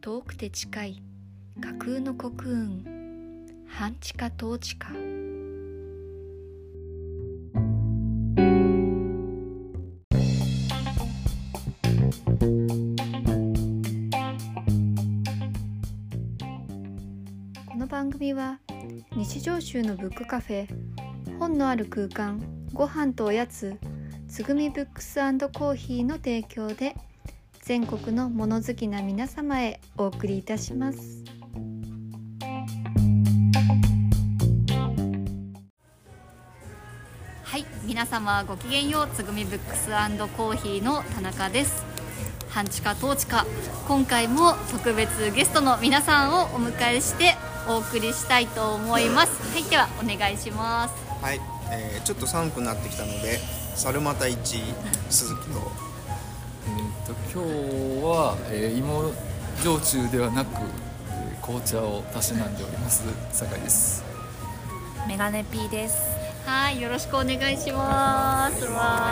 遠くて近い架空の国運、半地下統治下。この番組は日常集のブックカフェ、本のある空間、ご飯とおやつ、つぐみブックス&コーヒーの提供で全国の物好きな皆様へお送りいたします。はい、皆様ごきげんよう。つぐみブックス&コーヒーの田中です。半地下統治下、今回も特別ゲストの皆さんをお迎えしてお送りしたいと思います。はい、ではお願いします。 はい、ちょっと寒くなってきたので猿又一鈴木と今日は、芋焼酎ではなく、紅茶をたしなんでおります酒井です。 メガネ P です。 はい、よろしくお願いします。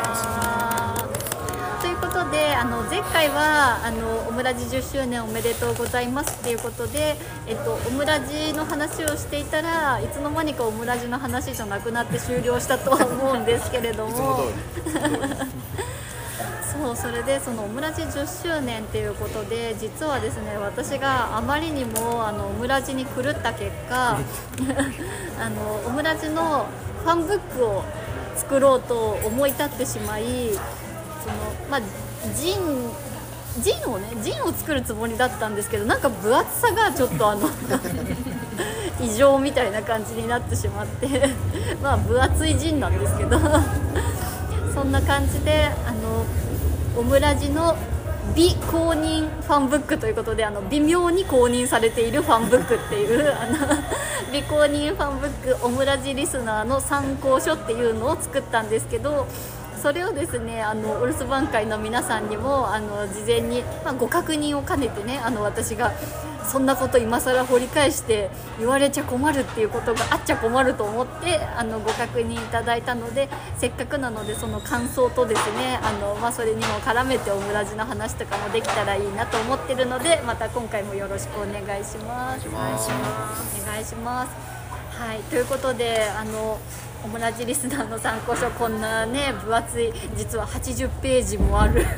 ということで、前回はオムラジ10周年おめでとうございますということで、オムラジの話をしていたらいつの間にかオムラジの話じゃなくなって終了したとは思うんですけれどもいつも通りそう、それでそのオムラジ10周年ということで、実はですね、私があまりにもオムラジに狂った結果オムラジのファンブックを作ろうと思い立ってしまい、ジンを作るつもりだったんですけど、なんか分厚さがちょっと異常みたいな感じになってしまって分厚いジンなんですけどそんな感じでオムラジの美公認ファンブックということで、微妙に公認されているファンブックっていう美公認ファンブックオムラジリスナーの参考書っていうのを作ったんですけど、それをですね、お留守番会の皆さんにも事前に、ご確認を兼ねてね、私がそんなこと今更掘り返して言われちゃ困るっていうことがあっちゃ困ると思ってご確認いただいたので、せっかくなのでその感想とですね、それにも絡めてオムラジの話とかもできたらいいなと思ってるので、また今回もよろしくお願いします。お願いします。はい、ということでオムラジリスナーの参考書、こんなね分厚い、実は80ページもある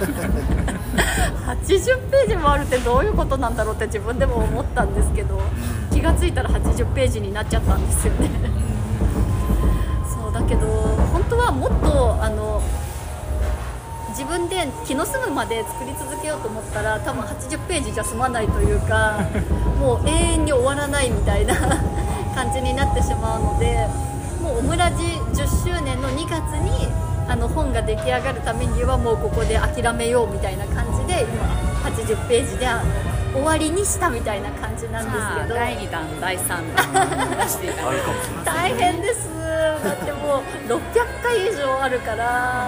80ページもあるってどういうことなんだろうって自分でも思ったんですけど、気がついたら80ページになっちゃったんですよねそうだけど本当はもっと自分で気の済むまで作り続けようと思ったら、多分80ページじゃ済まないというかもう永遠に終わらないみたいな感じになってしまうので、もうオムラジ10周年の2月に本が出来上がるためにはもうここで諦めようみたいな感じで、今80ページで終わりにしたみたいな感じなんですけど、 第2弾第3弾出していただいて大変です。だってもう600回以上あるから、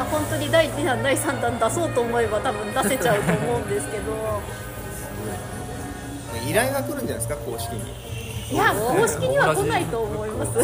本当に第2弾第3弾出そうと思えば多分出せちゃうと思うんですけど依頼が来るんじゃないですか、公式に。 いや、公式には来ないと思います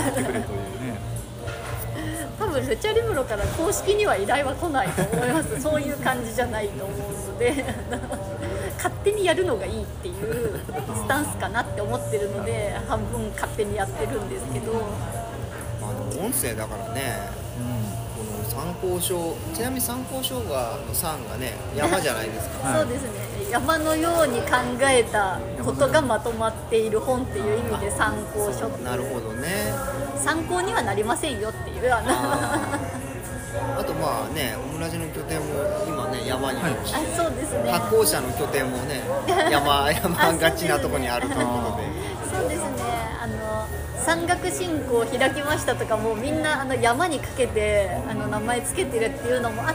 多分ルチャリブロから公式には依頼は来ないと思いますそういう感じじゃないと思うので勝手にやるのがいいっていうスタンスかなって思ってるので、半分勝手にやってるんですけど、 音声だからね、この参考書、ちなみに参考書が3がね山じゃないですかそうですね、山のように考えたことがまとまっている本っていう意味で参考書っていう。 なるほどね。 参考にはなりませんよっていうあとオムラジの拠点も今ね山にあるし、 そうですね、 発行者の拠点もね山がちなところにあるということでそうですね、山岳信仰を開きましたとかもみんな山にかけて名前つけてるっていうのもあって、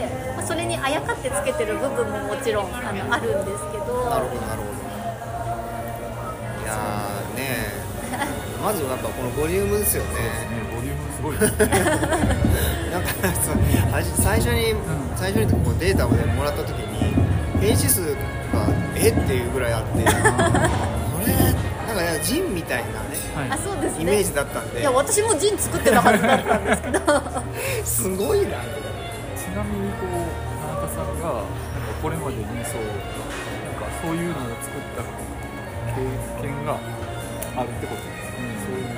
それにあやかってつけてる部分ももちろんあるんですけど。 なるほどなるほど。いやーねまずやっぱこのボリュームですよね。 ボリュームすごいですねなんか最初にこうデータをもらった時にページ数がっていうぐらいあってこれなんかジンみたいなね、 そうですね、 イメージだったんで、 いや私もジン作ってたはずだったんですけどすごいな。 ちなみに中さんがなんかこれまでになんかそういうのを作った経験があるってことですね、そういう。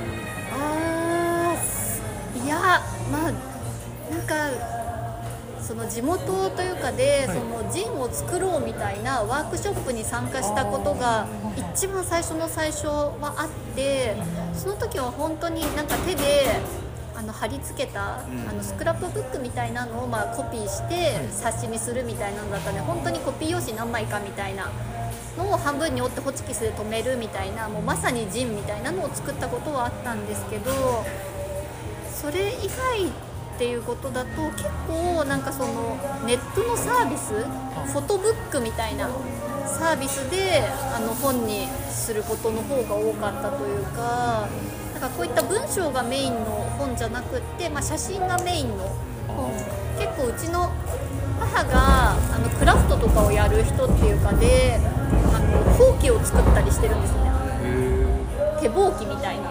いや、まあなんかその地元というかで、そのジンを作ろうみたいなワークショップに参加したことが一番最初はあって、その時は本当になんか手で貼り付けたスクラップブックみたいなのをコピーして冊子にするみたいなのだったので、本当にコピー用紙何枚かみたいなのを半分に折ってホチキスで留めるみたいな、もうまさにジンみたいなのを作ったことはあったんですけど、それ以外っていうことだと結構なんかそのネットのサービス、フォトブックみたいなサービスで本にすることの方が多かったというか、なんかこういった文章がメインの本じゃなくって、写真がメインの本、結構うちの母がクラフトとかをやる人っていうかでほうきを作ったりしてるんですね。手ほうきみたいな、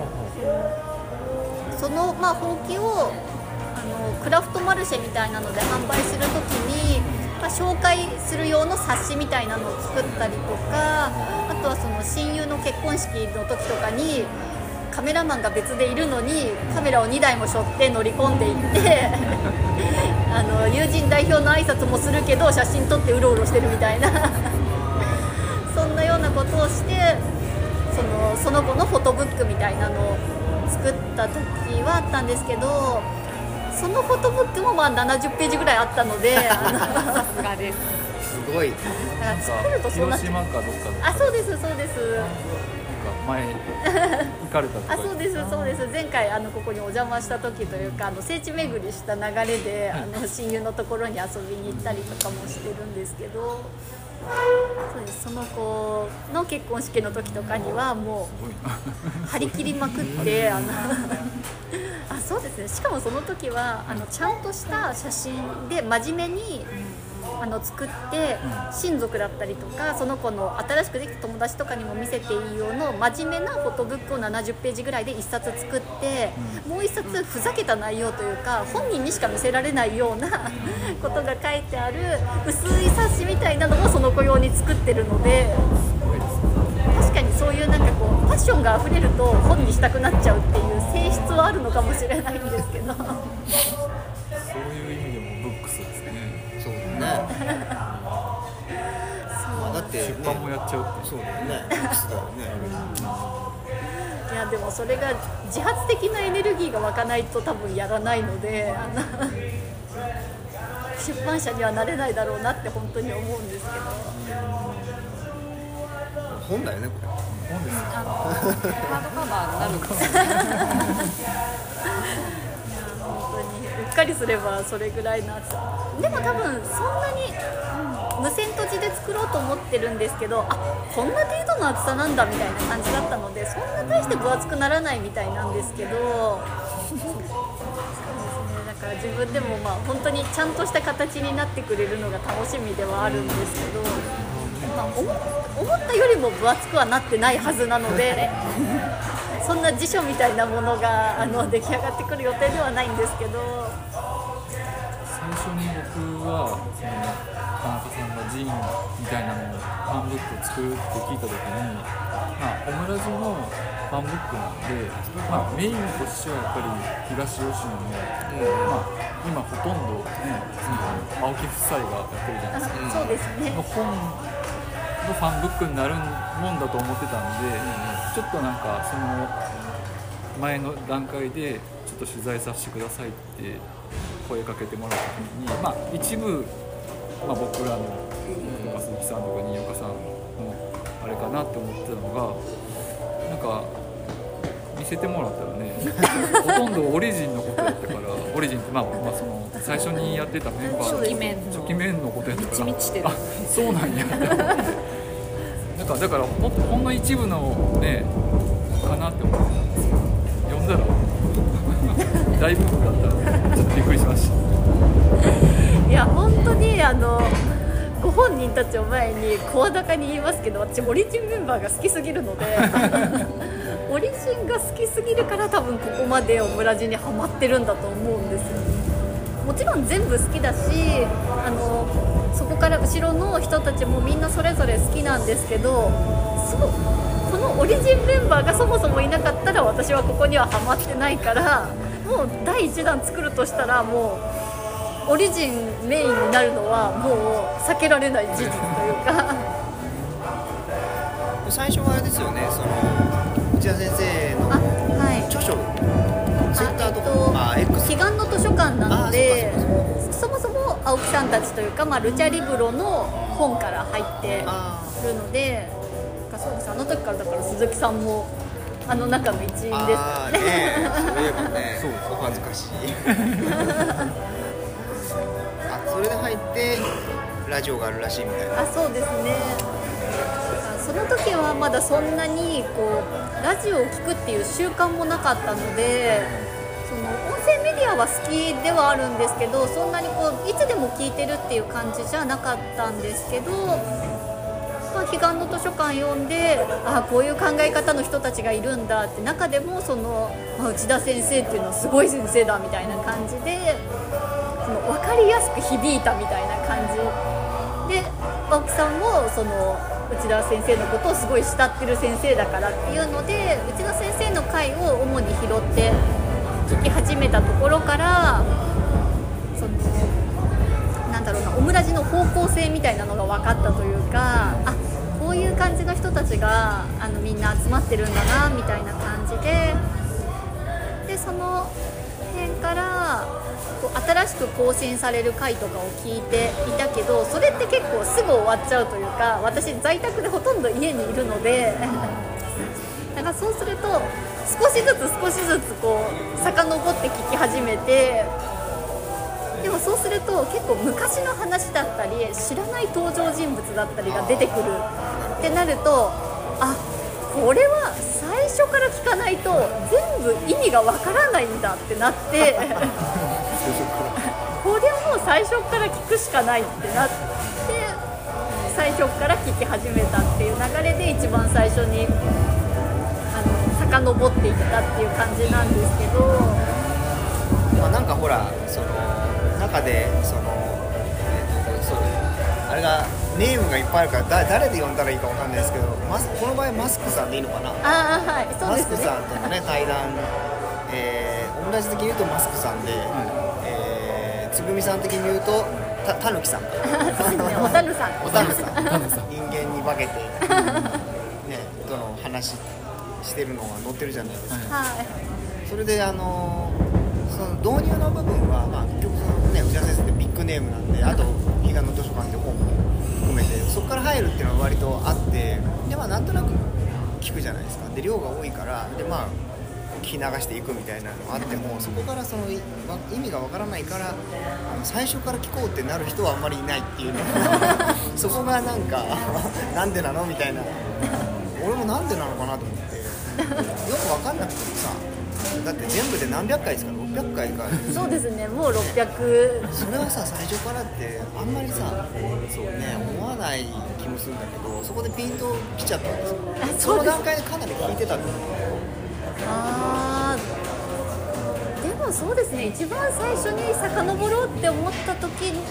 そのほうきをクラフトマルシェみたいなので販売するときに、紹介する用の冊子みたいなのを作ったりとか、あとはその親友の結婚式の時とかにカメラマンが別でいるのにカメラを2台も背負って乗り込んでいって友人代表の挨拶もするけど写真撮ってうろうろしてるみたいなそんなようなことをしてその子のフォトブックみたいなのを作った時はあったんですけど、そのフォトブックも70ページぐらいあったのでさすがです。 すごい。 だから作るとそんな、 広島かどっかの。 そうですそうです。 前行かれたとか。 そうですそうです。前回ここにお邪魔した時というか聖地巡りした流れで親友のところに遊びに行ったりとかもしてるんですけど、そうです。その子の結婚式の時とかにはもう張り切りまくってそうですね。しかもその時はちゃんとした写真で真面目に作って、親族だったりとかその子の新しくできた友達とかにも見せていい用の真面目なフォトブックを70ページぐらいで1冊作って、もう1冊ふざけた内容というか本人にしか見せられないようなことが書いてある薄い冊子みたいなのもその子用に作ってるので、確かにそういうなんかこうパッションがあふれると本にしたくなっちゃうっていう性質はあるのかもしれないんですけどそういう意味でもブックスですね。 そうねだって、ね、 出版もやっちゃうって。 そうだよね。ブックスだよね。 いやでもそれが自発的なエネルギーが湧かないと多分やらないので出版社にはなれないだろうなって本当に思うんですけど。 本だよねこれ。 本です。 ハードカバーになるかもしれない。 本当にうっかりすればそれぐらいの厚さでも多分そんなに、無線とじで作ろうと思ってるんですけど、こんな程度の厚さなんだみたいな感じだったので、そんな大して分厚くならないみたいなんですけどそうですね。だから自分でも本当にちゃんとした形になってくれるのが楽しみではあるんですけど、思ったよりも分厚くはなってないはずなのでそんな辞書みたいなものが出来上がってくる予定ではないんですけど、 最初に僕は田中さんがジーンみたいなのをファンブックを作るって聞いた時に、オムラジのファンブックなんで、メインとしてはやっぱり東吉野の、今ほとんど、青木夫妻がやってるじゃないですか。 そうですね。 本のファンブックになるもんだと思ってたんで、ちょっとなんかその前の段階でちょっと取材させてくださいって声かけてもらった時に、一部、僕らの鈴木さんとか新岡さんのあれかなって思ってたのが、なんか見せてもらったらねほとんどオリジンのことやったから、オリジンってその最初にやってたメンバーの初期面のことやったから、 みちみちしてる。 そうなんやって思ってだからほんの一部のねかなって思ってたんですよ。読んだら大部分だったらちょっとびっくりしました。 いや本当にご本人たちを前に声高に言いますけど、私オリジンメンバーが好きすぎるのでオリジンが好きすぎるから多分ここまでオムラジにハマってるんだと思うんですよ。 もちろん全部好きだし、そこから後ろの人たちもみんなそれぞれ好きなんですけど、このオリジンメンバーがそもそもいなかったら私はここにはハマってないから、もう第1弾作るとしたらもうオリジンメインになるのはもう避けられない事実というか最初はあれですよね、その内田先生の著書、ツイッターとか、X、 彼岸の図書館なので、そもそも青木さんたちというか、ルチャリブロの本から入ってるので、そうです、あの時からだから鈴木さんもあの中の一員ですね。 そういえばね、お恥ずかしいそれで入ってラジオがあるらしいみたいな。 そうですね。その時はまだそんなにこうラジオを聞くっていう習慣もなかったので、その音声メディアは好きではあるんですけど、そんなにこういつでも聞いてるっていう感じじゃなかったんですけど、彼岸の図書館読んで、こういう考え方の人たちがいるんだって、中でもその内田先生っていうのはすごい先生だみたいな感じで、その分かりやすく響いたみたいな感じで、青木さんもその内田先生のことをすごい慕ってる先生だからっていうので、内田先生の回を主に拾って聞き始めたところから、そのなんだろうな、オムラジの方向性みたいなのが分かったというか、こういう感じの人たちがみんな集まってるんだなみたいな感じで、その辺から新しく更新される回とかを聞いていたけど、それって結構すぐ終わっちゃうというか、私在宅でほとんど家にいるのでだからそうすると少しずつこう遡って聞き始めて、でもそうすると結構昔の話だったり知らない登場人物だったりが出てくるってなると、これは最初から聞かないと全部意味がわからないんだってなってこれはもう最初から聞くしかないってなって、最初から聞き始めたっていう流れで一番最初に遡っていったっていう感じなんですけど、 なんかほら、その中であれがネームがいっぱいあるから誰で呼んだらいいかわかんないですけど、この場合マスクさんでいいのかな。 はい、そうですね。 マスクさんとのね対談、同じ的に言うとマスクさんで、つぐみさん的に言うとたぬきさんおたぬさん人間に化けてね、どの話してるのが載ってるじゃないですか。それでその導入の部分は、結局そのね、内田先生ってビッグネームなんで、あと彼岸の図書館って本も含めてそこから入るっていうのは割とあって、でなんとなく聞くじゃないですか。で量が多いからで聞き流していくみたいなのがあっても、そこからその意味がわからないから最初から聞こうってなる人はあんまりいないっていうのそこがなんかなんでなのみたいな、俺もなんでなのかなと思ってよくわかんなくてもさ、だって全部で何百回ですか、600回か。 そうですね、もう600。 それはさ、最初からってあんまりさ、そうね、思わない気もするんだけど、そこでピンときちゃったんですよ。その段階でかなり聞いてたんですよ。 でもそうですね、一番最初に遡ろうって思った時に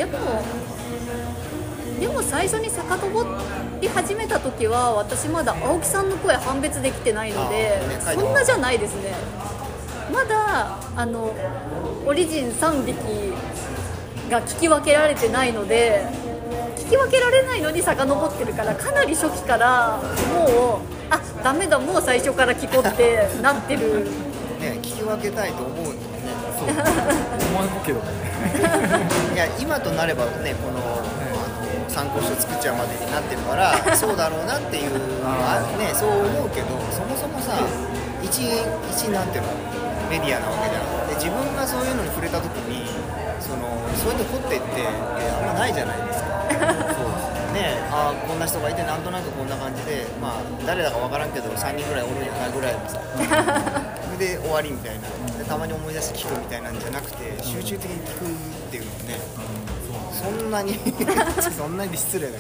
でも最初に遡り始めた時は私まだ青木さんの声判別できてないので、そんなじゃないですね。まだオリジン3匹が聞き分けられてないので、聞き分けられないのに遡ってるから、かなり初期からもうダメだ、もう最初から聞こうってなってるね、聞き分けたいと思うんだよね。 そう思うけどいや今となればね、この参考書作っちゃうまでになってるからそうだろうなっていうね、そう思うけど、そもそもさ、一なんていうのメディアなわけじゃん。で自分がそういうのに触れた時にそういうの掘ってってあんまないじゃないですか。そうね、こんな人がいてなんとなくこんな感じで、誰だかわからんけど3人ぐらいおるんやなぐらいのさそれで終わりみたいなで、たまに思い出して聞くみたいなんじゃなくて、集中的に聞くっていうのね、そんなにそんなに失礼だけど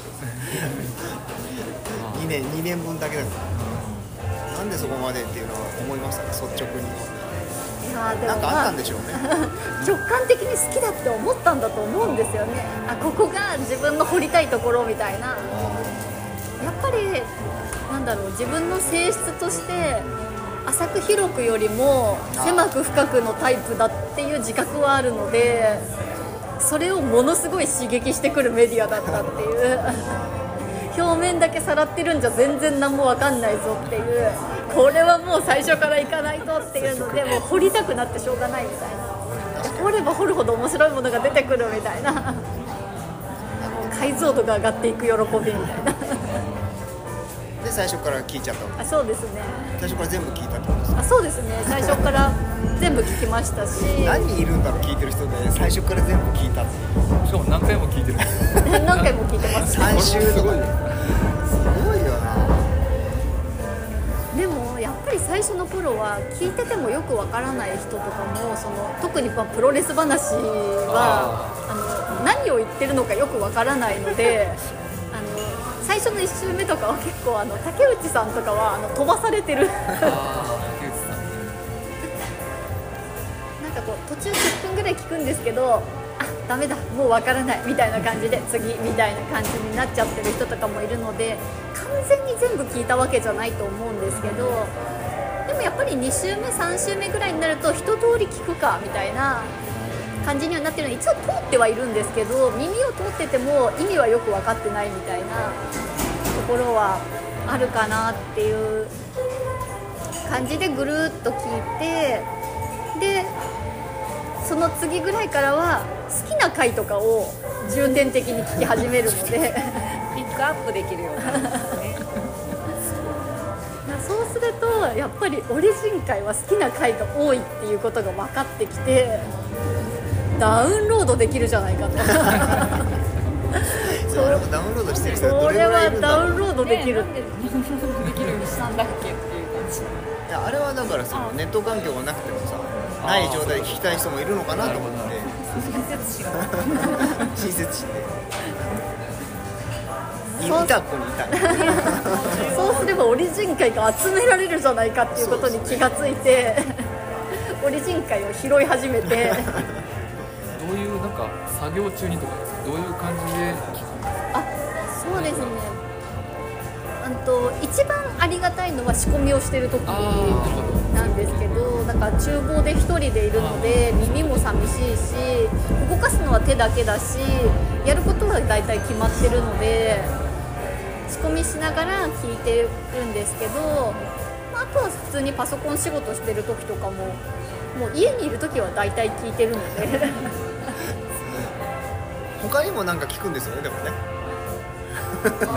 2年分だけだから、なんでそこまでっていうのは思いましたね、率直に。 いでもなんかあったんでしょうね、 直感的に好きだって思ったんだと思うんですよね。ここが自分の掘りたいところみたいな。やっぱりなんだろう、自分の性質として浅く広くよりも狭く深くのタイプだっていう自覚はあるので、それをものすごい刺激してくるメディアだったっていう表面だけさらってるんじゃ全然何も分かんないぞっていう、これはもう最初から行かないとっていうので、もう掘りたくなってしょうがないみたいな、掘れば掘るほど面白いものが出てくるみたいな、解像度が上がっていく喜びみたいなで最初から聞いちゃったわけ。 そうですね。 最初から全部聞いたってことですか？ そうですね、最初から全部聞きましたし何人いるんだろう聞いてる人で最初から全部聞いたって。 しかも何回も聞いてる何回も聞いてます 3週とかすごいよな。 でもやっぱり最初の頃は聞いててもよくわからない人とかも、特にプロレス話は何を言ってるのかよくわからないので最初の1週目とかは結構竹内さんとかは飛ばされてるなんかこう途中10分ぐらい聞くんですけど、ダメだもうわからないみたいな感じで次みたいな感じになっちゃってる人とかもいるので、完全に全部聞いたわけじゃないと思うんですけど、でもやっぱり2週目3週目ぐらいになると一通り聞くかみたいな感じにはなってるので、一応通ってはいるんですけど、耳を通ってても意味はよく分かってないみたいなところはあるかなっていう感じでぐるっと聞いて、でその次ぐらいからは好きな回とかを重点的に聞き始めるのでピックアップできるようになるんですねそうするとやっぱりオリジン回は好きな回が多いっていうことが分かってきて、ダウンロードできるじゃないかとそれもダウンロードしてる人はどこれれぐらいいはダるんだろう。 ウンロードできる、 なんでできるようにしたんだっけっていう感じ。 いやあれはだからそのネット環境がなくてもさ、ない状態で聞きたい人もいるのかなと思って親切心でいたここにいたそうすればオリジン回が集められるじゃないかっていうことに気がついてオリジン回を拾い始めてどういうなんか作業中にとかどういう感じで聞く？ そうですね、一番ありがたいのは仕込みをしてる時なんですけど、なんか厨房で一人でいるので耳も寂しいし、動かすのは手だけだし、やることは大体決まってるので仕込みしながら聞いてるんですけど、あとは普通にパソコン仕事してる時とかももう家にいる時は大体聞いてるので他にもなんか聞くんですよね、でもね聞か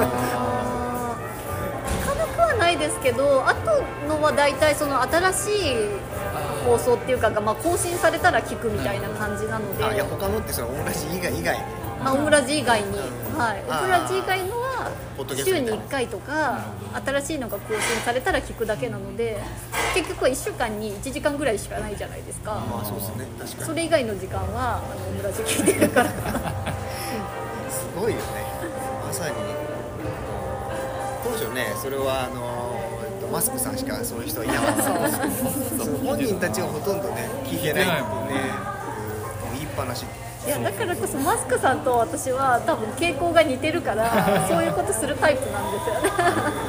なくはないですけど、あとのは大体その新しい放送っていうかが、更新されたら聞くみたいな感じなので、 いや他のってそのオムラジ以外オムラジ以外に、はい、 あーオムラジ以外のはポッドキャストみたいな週に1回とか新しいのが更新されたら聞くだけなので、結局は1週間に1時間ぐらいしかないじゃないですか。 まあそうですね、確かにそれ以外の時間はオムラジ聞いてるからすごいよね。まさに当初ね、それはマスクさんしかそういう人はいなかったその本人たちはほとんどね聞いてないっていうね、言いっぱなし。 いやだからこそマスクさんと私は多分傾向が似てるからそういうことするタイプなんですよね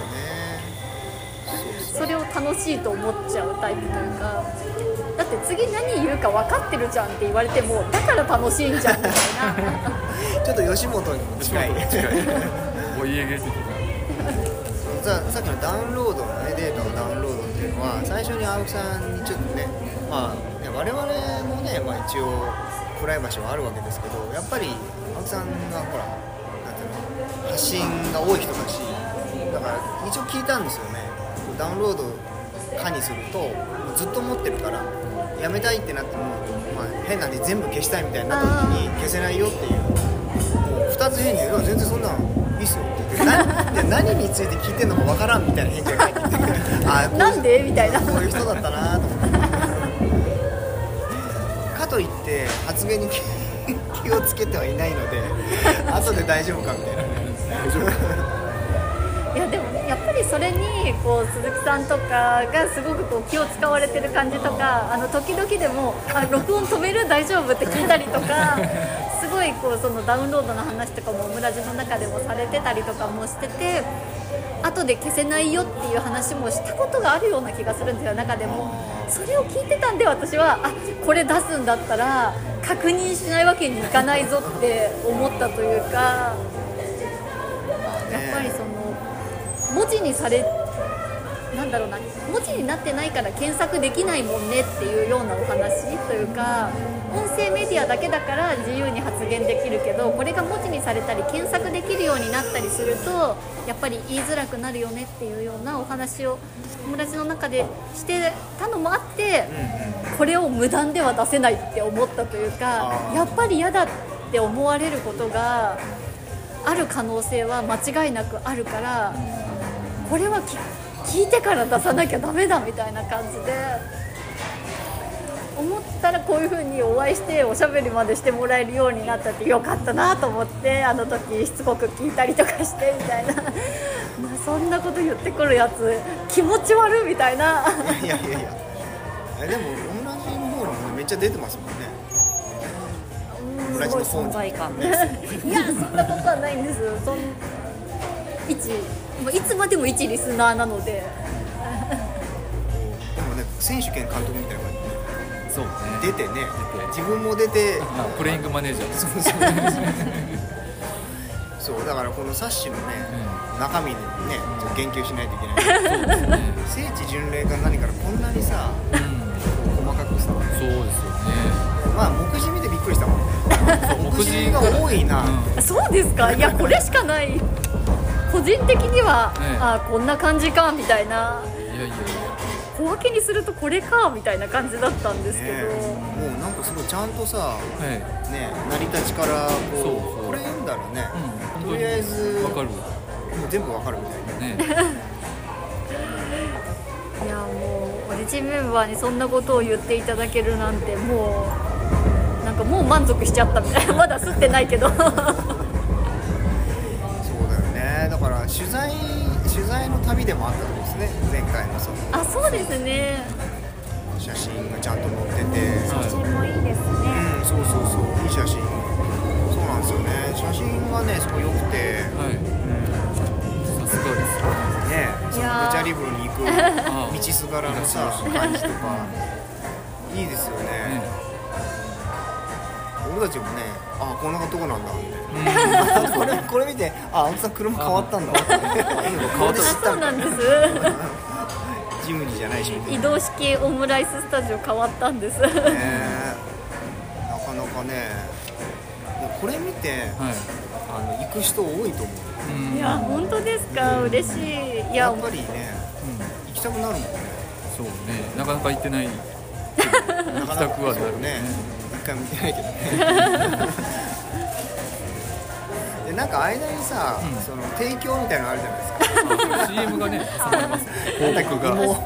それを楽しいと思っちゃうタイプというか、だって次何言うか分かってるじゃんって言われてもだから楽しいんじゃんみたいなちょっと吉本にも近いお家芸的なさっきのダウンロードの、ね、データのダウンロードっていうのは最初に青木さんにちょっとね、我々もね、一応プライバシーはあるわけですけど、やっぱり青木さんがほらなんていうの発信が多い人だし、だから一応聞いたんですよね。ダウンロード可にするとずっと持ってるからやめたいってなっても、変なんで全部消したいみたいになった時に消せないよっていう、もう2つ返事で全然そんなんいいっすよって言って何について聞いてんのかわからんみたいな返事が返ってきてなんでみたいなこういう人だったなと思ってかといって発言に気をつけてはいないので後で大丈夫かみたいないやでもねやっぱりそれにこう鈴木さんとかがすごくこう気を使われてる感じとか時々でも録音止める大丈夫って聞いたりとかすごいこうそのダウンロードの話とかもオムラジの中でもされてたりとかもしてて後で消せないよっていう話もしたことがあるような気がするんですよ。中でもそれを聞いてたんで私はこれ出すんだったら確認しないわけにいかないぞって思ったというかやっぱりその文字にされなんだろうな文字になってないから検索できないもんねっていうようなお話というか音声メディアだけだから自由に発言できるけどこれが文字にされたり検索できるようになったりするとやっぱり言いづらくなるよねっていうようなお話を友達の中でしてたのもあってこれを無断では出せないって思ったというかやっぱり嫌だって思われることがある可能性は間違いなくあるからこれは聞いてから出さなきゃダメだみたいな感じで思ったらこういう風にお会いしておしゃべりまでしてもらえるようになったってよかったなと思って時しつこく聞いたりとかしてみたいなそんなこと言ってくるやつ気持ち悪いみたいないやでもオムラジの方にもめっちゃ出てますもんね。オムラジの方に存在感ですいやそんなことはないんですよいつまでも一リスナーなのででもね選手兼監督みたいな感じでそうね出てね自分も出てプレイングマネージャーそうだからこのサッシのね、中身にねちょっと言及しないといけない聖地巡礼が何からこんなにさ、細かくさそうですよねまあ目次見てびっくりしたもんね目次が多いな、 そうですかいやこれしかない個人的には、こんな感じかみたいないや小分けにするとこれかみたいな感じだったんですけど、 ね、 もうなんかすごいちゃんとさ、 はい、 ね、成り立ちからこうそうこれ読んだらね、 うん、 とりあえず分かるもう全部わかるみたいな、 ね、 いやもうオリジンメンバーにそんなことを言っていただけるなんてもうなんかもう満足しちゃったみたいなまだ吸ってないけどそうだよね。だから取材の旅でもあったとですね、前回のそのあ、そうですね、 写真がちゃんと載ってて、 写真もいいですね、 うん、そうそうそう、いい写真、そうなんですよね、写真がねすごい良くて、 はい、さすがですね、そのルチャリブロに行く道すがらのさ感じとかいいですよね。俺たちもね、あ、こんなとこなんだみたいな、これ見て、あ、青木さん車変わったんだって顔で知ったみたいな。 そうなんですジムニーじゃないしみたいな。 移動式オムライススタジオ変わったんです、 なかなかね、これ見て、 はい、 行く人多いと思う。 いや、本当ですか、嬉しい。いや、 やっぱりね、行きたくなるもんね。 そうね、なかなか行ってない行きたくはなるね。 一回も見てないけどね。で、なんか間にさ、その提供みたいなのあるじゃないですか。 CM がね、挟まれます。広告が。 そう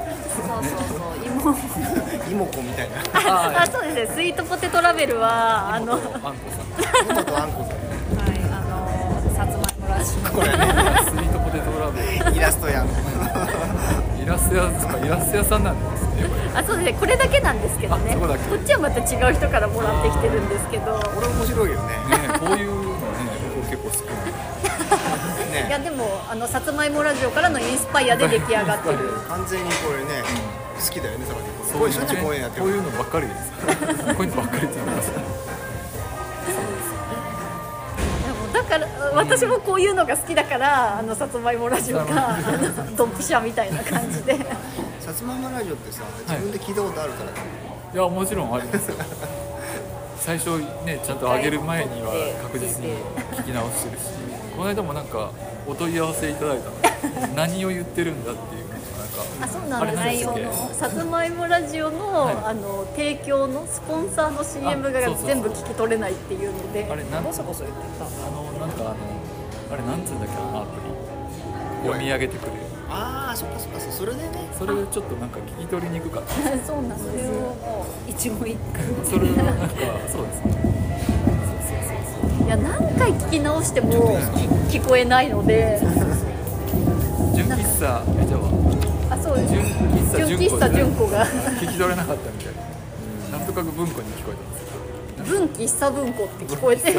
芋子みたいな。 あ、そうですね。スイートポテトラベルはあんこさん。 芋とあんこさん。 はい、さつまいもラッシュこれね、 スイートポテトラベル。 イラストやん。 イラスト屋ですか、イラスト屋さんなんですね。 あ、そうですね。これだけなんですけどね。 そこだけこっちはまた違う人からもらってきてるんですけど。 これ面白いよね。 ね、こういうのね、僕結構好きなんで。 いやでもさつまいもラジオからのインスパイアで出来上がってる。 完全にこれね、好きだよね、さらに。 そうこういうしょっちゅう公演やってる。 こういうのばっかりです。こういうのばっかりって言います。 だから私もこういうのが好きだからさつまいもラジオがドンピシャみたいな感じで。 さつまいもラジオってさ、自分で聞いたことあるからね。 いや、もちろんありますよ。最初ね、ちゃんと上げる前には確実に聞き直してるし、この間もなんかお問い合わせいただいたので、何を言ってるんだっていうなんか、 あ、そうなんです。 内容のさつまいもラジオの、提供のスポンサーの CM が全部聞き取れないっていうので、 あれなんボソボソ言ってたなんかあれなんつうんだっけ、あのアプリ読み上げてくれる。 ああ、そっかそっか、それでね。 それをちょっとなんか聞き取りにくかった。 そうなんですよ。 一語一句それをなんかそうですね。 いや、何回聞き直しても聞こえないので。 純喫茶じゃああ、そうです。 純喫茶純子が聞き取れなかったみたいな。なんとか文庫に聞こえたんです文喫茶文庫って聞こえて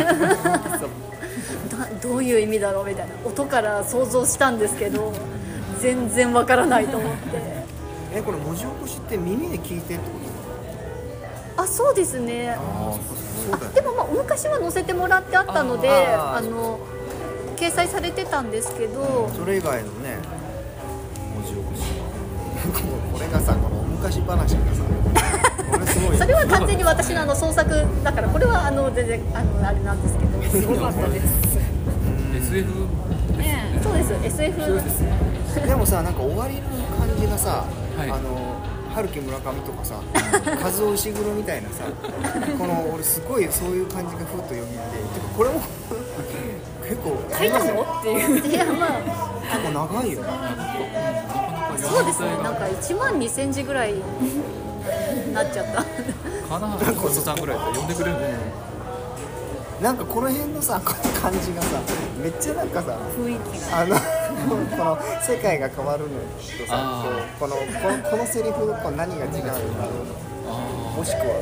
どういう意味だろうみたいな音から想像したんですけど全然わからないと思ってこれ文字起こしって耳で聞いてってこあ、そうですね。 と？そうだよね。 でもまあ昔は載せてもらってあったのであ掲載されてたんですけど、 それ以外のね、 文字起こしこれがさ、この昔話がさ、これすごい。 それは完全に私の創作だから、これは全然あれなんですけど、 すごかったです。 SF ねそうです SF ですね。 でもさ、なんか終わりの感じがさ、 はい春樹村上とかさ、和夫石黒みたいなさ、この俺すごいそういう感じがふっとよぎって、てかこれも結構書いたのっていう。 いやまあ結構長いよね。 そうですね、なんか1万2000字ぐらいになっちゃったかな小さんぐらいだったら呼んでくれるんでね。 なんかこの辺のさ、この感じがさ、めっちゃなんかさ、 雰囲気が。 この世界が変わるのとさあ、 このセリフこう何が違うんだろう、もしくは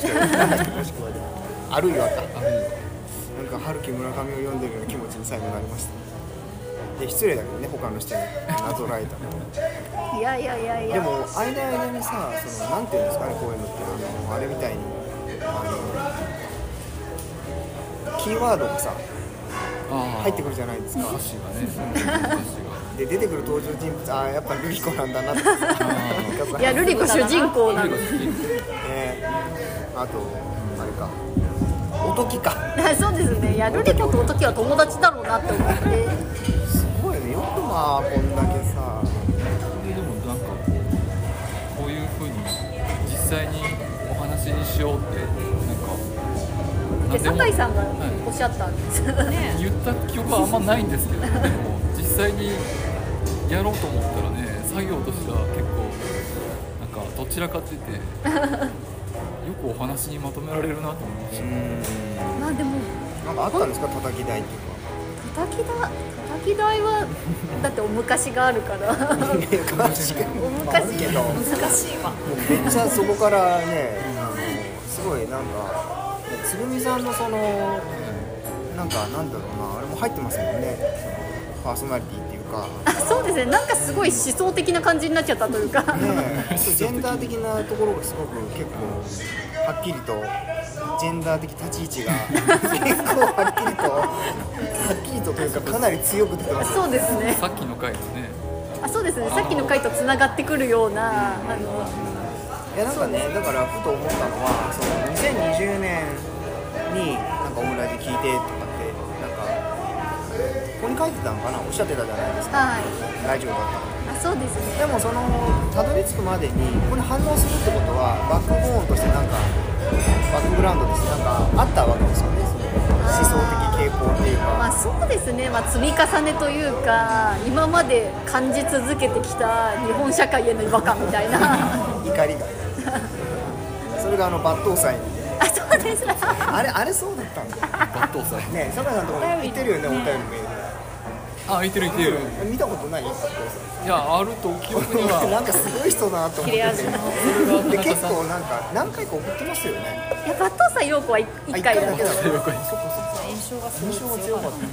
あるいはか、なんか春樹村上を読んでるような気持ちに最後なりました。で失礼だけどね、他の人になぞらえたいやいやいやいや、 でも間にさ、そのなんていうんですかね、こういうのってあれみたいにキーワードがさ入ってくるじゃないですか。 歌詞がね。 で出てくる登場人物、やっぱルリコなんだなってさ、 いやルリコ主人公なのあとあれか、おときか。 そうですね、いやルリコとおときは友達だろうなって思ってすごいね、よくまあこんだけさ。 でもなんかこういう風に実際にお話にしようってで酒井さんがおっしゃったんです、 言った記憶はあんまないんですけど、でも実際にやろうと思ったらね、作業としては結構なんかどちらかって言ってよくお話にまとめられるなと思いました。 まあでもなんかあったんですか、叩き台っていうか。 叩き台はだってお昔があるからお昔難しいわ。 めっちゃそこからね、すごいなんかつぐみさんのそのなんかなんだろうな、あれも入ってますもんね、そのパーソナリティっていうか。 あ、そうですね、なんかすごい思想的な感じになっちゃったというかねえ、ジェンダー的なところがすごく結構はっきりとジェンダー的立ち位置が結構はっきりとというかかなり強く出てます。 そうですね、 さっきの回のね、 そうですね、さっきの回とつながってくるような、 いやなんかね、だからふと思ったのは、その2020年になんかオムラジ聞いてとかってなんかここに書いてたのかな、おっしゃってたじゃないですか、 はい、 ラジオだったの。 そうですね、 でもそのたどり着くまでにここに反応するってことはバックボーンとしてなんかバックグラウンドとしてなんかあったわけですよね、その思想的傾向っていうか。 まあそうですね、積み重ねというか今まで感じ続けてきた日本社会への違和感みたいな怒りがそれが抜刀斎にそうですあれそうだったんだ抜刀斎ね。酒井さんのところに行ってるよね、お便りメール。 いてる見たことない？抜刀いや、あると記憶に斎なはんかすごい人だなと思って切れ味ので結構なんか何回か送ってますよね。 いや抜刀斎陽子は1 一回だけだけだった。 了解そっか印象がす印象が強かった。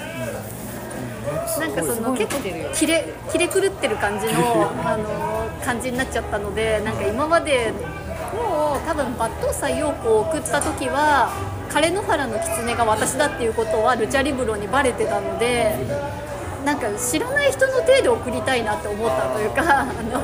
なんかそすごいの結構来てるよキレ狂ってる感じの感じになっちゃったので、なんか今までもう多分抜刀斎陽子を送った時は枯野原の狐が私だっていうことはルチャリブロにバレてたので、なんか知らない人の体で送りたいなって思ったというか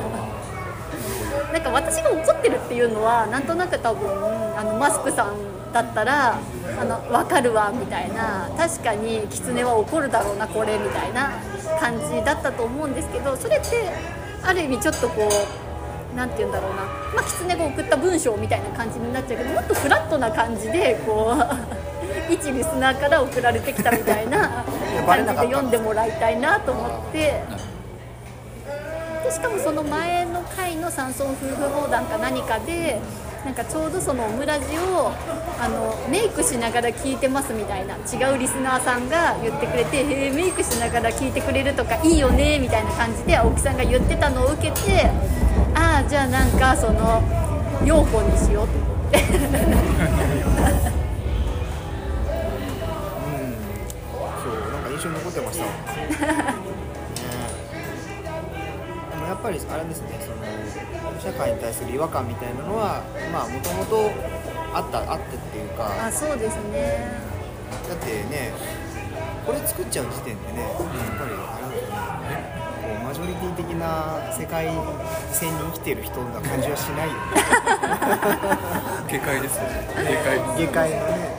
なんか私が怒ってるっていうのはなんとなく多分マスクさんだったら分かるわみたいな、確かに狐は怒るだろうなこれみたいな感じだったと思うんですけど、それってある意味ちょっとこうなんて言うんだろうな、まあ、狐が送った文章みたいな感じになっちゃうけど、もっとフラットな感じでこう一リスナーから送られてきたみたいな感じで読んでもらいたいなと思って。でしかもその前の回の山村夫婦砲弾か何かでなんかちょうどそのオムラジをメイクしながら聞いてますみたいな違うリスナーさんが言ってくれて、メイクしながら聞いてくれるとかいいよねみたいな感じで青木さんが言ってたのを受けて、ああじゃあなんかその陽子にしようと思ってそうなんか印象に残ってましたでもやっぱりあれですね、その社会に対する違和感みたいなのはまあもともとあってっていうか、 あ、そうですね。 だってねこれ作っちゃう時点でね、やっぱりあれだよね、こうマジョリティ的な世界線に生きてる人な感じはしないよね下界ですよね。 下界のね、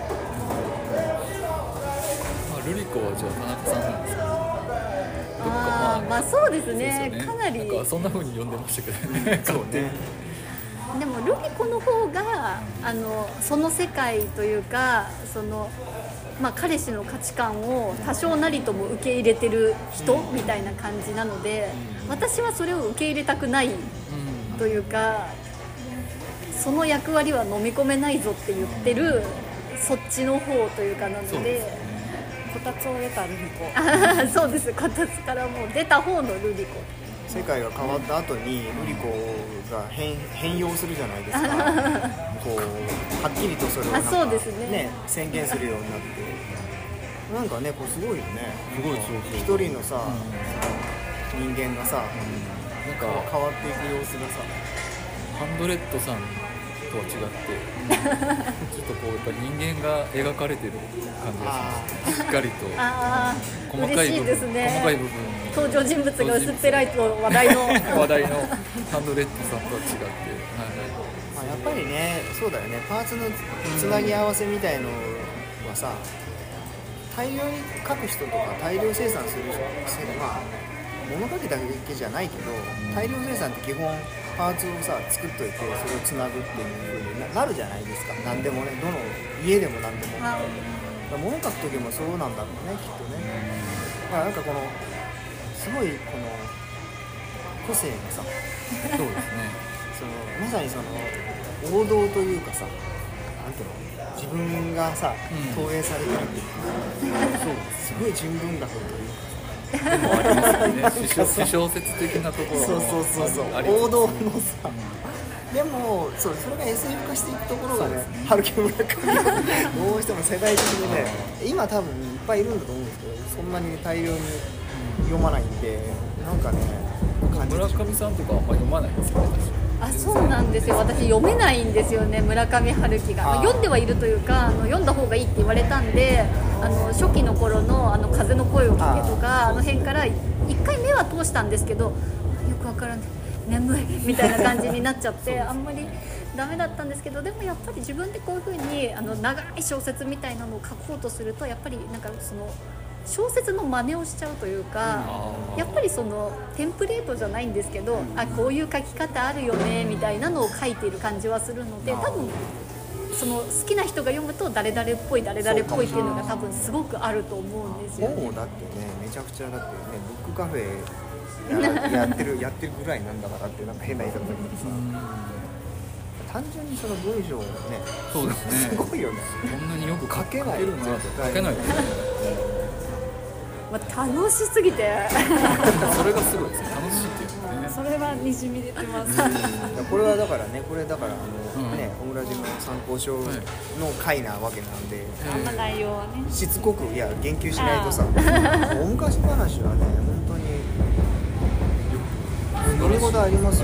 ルリコはじゃあ田中さんなんですか。 まあそうですそうね、 ですよね。 かなり。 なんかそんな風に呼んでましたけどね。 そうね。 でもルリコの方がその世界というかその、まあ、彼氏の価値観を多少なりとも受け入れてる人みたいな感じなので、私はそれを受け入れたくないというか、その役割は飲み込めないぞって言ってるそっちの方というかなので、 こたつを得たルリコ。 あそうです、こたつからもう出た方のルリコ。 世界が変わった後にルリコが変容するじゃないですかこうはっきりとそれをなんか、 そうですね宣言するようになってなんかねこうすごいよね。 すごいそう一人のさ、人間がさ、 なんか変わっていく様子がさ、 ハンドレッドさんとは違ってちょっとこうやっぱ人間が描かれてる感じがします。しっかりとああ、 細かい部分、 嬉しいですね。 細かい部分に登場人物が薄っぺらいと話題の話題のハンドレッドさんとは違って、 まあ、やっぱりねそうだよね、パーツのつなぎ合わせみたいのはさ、大量に書く人とか大量生産する人、まあ物書きだけじゃないけど、大量生産って基本パーツをさ作っといてそれをつなぐっていう風になるじゃないですか。何でもね、どの家でも何でも。だから物書く時もそうなんだろうね、きっとね。だからなんかこのすごいこの個性がさ、 そうですね。 そのまさにその王道というかさ、なんていうの、自分がさ、投影されてるっていうか、そうすごい純文学というか。 でもありますよね。私小説的なところもそうあり王道のさ、でもそれが SF 化していくところがね、春樹村上どうしても世代的にね、今多分いっぱいいるんだと思うんですけど、そんなに大量に読まないんで、なんかね村上さんとかあんま読まないんですよね、 あ、そうなんですよ。私読めないんですよね、村上春樹が。読んではいるというか、読んだ方がいいって言われたんで、初期の頃の風の声を聞けとか、辺から一回目は通したんですけど、よくわからない、眠いみたいな感じになっちゃってあんまりダメだったんですけど、でもやっぱり自分でこういう風に長い小説みたいなのを書こうとすると、やっぱりなんかその小説の真似をしちゃうというか、やっぱりそのテンプレートじゃないんですけど、あ、こういう書き方あるよねみたいなのを書いている感じはするので、多分その好きな人が読むと誰々っぽい誰々っぽいっていうのが多分すごくあると思うんですよね。 本をだってね、めちゃくちゃだってね、ブックカフェやってるぐらいなんだからって、なんか変な言い方だけどさ、単純にその文章をね、 そうですね。 すごいよね。 こんなによく書けるなと、 書けないですね。 まあ、楽しすぎてそれがすごいですね。楽しいっていうね。 それはにじみ出てますこれはだからね、オムラジの参考書の回なわけなんで、 あんま内容はねしつこく言及しないとさ、大昔話はね、本当に読み応えありますよ。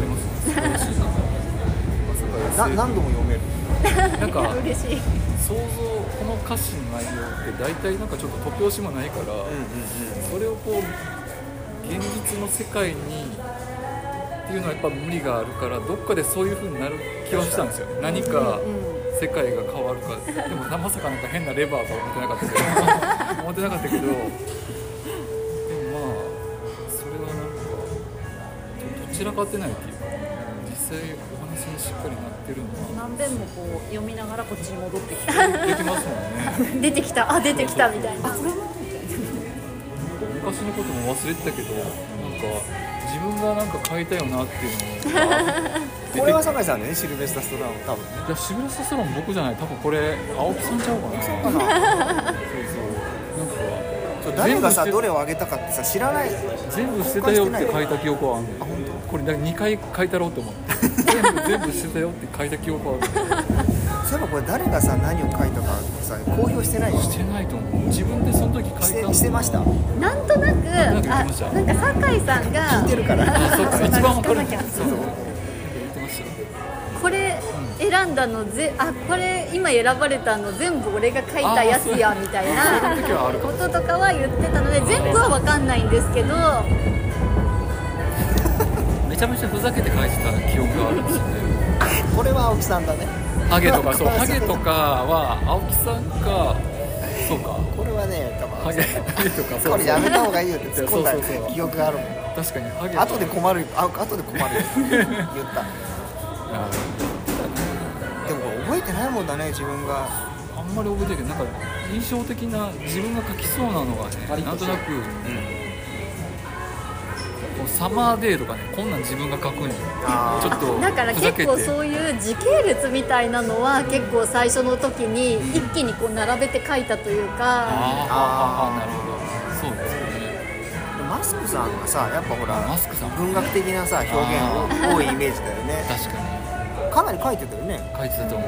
何度も読める。 なんか嬉しい。 想像、この歌詞の内容って大体なんかちょっと突拍子もないから、それをこう現実の世界にっていうのはやっぱ無理があるから、どっかでそういう風になる気はしたんですよ。何か世界が変わるか。でもまさかなんか変なレバーとは思ってなかったけどでもまあそれはなんかどちらかってないっていうか、実際お話にしっかりなってるのは何遍もこう読みながらこっちに戻ってきてできますもんね。 出てきた、あ、出てきたみたいな。 これもみたいな昔のことも忘れてたけど、なんか自自分がなんか書いたよなっていうのがこれは酒井さんね、シルベスタ・ストラム多分ね。 いやシルベスタ・ストロン僕じゃない、多分これ青木さんちゃうかな。 そうかな。 そうなんかそう誰がさどれをあげたかってさ知らない。 全部捨てたよって書いた記憶はあるの。 あ、本これ2回書いたろうと思って全部捨てたよって書いた記憶はある。 そういえばこれ誰がさ何を書いたかさ公表してないよ。 してないと思う。自分でその時書いたのしてました。 なんとなくなんか言ってましたなんか酒井さんが聞いてるから。 あ、そうか、一番わかる。 聞かなきゃそうそう言ってましたよ。 これ選んだのこれ今選ばれたの全部俺が書いたやつやみたいなそういう時はあるかも。 こととかは言ってたので全部は分かんないんですけど、 めちゃめちゃふざけて書いてた記憶があるんですよね。 これは青木さんだね。 ハゲとか、そう、ハゲとかは青木さんか、そうか、 これはね多分ハゲとか、そうこれやめた方がいいよって突っ込んだそうそうそう記憶があるもん。 確かにハゲ。 後で困る。後で困る言った。 あでもこれ覚えてないもんだね自分が。 あんまり覚えてないけど、なんか印象的な自分が書きそうなのがね、なんとなく、こうサマーデーとかね、こんなん自分が書くんよ。 あーちょっとだから結構そういう時系列みたいなのは結構最初の時に一気にこう並べて書いたというか、 ああ、なるほど。そうですよね。 マスクさんがさやっぱほらマスクさん文学的なさ表現多いイメージだよね。 確かにかなり書いてたよね。 書いてたと思う。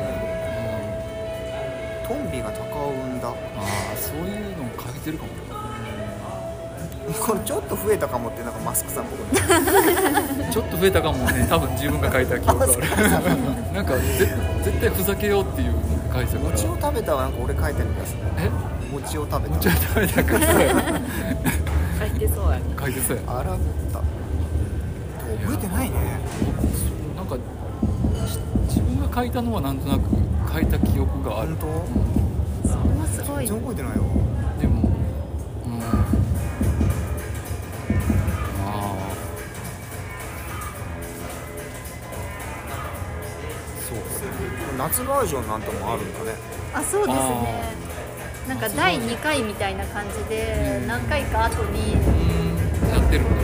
トンビが鷹を生んだ。 ああ、そういうのも書いてるかも。 これちょっと増えたかもってなんかマスクさんっぽく。 ちょっと増えたかもね、多分自分が書いた記憶がある。なんか絶対ふざけようっていうの書いてたから。 餅を食べたはなんか俺書いてる気がする。 え、 餅を食べた。 餅を食べたからそうや書いてそうやね。 書いてそうや。 あらぶった。覚えてないね。 なんか自分が書いたのはなんとなく書いた記憶がある。 本当？ それはすごい全然覚えてないよ。 でも、そうですね。 夏バージョンなんてもあるんだね。 あ、そうですね。なんか第2回みたいな感じで何回か後にやってるんだ。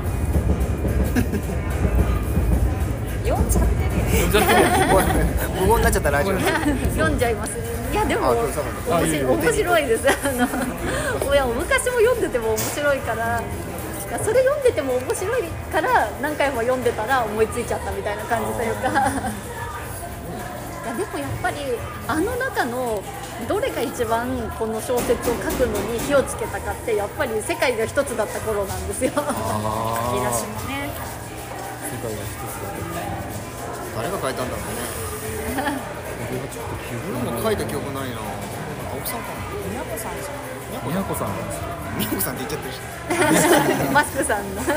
読んじゃってるよ。 読んじゃってるやん。 ごめん無言になっちゃったラジオで。 読んじゃいます。いやでもあそうそうあいいよ面白いです。いや昔も読んでても面白いから。それ読んでても面白いから何回も読んでたら思いついちゃったみたいな感じというか。いやでもやっぱりあの中のどれが一番この小説を書くのに火をつけたかってやっぱり世界が一つだった頃なんですよ。 あ書き出しもね。 世界が一つだけど。 誰が書いたんだろうね。 俺がちょっと記憶俺も書いた記憶ないな。青木さんかな。 宮子さんじゃん。 みやこさんなんですよ。 みやこさんって言っちゃってるし。 マスクさんの。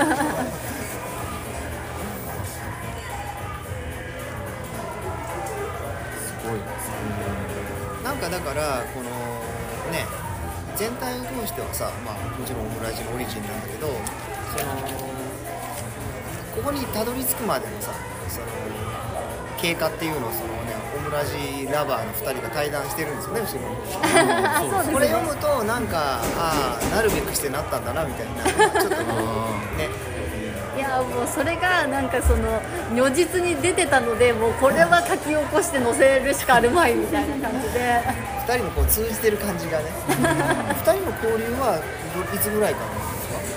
すごいですね。 なんかだからこのね全体を通してはさ、まあもちろんオムラジのオリジンなんだけど、そのここにたどり着くまでのさ、その経過っていうのをそのねオムラジラバーの2人が対談してるんですよね後ろに。 そうですねこれ読むとなんかなるべくしてなったんだなみたいなちょっとね。 いやもうそれがなんかその如実に出てたのでもうこれは書き起こして載せるしかあるまいみたいな感じで 2人のこう通じてる感じがね2人の交流はいつぐらいからなんですか？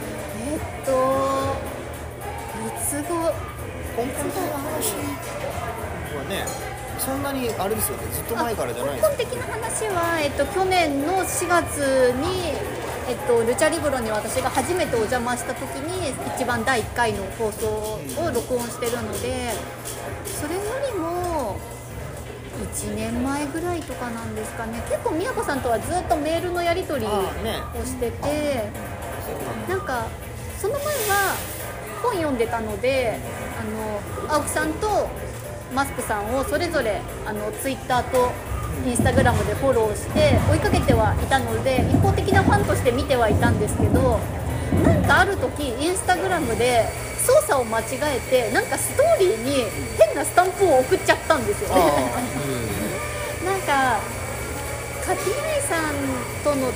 いつ頃根本的な話はねそんなにあれですよねずっと前からじゃないです根本的な話は、去年の4月に、ルチャリブロに私が初めてお邪魔した時に一番第1回の放送を録音してるのでそれよりも1年前ぐらいとかなんですかね。結構宮子さんとはずっとメールのやり取りをしてて、なんかその前は本読んでたので青木さんとマスクさんをそれぞれツイッターとインスタグラムでフォローして追いかけてはいたので一方的なファンとして見てはいたんですけどなんかある時インスタグラムで操作を間違えてなんかストーリーに変なスタンプを送っちゃったんですよねなんか垣内さんとの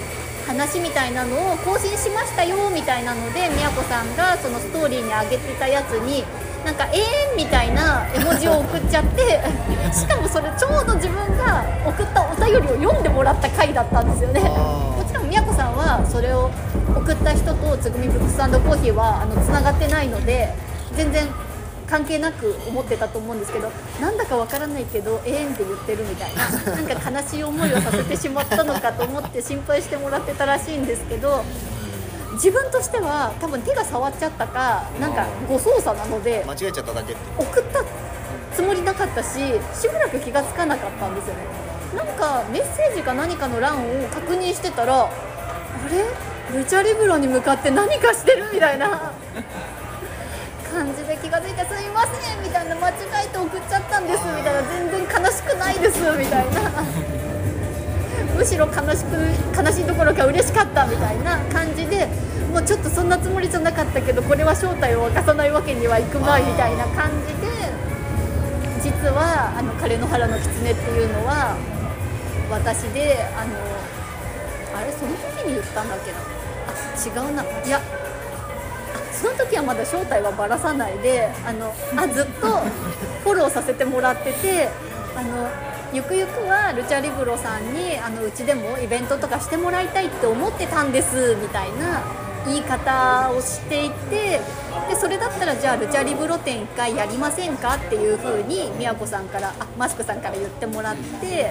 話みたいなのを更新しましたよみたいなので、みやこさんがそのストーリーに上げてたやつになんかみたいな絵文字を送っちゃってしかもそれちょうど自分が送ったお便りを読んでもらった回だったんですよね。もちろんみやこさんはそれを送った人とつぐみブックス&コーヒーはつながってないので全然関係なく思ってたと思うんですけど、なんだかわからないけどって言ってるみたいな、なんか悲しい思いをさせてしまったのかと思って心配してもらってたらしいんですけど、自分としては多分手が触っちゃったかなんか誤操作なので間違えちゃっただけって送ったつもりなかったし、しばらく気がつかなかったんですよね。なんかメッセージか何かの欄を確認してたら、あれルチャリブロに向かって何かしてるみたいな感じで気がついて、すみませんみたいな、間違えて送っちゃったんですみたいな、全然悲しくないですみたいなむしろ悲しいどころか嬉しかったみたいな感じで、もうちょっとそんなつもりじゃなかったけどこれは正体を明かさないわけにはいくまいみたいな感じで、実は枯野原の狐っていうのは私であれその時に言ったんだっけな、違うな、いやその時はまだ正体はばらさないでずっとフォローさせてもらってて、ゆくゆくはルチャリブロさんにうちでもイベントとかしてもらいたいって思ってたんですみたいな言い方をしていて、でそれだったらじゃあルチャリブロ展1回やりませんかっていう風にみやこさんからマスクさんから言ってもらって、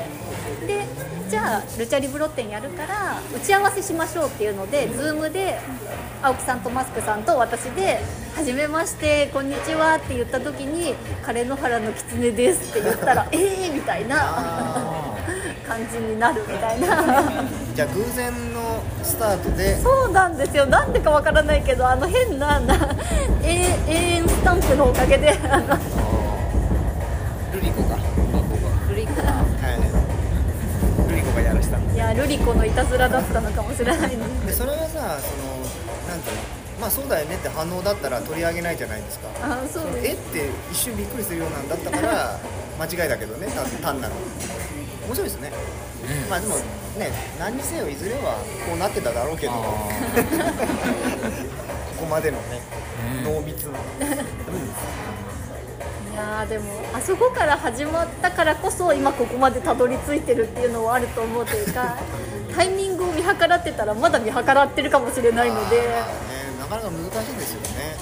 でじゃあルチャリブロ展やるから打ち合わせしましょうっていうので、ズームで青木さんとマスクさんと私ではじめましてこんにちはって言った時に枯野原の狐ですって言ったらみたいな感じになるみたいなじゃあ偶然のスタートで、 そうなんですよ。なんでかわからないけど変な永遠スタンプのおかげでルリコかルリコはいルリコがやらしたの。 いやルリコのいたずらだったのかもしれないです。 でそれはさなんていうの、まあそうだよねって反応だったら取り上げないじゃないですか。 そうって一瞬びっくりするようなんだったから間違いだけどね、単なる面白いですね。まあでもね、何にせよいずれはこうなってただろうけどここまでのね濃密な、 いやでもあそこから始まったからこそ今ここまでたどり着いてるっていうのはあると思うというかタイミングを見計らってたらまだ見計らってるかもしれないので、 なかなか難しいですよね。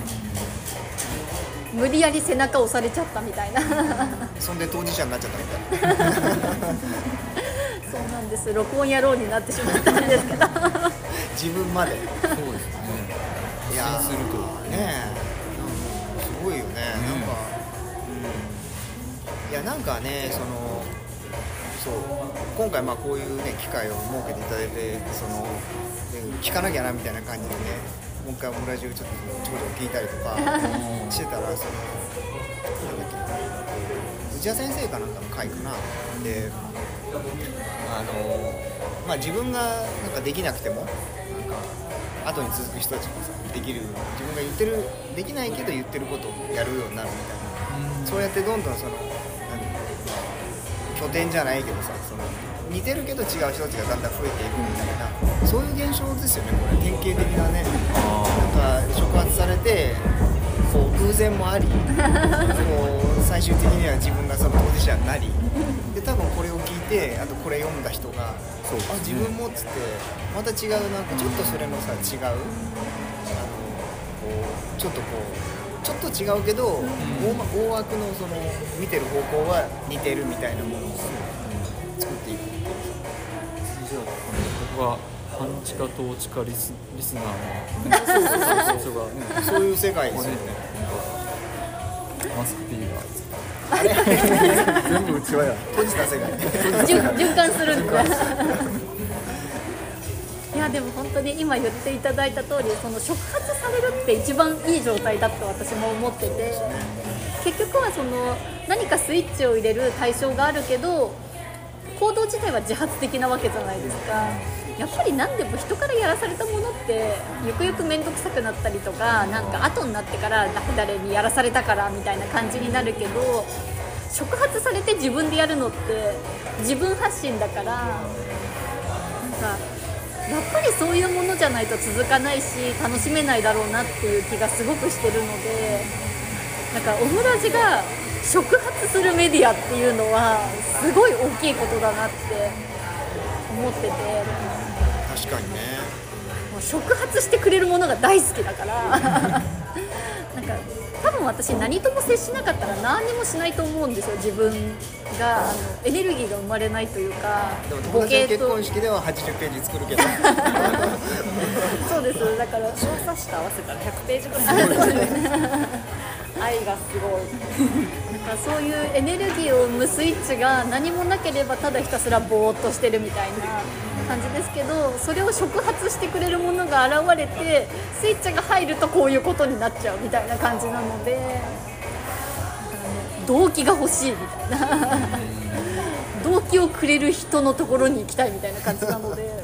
無理やり背中押されちゃったみたいなそんで当事者になっちゃったみたいなそうなんです、録音野郎になってしまったんですけど自分までそうですね。 いやするとねすごいよね、なんか、いやなんかねそう今回まあこういうね機会を設けていただいて聞かなきゃなみたいな感じでね、もう一回オムラジオちょっとちょこちょこ聞いたりとかしてたらなんだっけ内田先生かなんかの回かなでまあ自分がなんかできなくてもなんか後に続く人たちがさできる、自分が言ってるできないけど言ってることをやるようになるみたいな、そうやってどんどん拠点じゃないけどさ似てるけど違う人たちがだんだん増えていくみたいな、そういう現象ですよね。これ典型的なね、なんか触発されてこう偶然もありこう最終的には自分がその当事者になりで多分これを聞いてあとこれ読んだ人が自分もっつってまた違うなんかちょっとそれのさ違うちょっと違うけど、大枠のその見てる方向は似てるみたいなものを作っていくっていう。 じゃあここが半地下統治下リスナーの人がね、 そういう世界ですよね。 マスク P が全部うちわや閉じた世界循環するんだいやでも本当に今言っていただいた通りその触発されるって一番いい状態だと私も思ってて、結局はその何かスイッチを入れる対象があるけど行動自体は自発的なわけじゃないですか。やっぱり何でも人からやらされたものってゆくゆく面倒くさくなったりとか、なんか後になってから誰にやらされたからみたいな感じになるけど、触発されて自分でやるのって自分発信だから、なんかっぱりそういうものじゃないと続かないし楽しめないだろうなっていう気がすごくしてるので、なんかオムラジが触発するメディアっていうのはすごい大きいことだなって思ってて、 確かにね。 もう触発してくれるものが大好きだからなんか多分私何とも接しなかったら何にもしないと思うんですよ。自分がエネルギーが生まれないというか、 でも友達の結婚式では80ページ作るけどそうです。だから小冊子と合わせたら100ページぐらい愛がすごいなんかそういうエネルギーを生むスイッチが何もなければただひたすらぼーっとしてるみたいな感じですけど、それを触発してくれるものが現れてスイッチが入るとこういうことになっちゃうみたいな感じなので、動機が欲しいみたいな動機をくれる人のところに行きたいみたいな感じなので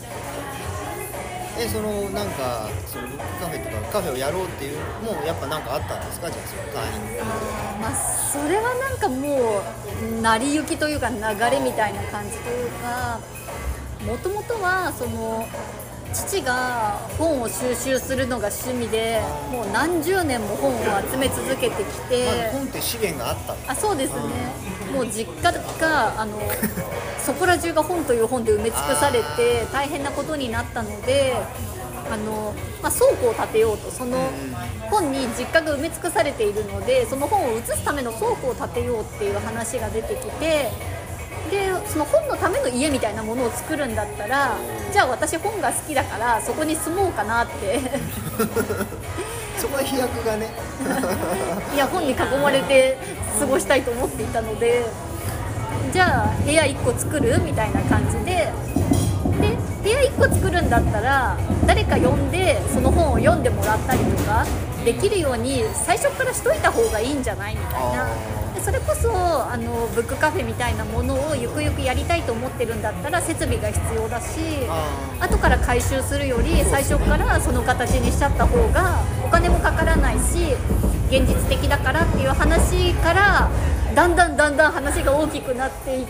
そのなんかそのブックカフェとかカフェをやろうっていうもうやっぱなんかあったんですか？じゃあそのタイミング。 まあそれはなんかもう成り行きというか流れみたいな感じというか、もともとはその父が本を収集するのが趣味でもう何十年も本を集め続けてきて、 まあ、本って資源があった。 あ、そうですね。もう実家がそこら中が本という本で埋め尽くされて大変なことになったので、まあ、倉庫を建てようと、その本に実家が埋め尽くされているのでその本を移すための倉庫を建てようっていう話が出てきて、でその本のための家みたいなものを作るんだったら、じゃあ私本が好きだからそこに住もうかなってそこで飛躍がねいや本に囲まれて過ごしたいと思っていたので、じゃあ部屋1個作るみたいな感じで、部屋1個作るんだったら誰か呼んでその本を読んでもらったりとかできるように最初からしといた方がいいんじゃないみたいな。でそれこそブックカフェみたいなものをゆくゆくやりたいと思ってるんだったら設備が必要だし、後から回収するより最初からその形にしちゃった方がお金もかからないし現実的だからっていう話からだんだん話が大きくなっていって、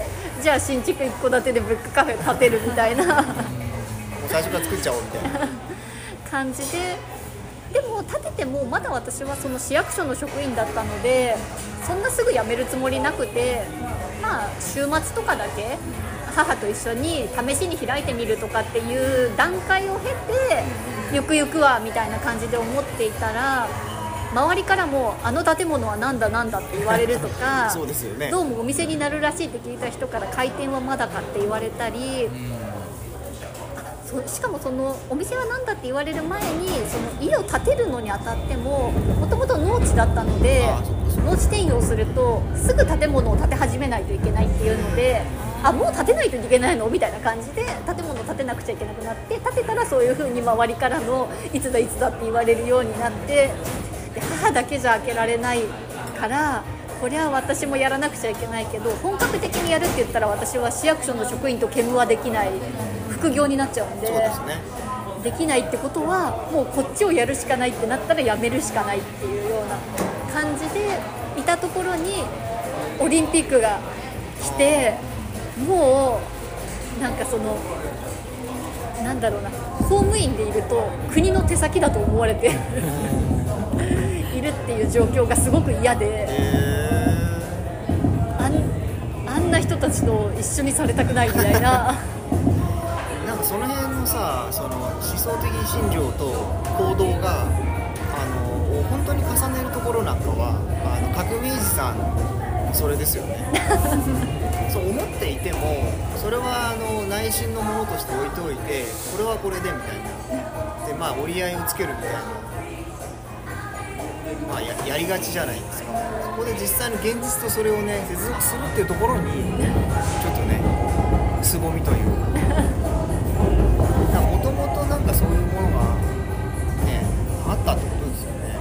じゃあ新築一戸建てでブックカフェ建てるみたいなもう最初から作っちゃおうみたいな感じで、でも建ててもまだ私はその市役所の職員だったのでそんなすぐ辞めるつもりなくて、まあ週末とかだけ母と一緒に試しに開いてみるとかっていう段階を経てゆくゆくはみたいな感じで思っていたら、周りからもあの建物はなんだって言われるとかそうですよね。 どうもお店になるらしいって聞いた人から開店はまだかって言われたり、しかもそのお店は何だって言われる前にその家を建てるのにあたってもともと農地だったので、農地転用するとすぐ建物を建て始めないといけないっていうので、もう建てないといけないのみたいな感じで建物を建てなくちゃいけなくなって、建てたらそういう風に周りからのいつだって言われるようになって、で母だけじゃ開けられないからこれは私もやらなくちゃいけないけど、本格的にやるって言ったら私は市役所の職員と兼務はできない、副業になっちゃうんで、 そうですね。 できないってことはもうこっちをやるしかないってなったらやめるしかないっていうような感じでいたところにオリンピックが来て、もうなんかそのなんだろうな、公務員でいると国の手先だと思われているっていう状況がすごく嫌で、あんな人たちと一緒にされたくないみたいななんかその辺のさ、その思想的信条と行動が本当に重ねるところなんかは革命児さんそれですよねそう思っていてもそれは内心のものとして置いておいて、これはこれでみたいなで、まあ折り合いをつけるみたいな、まあ、やりがちじゃないですか。そこで実際の現実とそれをね接続するっていうところにちょっとね凄みというか、もともとなんかそういうものがねあったってことですよね。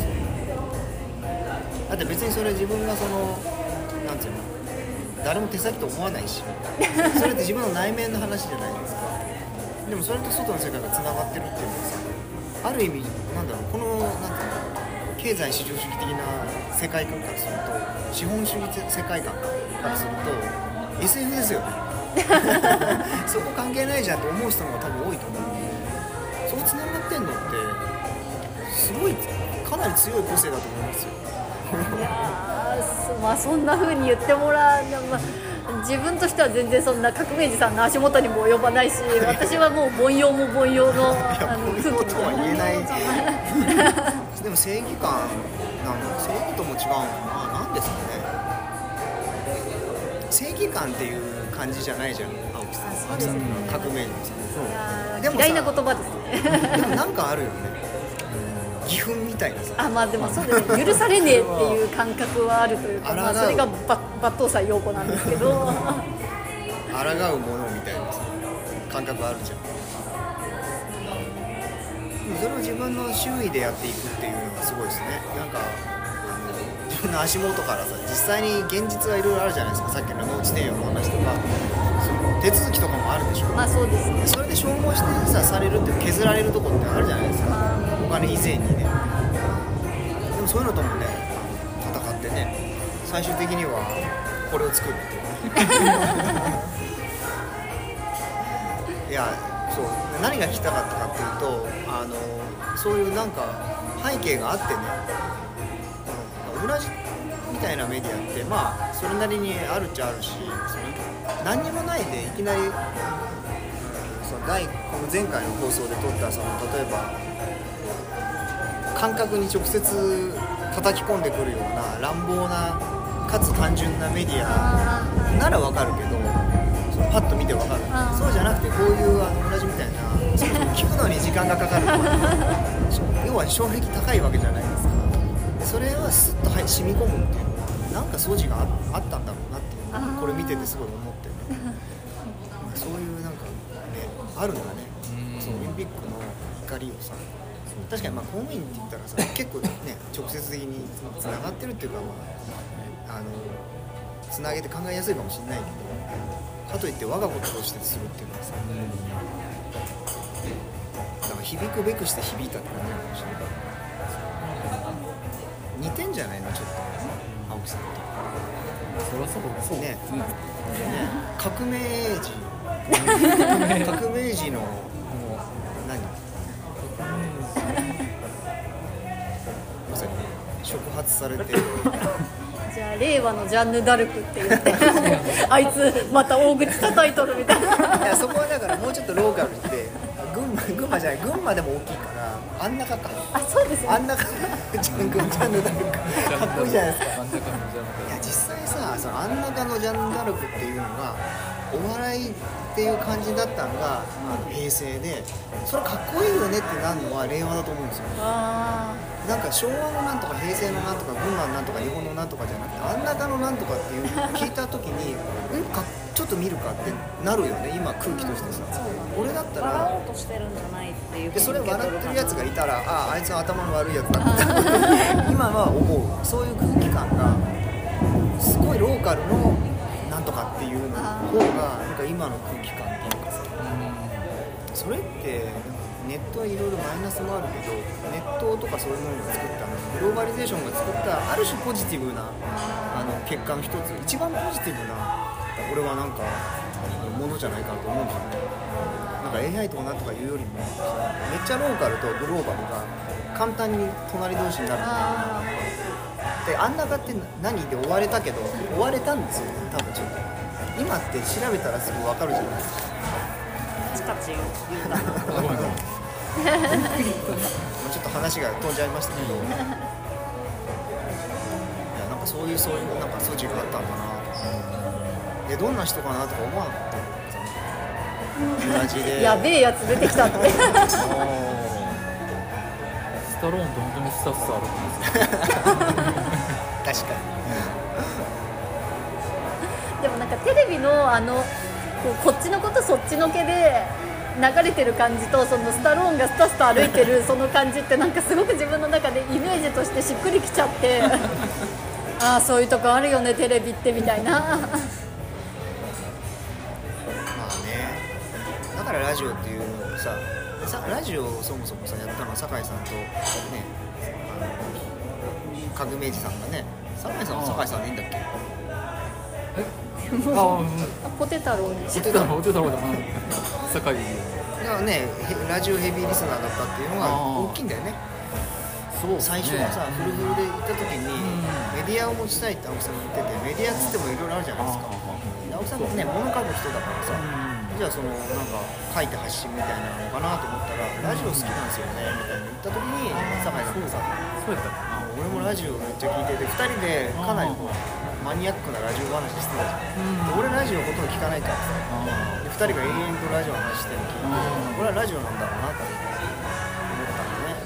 だって別にそれ自分がそのなんていうの誰も手先と思わないしそれって自分の内面の話じゃないですか。でもそれと外の世界がつながってるっていうのはさ、ある意味なんだろう、このなんていうの経済市場主義的な世界観からすると、資本主義世界観からすると SF ですよねそそこ関係ないじゃんと思う人の方が多分多いと思うんで、そうつながってんのってすごいかなり強い個性だと思いますよ。 いやまあそんな風に言ってもらう、まあ、自分としては全然そんな革命児さんの足元にも及ばないし、私はもう凡庸も凡庸の凡庸とは言えないでも正義感なんだ、正義とも違うのかな、なんですかね、正義感っていう感じじゃないじゃん、青木さん、青木さんの革命児さん、でも嫌いな言葉ですね。 でもなんかあるよね、義憤みたいなさ、 あ、まあでもそうですね、許されねえっていう感覚はあるというか、まあ、それが抜刀斎陽子なんですけど抗うものみたいなさ感覚あるじゃん。でもそれを自分の周囲でやっていくっていうのがすごいですね。なんか自分の足元からさ、実際に現実はいろいろあるじゃないですか。さっきの農地転用の話とか、その手続きとかもあるでしょ。 まあそうですね。 それで消耗してさされるって削られるとこってあるじゃないですか、お金以前にね。でもそういうのともね戦ってね、最終的にはこれを作るっていういや、そう、何が聞きたかったかっていうと、そういうなんか背景があってね、オムラジみたいなメディアってまあそれなりにあるっちゃあるし、その何にもないでいきなり、そのこの前回の放送で撮ったその例えば感覚に直接叩き込んでくるような乱暴なかつ単純なメディアならわかるけど、そのパッと見てわかる。そうじゃなくてこういう同じみたいな、そもそも聞くのに時間がかかる要は障壁高いわけじゃないですか。それはスッと染み込むっていうなんか素地があったんだろうなっていうのをこれ見ててすごい思ってねそういうなんかねあるんだね、そのオリンピックの怒りをさ、確かにまあ公務員って言ったらさ結構ね直接的につながってるっていうか、まあ、つなげて考えやすいかもしれないけど、かといって我がこととしてするっていうのはさ、だから響くべくして響いたって感じなのかもしれない。似てんじゃないのちょっと青木さんと。 そりゃそうね、革命児革命児のもう何まさに触発されてじゃあ令和のジャンヌ・ダルクって言ってあいつまた大口叩いとるみたいな。 いや、そこはだからもうちょっとローカルで群馬じゃない、群馬でも大きいからあん中か、 あ、そうですね、 あん中ジャンヌ・ダルクかっこいいじゃないですか。 真ん中のジャンヌ・いや実際さ、そのあん中のジャンヌ・ダルクっていうのがお笑いっていう感じだったのが平成で、それかっこいいよねってなるのは令和だと思うんですよ。なんか昭和のなんとか平成のなんとか群馬のなんとか日本のなんとかじゃなくて、あん中のなんとかっていう聞いた時にちょっと見るかってなるよね、今空気としてさ。俺だったら笑おうとしてるんじゃないっていう。 でそれ笑ってるやつがいたら、あいつは頭の悪いやつだって今は思う。そういう空気感がすごいローカルのなんとかっていうの方がなんか今の空気感っていうかさ、それってネットはいろいろマイナスもあるけど、ネットとかそういうものが作ったグローバリゼーションが作ったある種ポジティブな結果の一つ、一番ポジティブな俺はなんかものじゃないかなと思うんですよね。なんか AI とかなんとかいうよりもめっちゃローカルとグローバルが簡単に隣同士になるで、あん中って何で追われたけど追われたんですよね、多分ちょっと今って調べたらすぐ分かるじゃないですか。 チカチ言うたちょっと話が飛んじゃいましたけど、いやなんかそういうなんか素地があったんだなとか、でどんな人かなとか思わなかった同じでやべえやつ出てきたってスタローンと本当にスタッフあるんですよ確かでもなんかテレビのこっちのことそっちのけで流れてる感じと、そのスタローンがスタスタ歩いてるその感じってなんかすごく自分の中でイメージとしてしっくりきちゃってああそういうとこあるよねテレビってみたいなまあね、だからラジオっていうのをさラジオをそもそもさやったのは酒井さんとね、革命児さんがね、酒井さんは酒井さんでいいんだっけ？ あポテ太郎にポテトロだな酒井だからねラジオヘビーリスナーだったっていうのが大きいんだよね。 そうですね最初はさフルフルで行った時にメディアを持ちたいって青木さんが言ってて、メディアっつってもいろいろあるじゃないですか。青木さんってね物書く人だからさ、じゃあそのなんか書いて発信みたいなのかなと思ったらラジオ好きなんですよねみたいに言った時に酒井さんがさ、 そうやったかな。 俺もラジオめっちゃ聞いてて2人でかなりこうマニアックなラジオ話してたじゃん。で俺ラジオほとんど聞かないからさ、で2人が延々とラジオの話してるの聞いて、これはラジオなんだろうなと思ったんだね。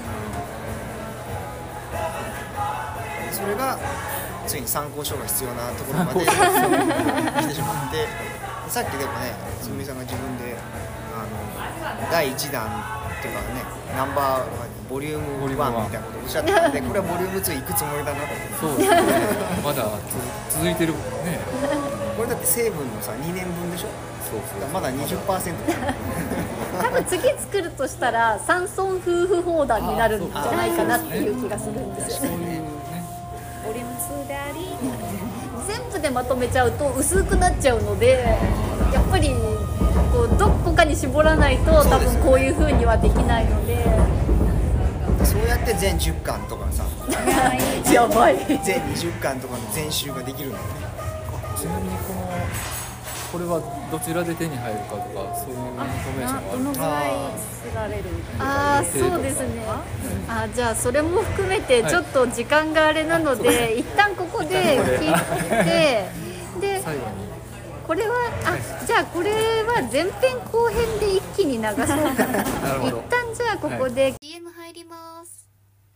それがついに参考書が必要なところまで来てしまって、さっきでもねつぐみさんが自分で第1弾っていうかねナンバーボリューム1みたいなことをおっしゃってたんで、これはボリューム2行くつもりだなと思って。 そうですねまだ続いてるね。 これだって成分のさ2年分でしょ。 そうそうまだ 20% 多分次作るとしたら山村夫婦砲弾になるんじゃないかなっていう気がするんですよね。 そういうねボリューム2であり全部でまとめちゃうと薄くなっちゃうので、やっぱりこうどこかに絞らないと多分こういう風にはできないので。 そうやって全10巻とかさやばい全20巻とかの全集ができるんだよね。 ちなみにこれはどちらで手に入るかとかそういうインフォメーションどのぐがらいすられるああそうですね。あじゃあそれも含めてちょっと時間があれなので、一旦ここで聞いてで最後にこれはじゃあこれは前編後編で一気に流そうかな。 なるほ一ど旦じゃあここで、 CM 入ります。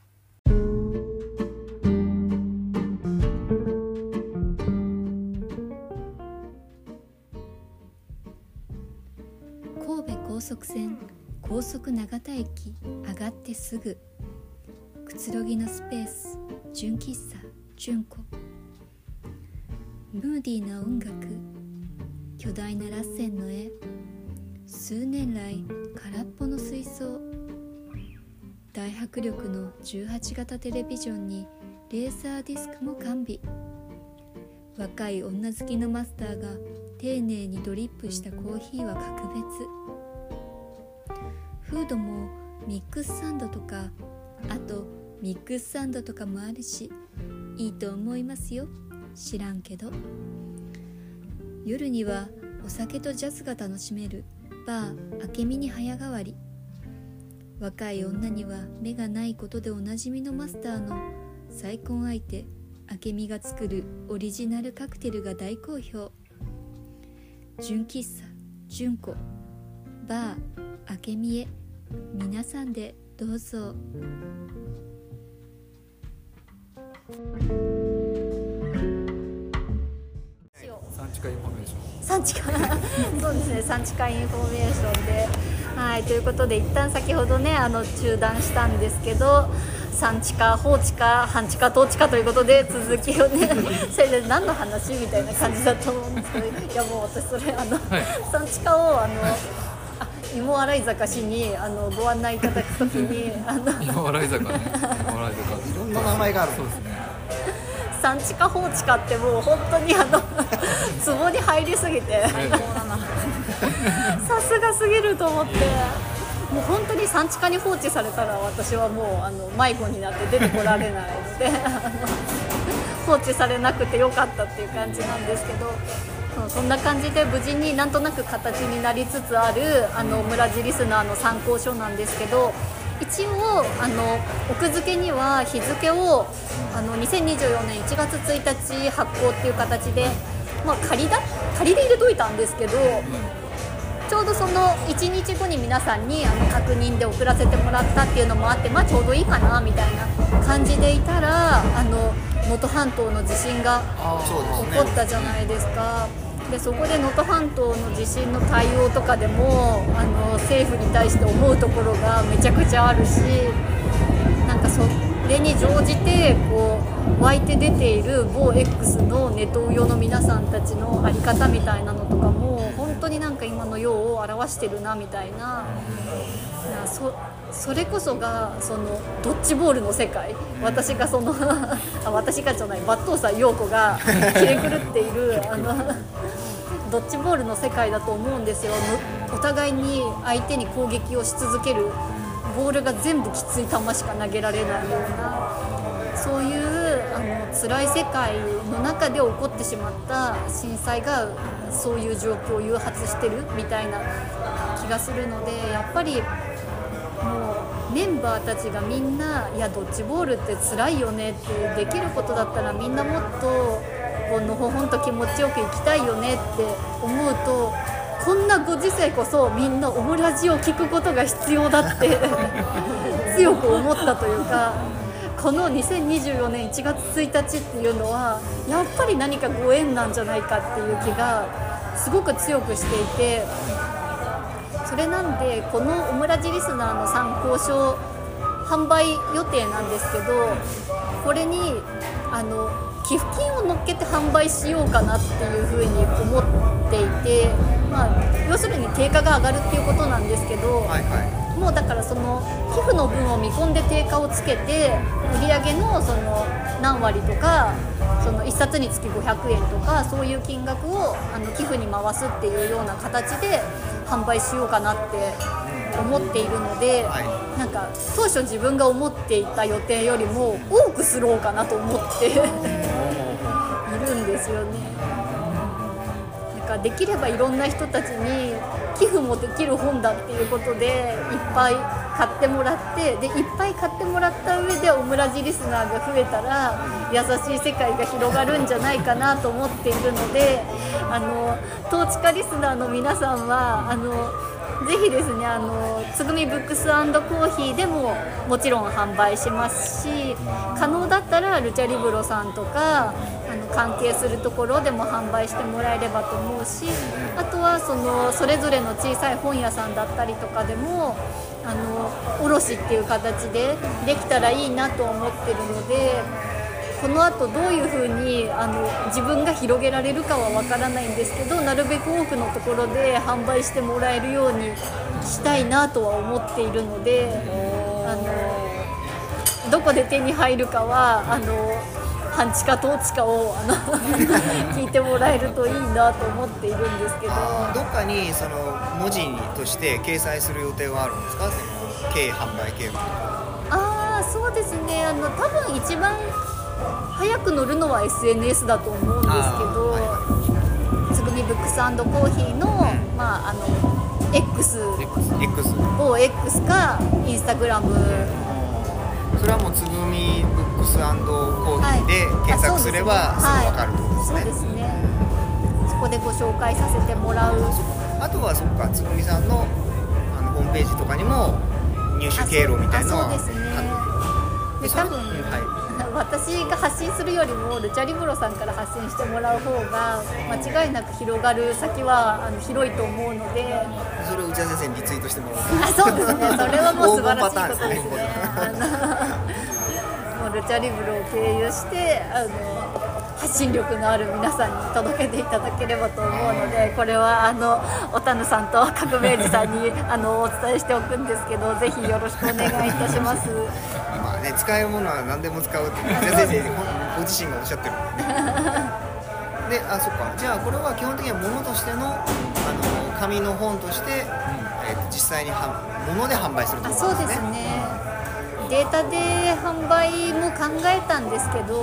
神戸高速線高速長田駅上がってすぐ、くつろぎのスペース純喫茶純子。ムーディーな音楽、巨大なラッセンの絵、数年来空っぽの水槽、大迫力の18型テレビジョンにレーサーディスクも完備。若い女好きのマスターが丁寧にドリップしたコーヒーは格別。フードもミックスサンドとか、あとミックスサンドとかもあるし、いいと思いますよ。知らんけど。夜にはお酒とジャズが楽しめるバー明美に早変わり。若い女には目がないことでおなじみのマスターの再婚相手明美が作るオリジナルカクテルが大好評。純喫茶純子バー明美へ、皆さんでどうぞ。 産地化インフォメーション産地化そうですね、産地化インフォメーションで、はい、ということで一旦先ほどね中断したんですけど、産地化、放置化、半地化、統治化ということで続きをねそれで何の話みたいな感じだと思うんですけど、いやもう私それ産地化を芋洗坂市にご案内いただくときに今笑い坂ね今笑い坂いろんな名前がある。 そうですね産地化放置化ってもう本当に壺に入りすぎてさすがすぎると思って、もう本当に産地化に放置されたら私はもう迷子になって出てこられないので放置されなくてよかったっていう感じなんですけど、そんな感じで無事になんとなく形になりつつある村地リスナーの参考書なんですけど、一応奥付けには日付を2024年1月1日発行っていう形で、仮で入れといたんですけど、ちょうどその1日後に皆さんに確認で送らせてもらったっていうのもあって、ちょうどいいかなみたいな感じでいたら能登半島の地震が起こったじゃないですか。でそこで能登半島の地震の対応とかでも政府に対して思うところがめちゃくちゃあるし、なんかそれに乗じてこう湧いて出ている某 X のネトウヨの皆さんたちの在り方みたいなのとかも本当になんか今の世を表してるなみたいな、それこそがそのドッジボールの世界、私が私がじゃない抜刀斎陽子が切れ狂っているドッジボールの世界だと思うんですよ。お互いに相手に攻撃をし続ける、ボールが全部きつい球しか投げられないような、そういう辛い世界の中で起こってしまった震災がそういう状況を誘発してるみたいな気がするので、やっぱりもうメンバーたちがみんな、いやドッジボールって辛いよねって、できることだったらみんなもっとこうのほほんと気持ちよく生きたいよねって思うと、こんなご時世こそみんなオムラジを聞くことが必要だって強く思ったというか、この2024年1月1日っていうのはやっぱり何かご縁なんじゃないかっていう気がすごく強くしていて、それなんでこのオムラジリスナーの参考書販売予定なんですけど、これに寄付金を乗っけて販売しようかなっていうふうに思っていて、要するに定価が上がるっていうことなんですけど、もうだからその寄付の分を見込んで定価をつけて、売上のその何割とか、その1冊につき500円とか、そういう金額を寄付に回すっていうような形で販売しようかなって思っているので、なんか当初自分が思っていた予定よりも多くすろうかなと思っているんですよね。なんかできればいろんな人たちに寄付もできる本だっていうことでいっぱい買ってもらって、でいっぱい買ってもらった上でオムラジリスナーが増えたら優しい世界が広がるんじゃないかなと思っているので、トーチカリスナーの皆さんはぜひですね、つぐみブックス&コーヒーでももちろん販売しますし、可能だったらルチャリブロさんとか関係するところでも販売してもらえればと思うし、あとはそれぞれの小さい本屋さんだったりとかでも卸っていう形でできたらいいなと思ってるので、この後どういう風に自分が広げられるかはわからないんですけど、なるべく多くのところで販売してもらえるようにしたいなとは思っているので、どこで手に入るかは半地下トーチカを聞いてもらえるといいなと思っているんですけど、 どっかにその文字として掲載する予定はあるんですか、その経販売計画。 そうですね、多分一番早く乗るのは SNS だと思うんですけど、つぐみブックス&コーヒーの、X 某 X かインスタグラム、 それはもうつぐみブックス&コーヒーで検索すればすぐ分かるってことですね。 そうですね、そこでご紹介させてもらう。 あとはそっか、つぐみさんのホームページとかにも入手経路みたいなのはそうですね。で多分、私が発信するよりもルチャリブロさんから発信してもらう方が間違いなく広がる先は広いと思うので、 それを内田先生にリツイートしてもらう。 そうですね、それはもう素晴らしいことですね。もうルチャリブロを経由して発信力のある皆さんに届けていただければと思うので、これはおたぬさんと革命児さんにお伝えしておくんですけど、ぜひよろしくお願いいたします。 使えるものは何でも使うって内田先生ご自身がおっしゃってるで、そっか、じゃあこれは基本的には物としての紙の本として、実際に物で販売するということですね。 そうですね、データで販売も考えたんですけど、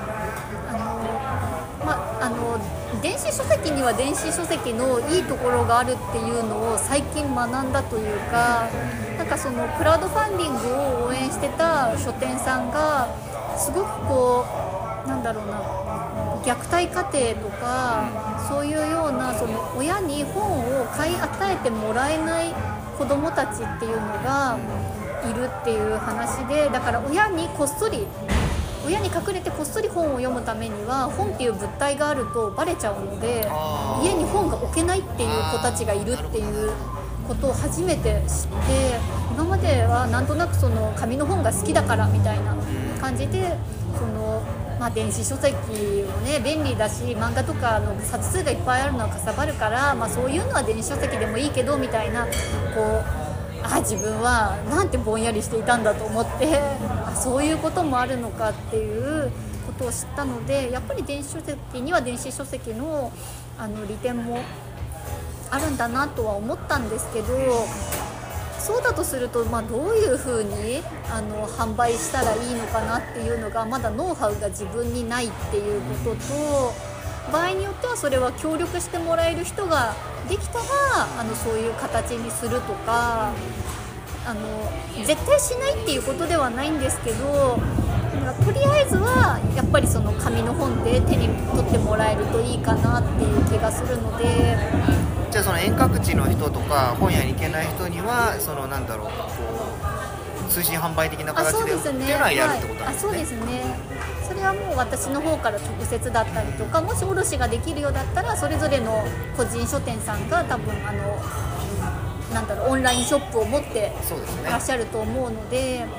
電子書籍には電子書籍のいいところがあるっていうのを最近学んだというか、なんかそのクラウドファンディングを応援してた書店さんがすごくなんだろうな、虐待家庭とかそういうようなその親に本を買い与えてもらえない子どもたちっていうのがいるっていう話で、だから親に隠れてこっそり本を読むためには本っていう物体があるとバレちゃうので、家に本が置けないっていう子たちがいるっていうことを初めて知って、今まではなんとなくその紙の本が好きだからみたいな感じで電子書籍もね便利だし、漫画とかの冊数がいっぱいあるのはかさばるから、そういうのは電子書籍でもいいけどみたいな、自分はなんてぼんやりしていたんだと思って、そういうこともあるのかっていうことを知ったので、やっぱり電子書籍には電子書籍の利点もあるんだなとは思ったんですけど、そうだとすると、どういうふうに販売したらいいのかなっていうのがまだノウハウが自分にないっていうことと、場合によってはそれは協力してもらえる人ができたらそういう形にするとか、絶対しないっていうことではないんですけど、とりあえずはやっぱりその紙の本で手に取ってもらえるといいかなっていう気がするので。 じゃあその遠隔地の人とか本屋に行けない人にはその通信販売的な形でっていうのはやるってことなんですね。 そうですね。それはもう私の方から直接だったりとか、もし卸ができるようだったらそれぞれの個人書店さんが多分オンラインショップを持ってらっしゃると思うので、でも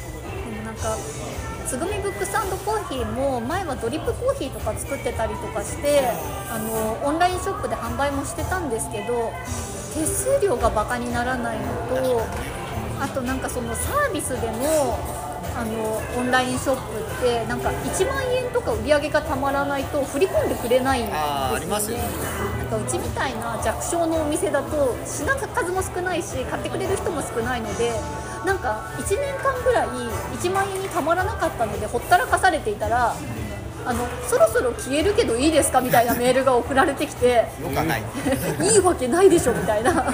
つぐみブックス&コーヒーも前はドリップコーヒーとか作ってたりとかしてオンラインショップで販売もしてたんですけど、手数料がバカにならないのと、あとそのサービスでもオンラインショップって1万円とか売り上げがたまらないと振り込んでくれないんですよね。 ありますよね。 うちみたいな弱小のお店だと品数も少ないし買ってくれる人も少ないので、1年間ぐらい1万円にたまらなかったのでほったらかされていたらそろそろ消えるけどいいですかみたいなメールが送られてきてよかないいいわけないでしょみたいな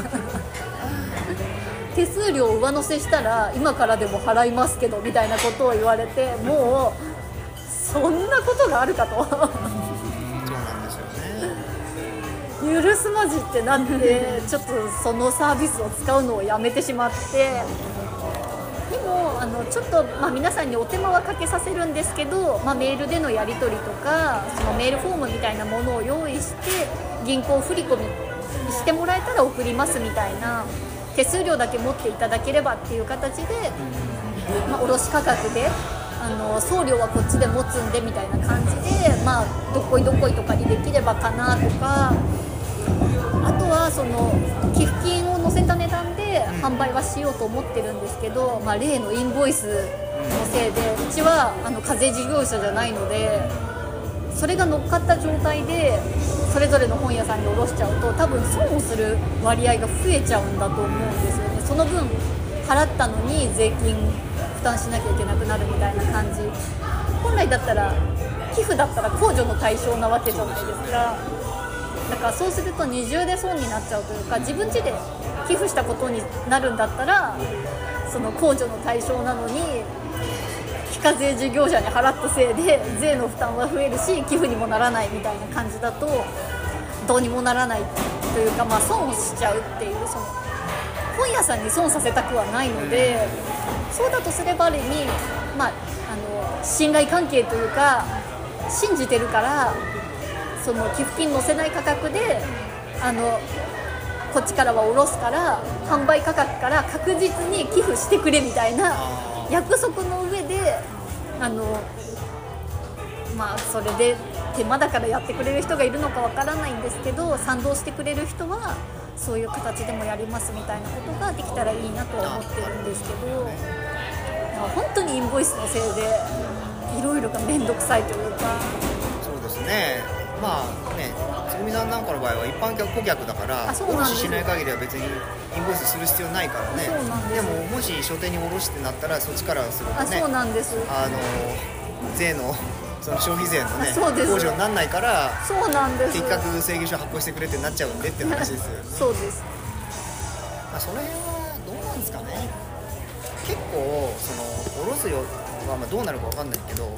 手数料を上乗せしたら今からでも払いますけどみたいなことを言われて、もうそんなことがあるかとそうなんですよね。 許すまじってなってちょっとそのサービスを使うのをやめてしまって、でもちょっと皆さんにお手間はかけさせるんですけど、メールでのやり取りとかそのメールフォームみたいなものを用意して銀行振り込みしてもらえたら送りますみたいな、手数料だけ持っていただければっていう形で、卸価格で送料はこっちで持つんでみたいな感じで、どこいどこいとかにできればかなとか、あとはその寄付金を載せた値段で販売はしようと思ってるんですけど、例のインボイスのせいでうちは課税事業者じゃないので、それが乗っかった状態でそれぞれの本屋さんに卸しちゃうと多分損をする割合が増えちゃうんだと思うんですよね。その分払ったのに税金負担しなきゃいけなくなるみたいな感じ。本来だったら寄付だったら控除の対象なわけじゃないですか。だからそうすると二重で損になっちゃうというか、自分家で寄付したことになるんだったらその控除の対象なのに非課税事業者に払ったせいで税の負担は増えるし寄付にもならないみたいな感じだとどうにもならないというか、損しちゃうっていう、その本屋さんに損させたくはないので、そうだとすればある意味、信頼関係というか信じてるからその寄付金載せない価格でこっちからは下ろすから販売価格から確実に寄付してくれみたいな約束の上でそれで手間だからやってくれる人がいるのかわからないんですけど、賛同してくれる人はそういう形でもやりますみたいなことができたらいいなとは思ってるんですけど、本当にインボイスのせいでいろいろが面倒くさいというか。 そうですね。つぐみさんなんかの場合は一般顧客だから卸ししない限りは別にインボイスする必要ないからね。でももし書店に卸してなったらそっちからするとね、 そうなんです。 税のその消費税のね控除にならないから、 そうなんです。 結局請求書発行してくれってなっちゃうんでって話ですよね。 そうです。 その辺はどうなんですかね。結構その卸すよはどうなるか分かんないけど、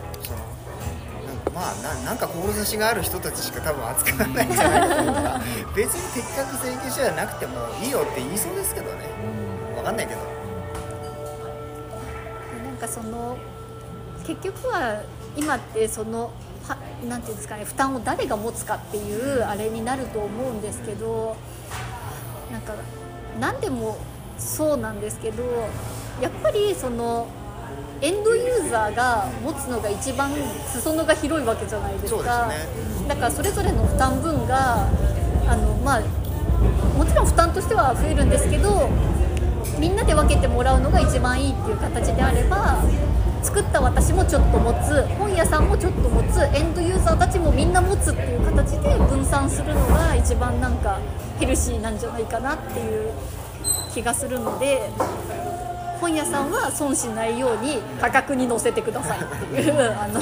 なんか志がある人たちしか多分扱わないんじゃないかと思うから別に的確請求書じゃなくてもいいよって言いそうですけどね。分かんないけど、 その結局は今ってそのなんていうんですかね、負担を誰が持つかっていうあれになると思うんですけど、何でもそうなんですけど、やっぱりそのエンドユーザーが持つのが一番裾野が広いわけじゃないですか。 そうですね。 だからそれぞれの負担分がもちろん負担としては増えるんですけど、みんなで分けてもらうのが一番いいっていう形であれば作った私もちょっと持つ、本屋さんもちょっと持つ、エンドユーザーたちもみんな持つっていう形で分散するのが一番なんかヘルシーなんじゃないかなっていう気がするので、本屋さんは損しないように価格に載せてくださいっていう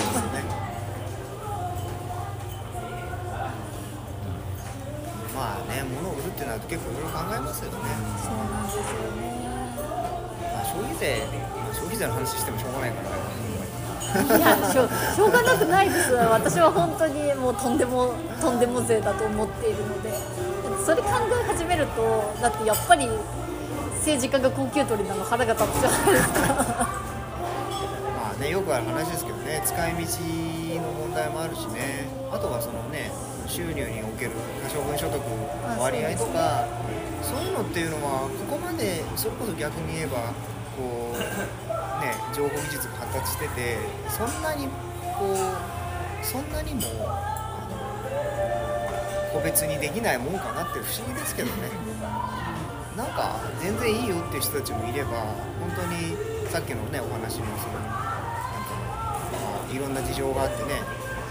まあね、物を売るってなると結構いろいろ考えますよね。 そうなんですよね。 まあ、消費税の話してもしょうがないからね。 いやしょうがなくないです。私は本当にもうとんでも税だと思っているので、それ考え始めるとだってやっぱり政治家が高級取りなの腹が立つじゃないですかまあね、よくある話ですけどね、使い道の問題もあるしね、あとはそのね、収入における可処分所得の割合とか、そういうのっていうのはここまでそれこそ逆に言えばこうね、情報技術が発達してて、そんなにも個別にできないもんかなって不思議ですけどね。なんか全然いいよっていう人たちもいれば、本当にさっきのねお話のそのなんかいろんな事情があってね、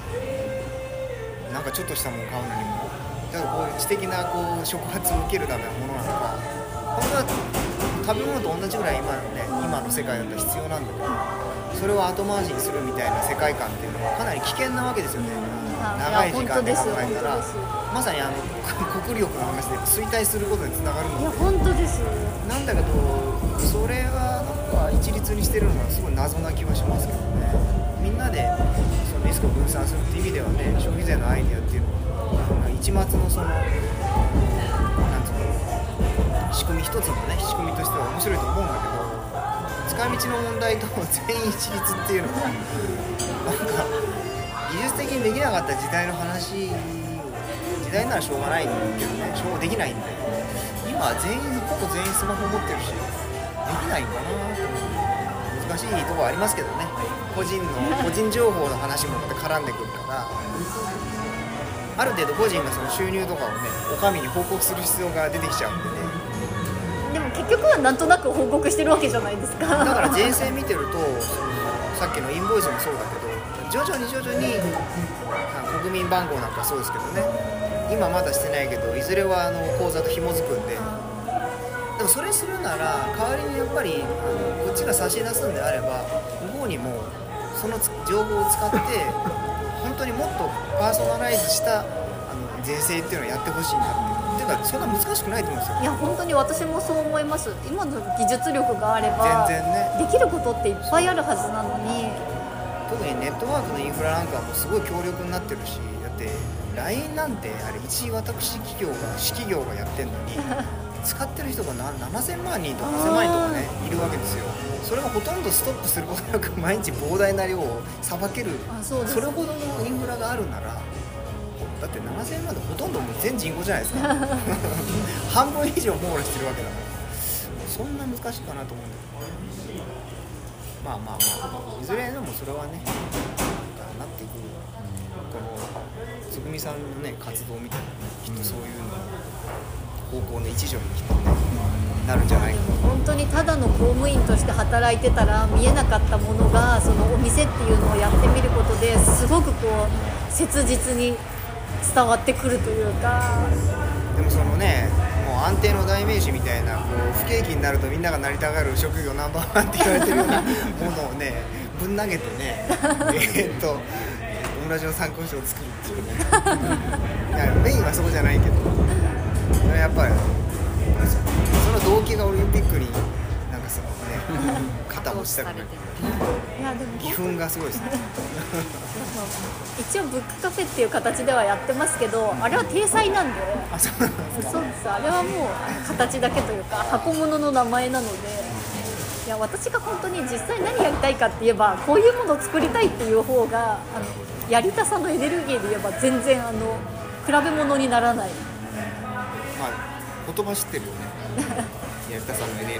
なんかちょっとしたものを買うのにも、だからこういう知的なこう触発を受けるためのものなのか、本当は食べ物と同じぐらい今の世界だったら必要なんだけど、それを後回しにするみたいな世界観っていうのはかなり危険なわけですよね。長い時間で考えたら、まさに国力の話で衰退することにつながるので。 いや本当です。 なんだけど、それはなんか一律にしてるのがすごい謎な気はしますけどね。みんなでそのリスクを分散するっていう意味ではね、消費税のアイデアっていうのは一末のそのなんつうの仕組み一つのね仕組みとしては面白いと思うんだけど、使い道の問題と全員一律っていうのはなんか技術的にできなかった時代の話、時代ならしょうがないけどね、しょうができないんで、今はほぼ全員スマホ持ってるし、できないんかなと思う。難しいところありますけどね、個人情報の話もまた絡んでくるから、ある程度個人がその収入とかをね、お上に報告する必要が出てきちゃうんでね。 でも結局はなんとなく報告してるわけじゃないですか。 だから税制見てると、さっきのインボイスもそうだけど、徐々に国民番号なんかそうですけどね、今まだしてないけどいずれは口座と紐づくんで、でもそれするなら代わりにやっぱりこっちが差し出すんであれば、向こうにもその情報を使って本当にもっとパーソナライズした税制っていうのをやってほしいなっていうか、そんな難しくないと思うんですよ。 いや本当に私もそう思います。今の技術力があれば全然ね、 できることっていっぱいあるはずなのに、 特にネットワークのインフラなんかもすごい強力になってるし、だって LINE なんてあれ一私企業がやってんのに使ってる人が7000万人とか8000万人とかねいるわけですよ。それがほとんどストップすることなく毎日膨大な量をさばける、それほどのインフラがあるなら、だって7000万でほとんどもう全人口じゃないですか半分以上網羅してるわけだから、そんな難しいかなと思うんだけど、まあいずれでもそれはねなっていく、このつぐみさんのね活動みたいな、きっとそういうの方向の一助にきっとねなるんじゃないかな。 本当にただの公務員として働いてたら見えなかったものが、そのお店っていうのをやってみることですごくこう切実に伝わってくるというか。 でもそのね、もう安定の代名詞みたいな、こう不景気になるとみんながなりたがる職業ナンバーワンって言われてるようなものをねぶん投げてねオムラジの参考書を作るっていうねいやメインはそこじゃないけど、やっぱりその動機がオリンピックになんかそのね肩をしたくない。 いやでも義憤がすごいですね一応ブックカフェっていう形ではやってますけど、あれは体裁なんで。 あ、そうなんですか。 そうです。あれはもう形だけというか箱物の名前なので、いや私が本当に実際何やりたいかって言えば、こういうものを作りたいっていう方がやりたさのエネルギーで言えば全然比べ物にならない。 まあ言葉知ってるよねやりたさのエネルギー。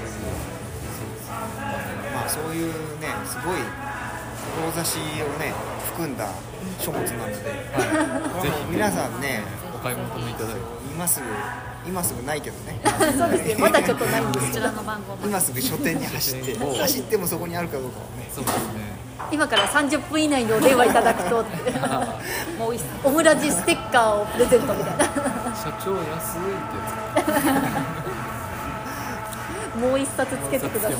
まあそういうねすごい志をね含んだ書物なので、これはもう皆さんねお買い求めいただいて今すぐ今すぐないけどねそうですね、まだちょっとないんですこちらの番号今すぐ書店に走って走ってもそこにあるかどうかはねそうですね。 今から30分以内にお電話いただくとってもうオムラジステッカーをプレゼントみたいな社長安いってやもう一冊つけてください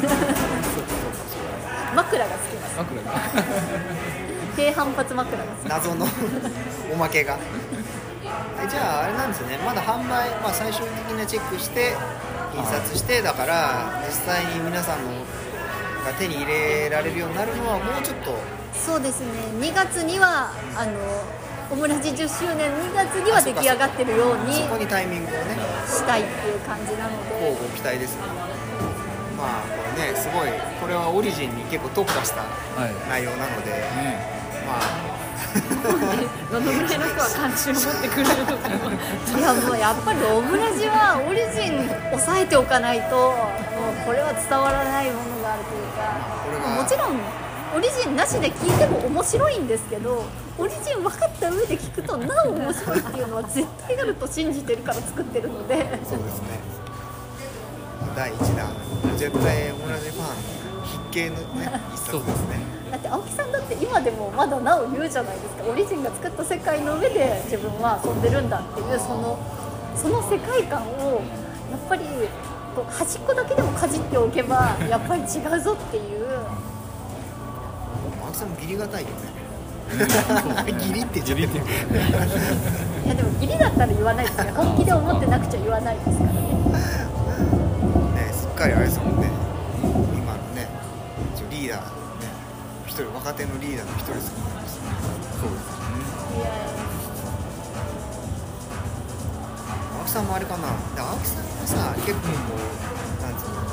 枕が好きですつ。枕が。 低反発枕が好き謎のおまけがじゃああれなんですよね、まだ販売、最終的なチェックして印刷してだから実際に皆さんのが手に入れられるようになるのはもうちょっとそうですね、2月にはオムラジ10周年2月には出来上がってるようにそこにタイミングをねしたいっていう感じなので、 交互期待ですね。これねすごいこれはオリジンに結構特化した内容なので、 ね。 どのぐらいの人は関心を持ってくれるのかいやもうやっぱりオムラジはオリジン押さえておかないともうこれは伝わらないものがあるというか、もちろんオリジンなしで聞いても面白いんですけど、オリジン分かった上で聞くとなお面白いっていうのは絶対あると信じてるから作ってるのでそうですね、第1弾絶対オムラジファン必見のね一冊ですね。 だって青木さんだって今でもまだなお言うじゃないですか、オリジンが作った世界の上で自分は遊んでるんだっていうその世界観をやっぱり端っこだけでもかじっておけばやっぱり違うぞっていう青木さんも義理がたいよね義理って言っちゃってるいやでも義理だったら言わないですね、本気で思ってなくちゃ言わないですからねねすっかりあれですもんね、今のねリーダーね一人若手のリーダーの一人ですもんね。そうですね。 いや青木さんもあれかな、青木さんはさ結構こうなんつうの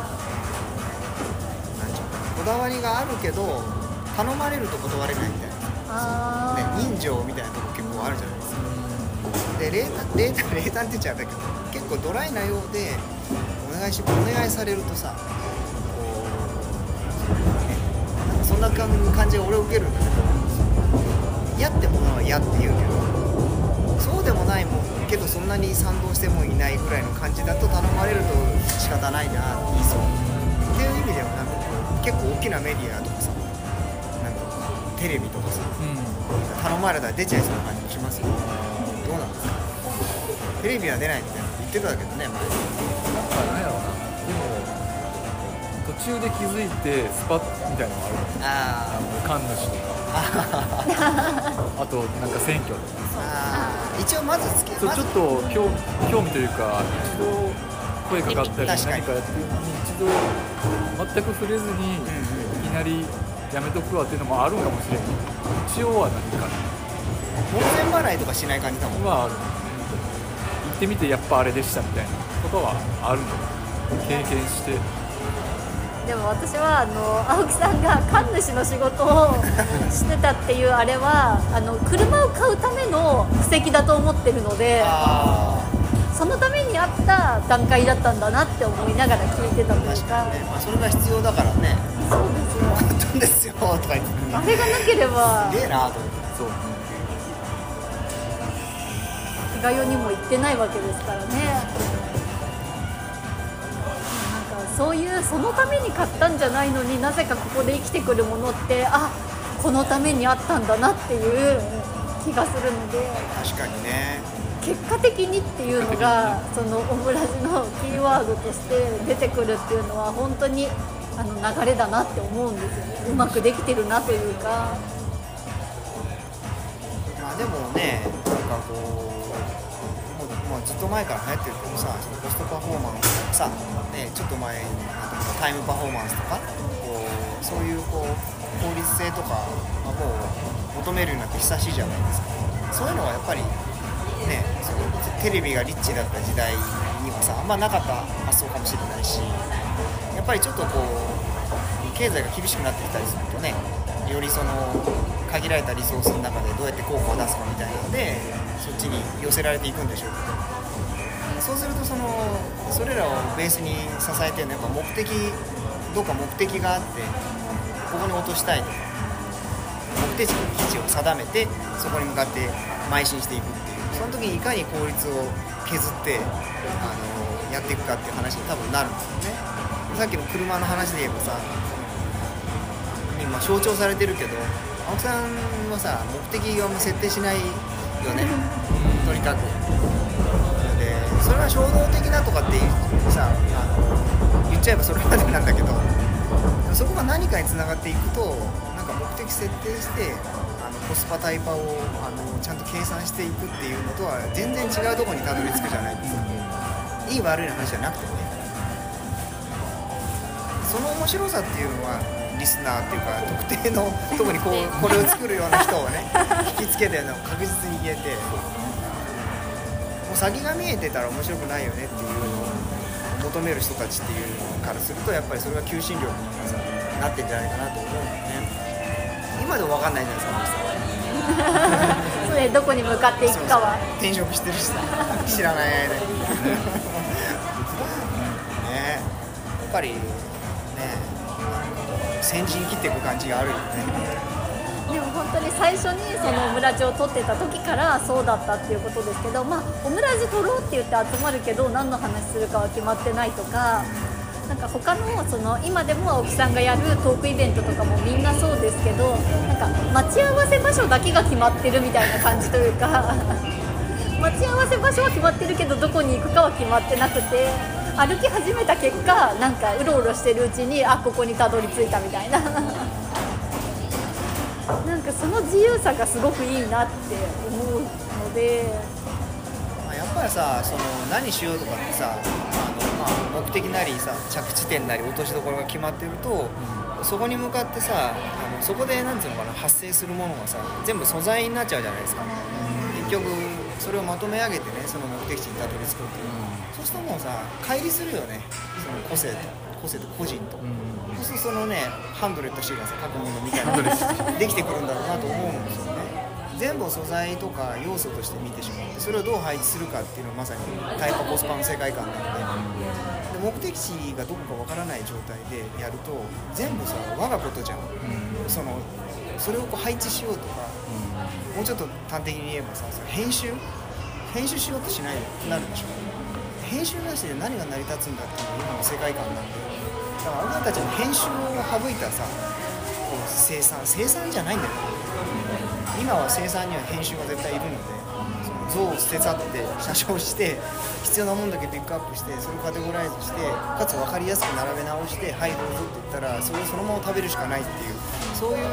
こだわりがあるけど頼まれると断れないみたいな、ね、人情みたいなとこ結構あるじゃないですか。で冷淡って言っちゃうんだけど結構ドライなようでお願いされるとさこう、ね、そんな感じが俺を受けるんだけど、嫌ってものは嫌って言うけどそうでもないもんけどそんなに賛同してもいないぐらいの感じだと頼まれると仕方ないなって言いそうっていう意味ではなんか結構大きなメディアとかさなんかテレビとかさ、頼まれたら出ちゃいそうな感じもしますよ。どうなんですか？テレビは出ないみたいなこと言ってたけどね前に。 なんかなんやろうな、でも途中で気づいてスパッみたいなのがあるの。神主とかあとなんか選挙とか一応まずそうちょっと興味というか一度声かかったり何かやってるのに一度全く触れずにいきなりやめとくわっていうのもあるんかもしれない。一応は何か門前払いとかしない感じだもん。 ある。行ってみてやっぱあれでしたみたいなことはあるの。経験して。 でも私は青木さんが神主の仕事をしてたっていうあれは車を買うための布石だと思ってるので、そのためにあった段階だったんだなって思いながら聞いてたというか、 ね、それが必要だからね。 そうですよ。 本当ですよとか言って、 あれがなければすげえなと思って。 そう。 日が代にも行ってないわけですからね。そういうそのために買ったんじゃないのになぜかここで生きてくるものってこのためにあったんだなっていう気がするので、 確かにね結果的にっていうのがそのオムラジのキーワードとして出てくるっていうのは本当に流れだなって思うんですよね。うまくできてるなというか。 でもねなんかこうもうずっと前から流行ってるけどさ、そのコストパフォーマンスとかさ、ね、ちょっと前にタイムパフォーマンスとかこうそういう効率性とかもう求めるようになって久しいじゃないですか。そういうのはやっぱりね、そのテレビがリッチだった時代にはさあんまなかった発想かもしれないし、やっぱりちょっとこう経済が厳しくなってきたりするとね、よりその限られたリソースの中でどうやって効果を出すかみたいなのでそっちに寄せられていくんでしょうけど、そうするとそれらをベースに支えてるのはやっぱどっか目的があって、ここに落としたいとか目的地を定めてそこに向かって邁進していくっていう、 その時にいかに効率を削ってやっていくかっていう話に多分なるんですよね。さっきの車の話で言えばさ、今象徴されてるけど、青木さんはさ目的は設定しないよねとにかく。でそれは衝動的なとかってさ言っちゃえばそれまでなんだけど、そこが何かにつながっていくとなんか目的設定してコスパタイパをちゃんと計算していくっていうのとは全然違うところにたどり着くじゃないですか。いい悪いの話じゃなくてね、その面白さっていうのはリスナーっていうか特定の特にこれを作るような人をね引きつけてるのを確実に言えて、もう先が見えてたら面白くないよねっていうのを求める人たちっていうのからすると、やっぱりそれが求心力になってんじゃないかなと思うんだよね。今でも分かんないじゃないですかそれどこに向かっていくかは。 転職してるしさ知らない間にね、やっぱりね先陣切っていく感じがあるよね。 でも本当に最初にそのオムラジを撮ってた時からそうだったっていうことですけど、まあオムラジ撮ろうって言って集まるけど何の話するかは決まってないとか、なんか他のその今でも青木さんがやるトークイベントとかもみんなそうですけど、なんか待ち合わせ場所だけが決まってるみたいな感じというか待ち合わせ場所は決まってるけどどこに行くかは決まってなくて、歩き始めた結果なんかうろうろしてるうちにここにたどり着いたみたいななんかその自由さがすごくいいなって思うので、 やっぱりさその何しようとかってさ目的なりさ着地点なり落としどころが決まってると、そこに向かってさそこでなんていうのかな発生するものがさ全部素材になっちゃうじゃないですか。結局それをまとめ上げてねその目的地にたどり着くっていう、そうするともうさ乖離するよね、その個性と個人と、そうするとそのねハンドレットシーがさ各ものみたいなできてくるんだろうなと思うんですよね。全部を素材とか要素として見てしまって、それをどう配置するかっていうのがまさにタイパコスパの世界観なので、目的地がどこかわからない状態でやると全部さ我がことじゃん、それをこう配置しようとか、もうちょっと端的に言えばさ編集しようとしないくなるでしょ。編集なしで何が成り立つんだっていうのが今の世界観なんで、だから俺たちの編集を省いたさこう生産じゃないんだよ。今は生産には編集が絶対いるので、その像を捨て去って写真して必要なものだけピックアップしてそれをカテゴライズしてかつ分かりやすく並べ直してはいどうぞって言ったらそれをそのまま食べるしかないっていう、そういう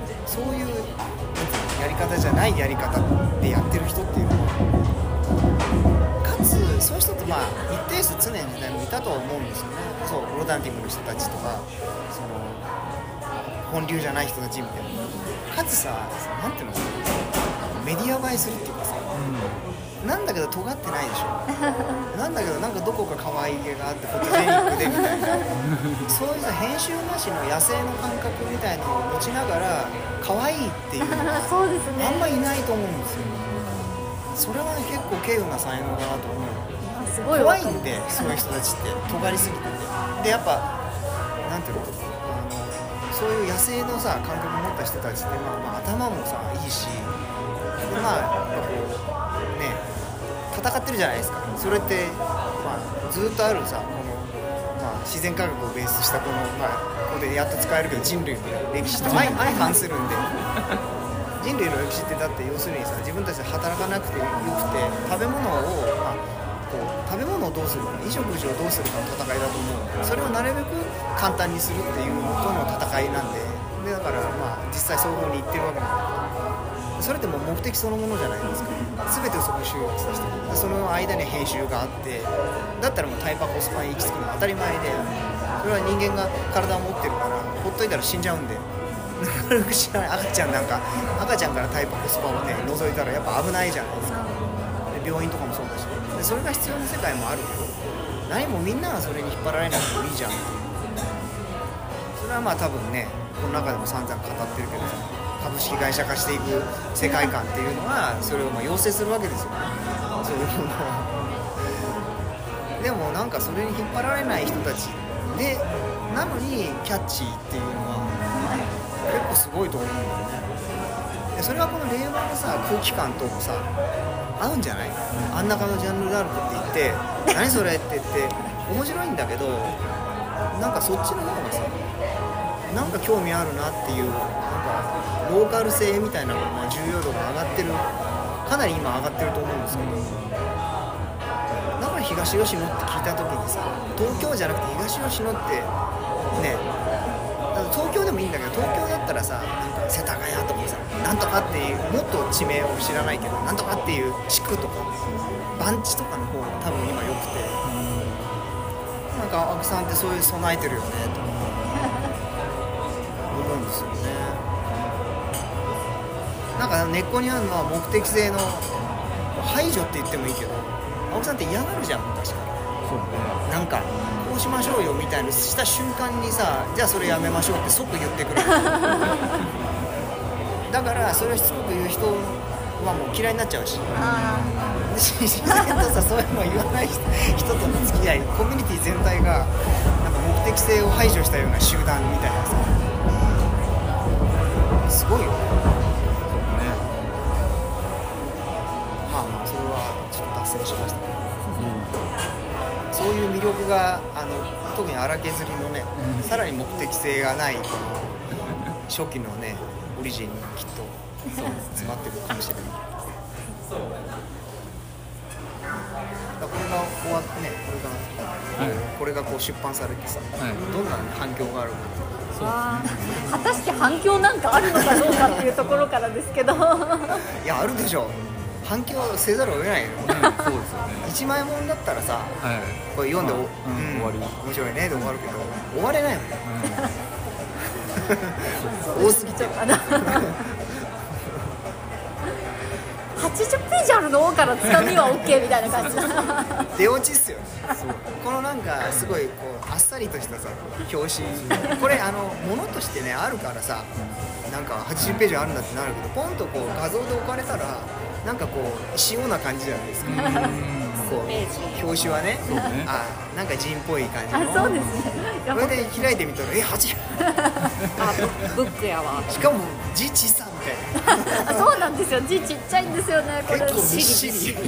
やり方じゃないやり方でやってる人っていうのは、かつそういう人って一定数常に時代もいたとは思うんですよね。そうロダンティブの人たちとかその本流じゃない人たちみたいな、かつさなんていうのメディア映えするっていうかさ、なんだけど尖ってないでしょなんだけどなんかどこか可愛げがあってフォトジェニックでみたいなそういうさ編集なしの野生の感覚みたいなのを持ちながら可愛いっていうのがそうですね、 あんまいないと思うんですよ。それはね結構稀有な才能だなと思う。 すごい怖いんでそういう人たちって尖りすぎてて、でやっぱなんていうのそういう野生のさ感覚を持った人たちって頭もさいいし、でやっぱこうね戦ってるじゃないですか。それって、ずっとあるさこの、自然科学をベースしたこの、ここでやっと使えるけど人類の歴史と相反するんで人類の歴史ってだって要するにさ自分たちで働かなくてよくて食べ物をどうするか、衣食住をどうするかの戦いだと思う。それをなるべく簡単にするっていうのとの戦いなんで、だから実際そういう風に言ってるわけなんで、それってもう目的そのものじゃないですか。全てをそこに集約させて、その間に編集があって、だったらもうタイパコスパに行き着くのは当たり前で、それは人間が体を持ってるからほっといたら死んじゃうんで知らない赤ちゃんからタイパコスパをね覗いたらやっぱ危ないじゃないですか。で病院とかもそうだし、でそれが必要な世界もあるけど、何もみんながそれに引っ張られなくてもいいじゃんっていう。それは多分ねこの中でも散々語ってるけど、株式会社化していく世界観っていうのはそれを要請するわけですよね。そういうものをでもなんかそれに引っ張られない人たちでなのにキャッチーっていうのは結構すごいと思うんだよね。 でそれはこの令和のさ空気感ともさ合うんじゃない？あん中のジャンルダルクって言って何それって言って面白いんだけど、なんかそっちの方がさなんか興味あるなっていう、なんかローカル性みたいなのの重要度が上がってる、かなり今上がってると思うんですけど、だから東吉野って聞いた時にさ、東京じゃなくて東吉野ってね、だから東京でもいいんだけど、東京だったらさ、なんか世田谷とかさ、なんとかっていうもっと地名を知らないけど、なんとかっていう地区とか番地とかの方が多分今良くて、なんか青木さんってそういう備えてるよねと思うんですよね。なんか根っこにあるのは目的性の排除って言ってもいいけど、青木さんって嫌がるじゃん昔から。 そうね。 なんかこうしましょうよみたいなした瞬間にさ、じゃあそれやめましょうって即言ってくるだからそれをしつこく言う人はもう嫌いになっちゃうし、自然とさそういうのを言わない人との付き合い、コミュニティ全体がなんか目的性を排除したような集団みたいなさ、すごいよね。まあまあそれはちょっと脱線しましたけど、そういう魅力が特に荒削りのね、さらに目的性がないこの初期のねオリジンにきっと詰まってるかもしれない。だからこれが終わってね、これがこう出版されてさ、どんな反響があるか、 果たして反響なんかあるのかどうかっていうところからですけどいやあるでしょ。反響せざるを得ないよ、 そうですよね。 1枚もんだったらさ、これ読んで、 終わり、 面白いねで終わるけど、終われないもんね、多すぎちゃうかな 80ページあるのからつかみは OK みたいな感じだ出落ちっすよね。このなんかすごいこうあっさりとしたさ表紙、これ物としてねあるからさ、なんか80ページあるんだってなるけど、ポンとこう画像で置かれたらなんかこう仕様な感じじゃないですかこう表紙はね、あなんか人っぽい感じの。 そうですね。 これで開いてみたら80 ブックやわ。 しかも字小さみたいなそうなんですよ、字ちっちゃいんですよね、これ。 結構びっしり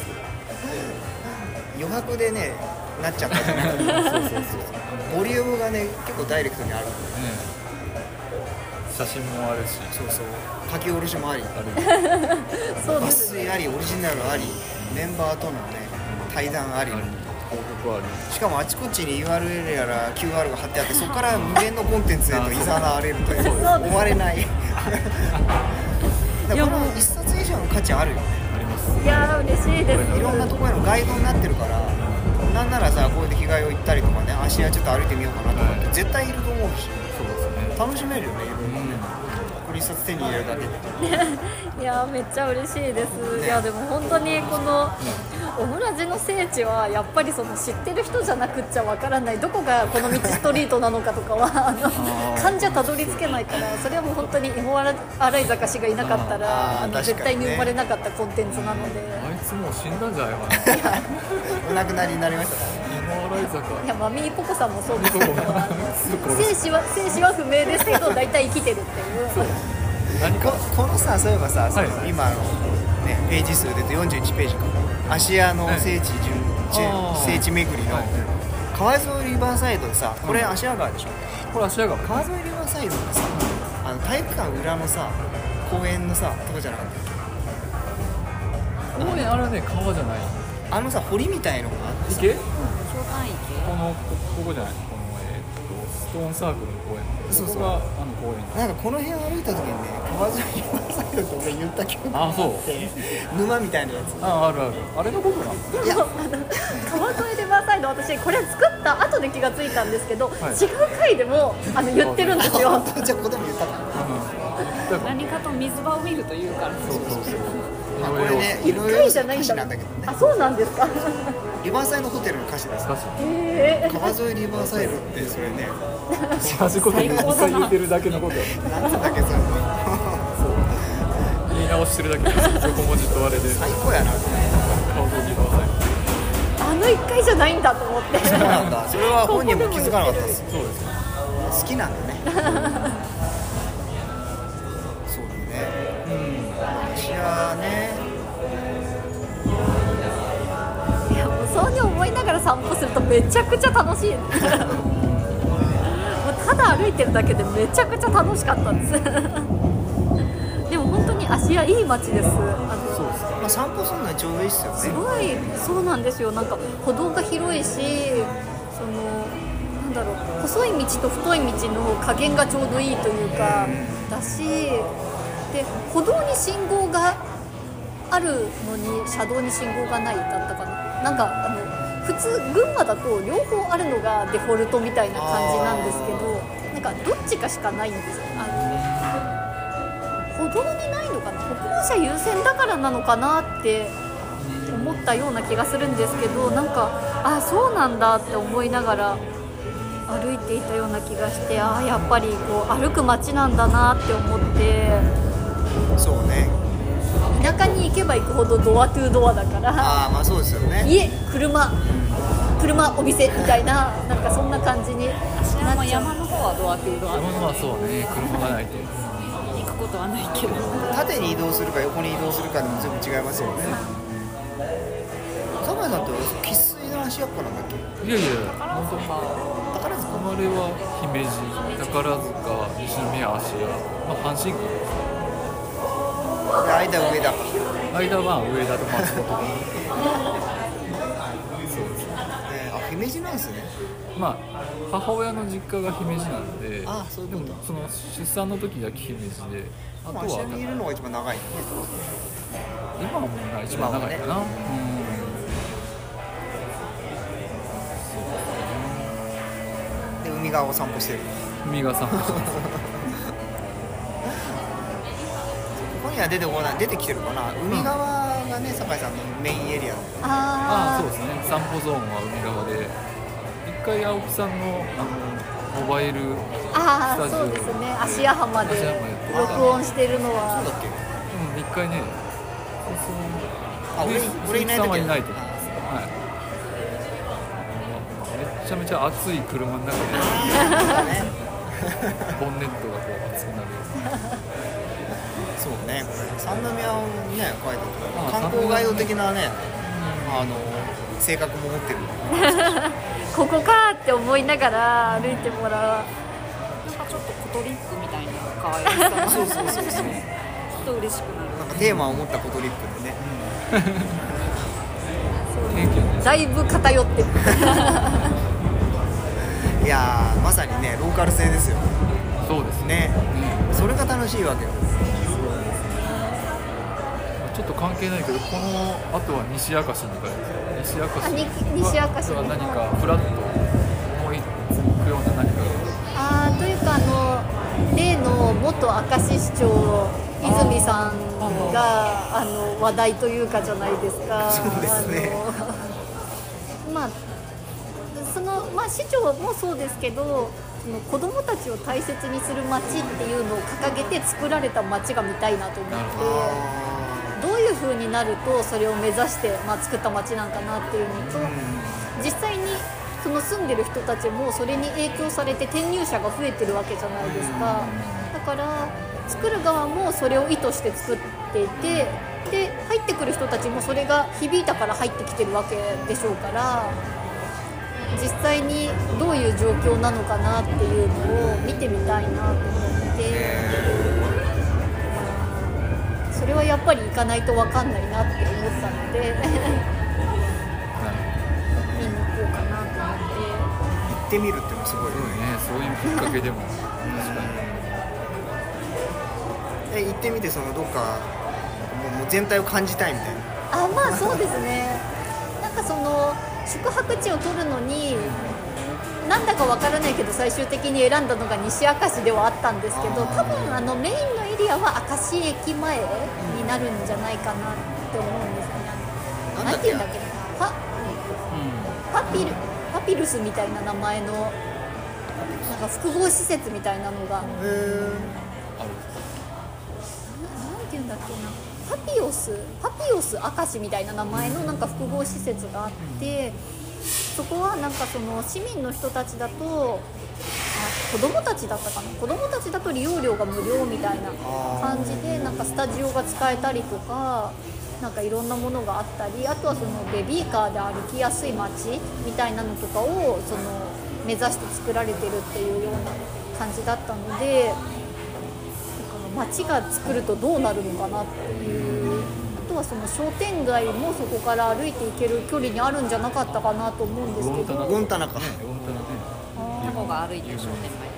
余白でねなっちゃったじゃないボリュームがね結構ダイレクトにある、 写真もあるし、 そうそう、書き下ろしもあり、 そう抜ですね。 粋あり、オリジナルあり、メンバーとのね対談あり、 報告ある。 しかもあちこちに URL やら QR が貼ってあって、そこから無限のコンテンツへと誘われるという終われないだからこの1冊以上の価値あるよね。 あります。 いやー嬉しいです。 いろんなところへのガイドになってるから、なんならさこうやって日帰りを行ったりとかね、足屋ちょっと歩いてみようかなとかって絶対いると思うし、 そうですね。 楽しめるよね、いろいろね。これ1冊手に入れるだけでいやーめっちゃ嬉しいです。いやでも本当にこのオムラジの聖地はやっぱりその知ってる人じゃなくっちゃわからない、どこがこの道ストリートなのかとかは患者たどり着けないから、それはもう本当に芋洗い坂氏がいなかったら絶対に生まれなかったコンテンツなので。 あいつもう死んだんじゃないかな。 お亡くなりになりましたからね。 芋洗坂。 いやマミーポコさんもそうですけど生死は不明ですけど大体生きてるっていう何かこのさ、そういえばさ、 はい今の、ね、ページ数で言うと41ページか、芦屋の聖地、聖地巡りの、川沿いリバーサイドでさ、これ芦屋川でしょ、 これ芦屋川。 川沿いリバーサイドのさ、体育館裏のさ公園のさとこじゃなかったっ公園あれはね、川じゃない。 け、さ堀みたいのがあってさ、 池？ 小単位ここじゃない。このストーンサークルの公園。 そうそうここが公園。 なんかこの辺歩いた時にね、川沿いリバーサイドとか言った記憶があ、そう。 沼みたいなやつ、 あるある。あれのことなの？ いや川沿いリバーサイド、私これ作った後で気がついたんですけど、 はい違う回でも言ってるんですよじゃあここでも言ったか何かと水場を見るというから。 そうそうそう。 まあこれね、い一ろいろ回じゃないんだ歌詞なんだけどね、 あ、そうなんですかリバーサイドホテルの歌詞です。 確か川沿いリバーサイドってそれね、 に。同じこと実際言ってるだけのことや。 なんつうんだっけ、それ言い直してるだけです。横文字とあれで。 最高やな。 顔を見てください。 あの一回じゃないんだと思ってそうなんだ。それは本人も気づかなかったです。 そうですか。 好きなんだね。そうだね。 屋ね。 いやもうそうに思いながら散歩するとめちゃくちゃ楽しいもうただ歩いてるだけでめちゃくちゃ楽しかったんですでも本当に芦屋いい街です。 そうですか。まあ、散歩するのにちょうどいいっすよね。 すごいそうなんですよ。なんか歩道が広いし、そのなんだろう、細い道と太い道の加減がちょうどいいというかだし、で歩道に信号があるのに車道に信号がないだったかな。なんか普通群馬だと両方あるのがデフォルトみたいな感じなんですけど、なんかどっちかしかないんですよ。歩道にないのかな、歩行者優先だからなのかなって思ったような気がするんですけど、なんかそうなんだって思いながら歩いていたような気がして、やっぱりこう歩く街なんだなって思って。 そうね。 田舎に行けば行くほどドアトゥードアだから、 まあそうですよね。 家、車、お店みたいな、なんかそんな感じになっちゃう。 山の方はドアトゥードア、 山のはそうね、車がないと行くことはないけど、 縦に移動するか横に移動するかでも全部違いますよね。酒井さんって生粋の芦屋っ子なんだっけ？ いやいや、本当宝塚。 生まれは姫路、宝塚、西宮、芦屋、阪神区。 間上田。 間は上田と松本。 姫路なんですね。 母親の実家が姫路なんで、 そういうこと。 でもその出産の時だけ姫路で、あとは芦屋にいるのが一番長いね。 今はもう一番長いかな。 で海側を散歩してる。 海が散歩してます。 ここには出てこない、出てきてるかな。海側がね、酒井さんのメインエリア。 そうですね。散歩ゾーンは海側で、一回青木さんのモバイルスタジオそうですね。芦屋浜で録音してるのは。 そうだっけ？ 一回ね。 俺いない時はいないと思います。めちゃめちゃ暑い車の中でボンネットがこう熱くなる。 そうね、これ三宮をね書いてる観光ガイド的なね、性格も持ってるここかって思いながら歩いてもらう。 なんかちょっとコトリップみたいな可愛らしさがそうちょっと嬉しくなる。 なんかテーマを持ったコトリップでねだいぶ偏ってるいやまさにねローカル性ですよ。 そうですね、それが楽しいわけよ。 ちょっと関係ないけど、この後は西明石みたいです。西明石は何かフラッと思いつくような何かというか例の元明石市長泉さんが話題というかじゃないですか。 そうですね。 市長もそうですけど、子どもたちを大切にする街っていうのを掲げて作られた街が見たいなと思って、どういう風になるとそれを目指して、作った街なんかなっていうのと、実際にその住んでる人たちもそれに影響されて転入者が増えてるわけじゃないですか。だから作る側もそれを意図して作っていて、で入ってくる人たちもそれが響いたから入ってきてるわけでしょうから、実際にどういう状況なのかなっていうのを見てみたいなと思って、それはやっぱり行かないと分かんないなって思ったので見に行こうかなと思って。 行ってみるってのもすごいね。 そういうきっかけでも確かに行ってみて、そのどっかもう全体を感じたいみたいな。 そうですね。なんかその宿泊地を取るのになんだかわからないけど最終的に選んだのが西明石ではあったんですけど、多分メインのエリアは明石駅前になるんじゃないかなって思うんですよね。なんていうんだっけな、パピルスみたいな名前のなんか複合施設みたいなのが、なんていうんだっけな、パピオス明石みたいな名前のなんか複合施設があって、そこはなんかその市民の人たちだと子供たちだったかな、子供たちだと利用料が無料みたいな感じで、なんかスタジオが使えたりとか、なんかいろんなものがあったり、あとはそのベビーカーで歩きやすい街みたいなのとかをその目指して作られてるっていうような感じだったので、街が作るとどうなるのかなっていう、あとはその商店街もそこから歩いて行ける距離にあるんじゃなかったかなと思うんですけど、 ゴンタナか、 タコが歩いてる商店街でね。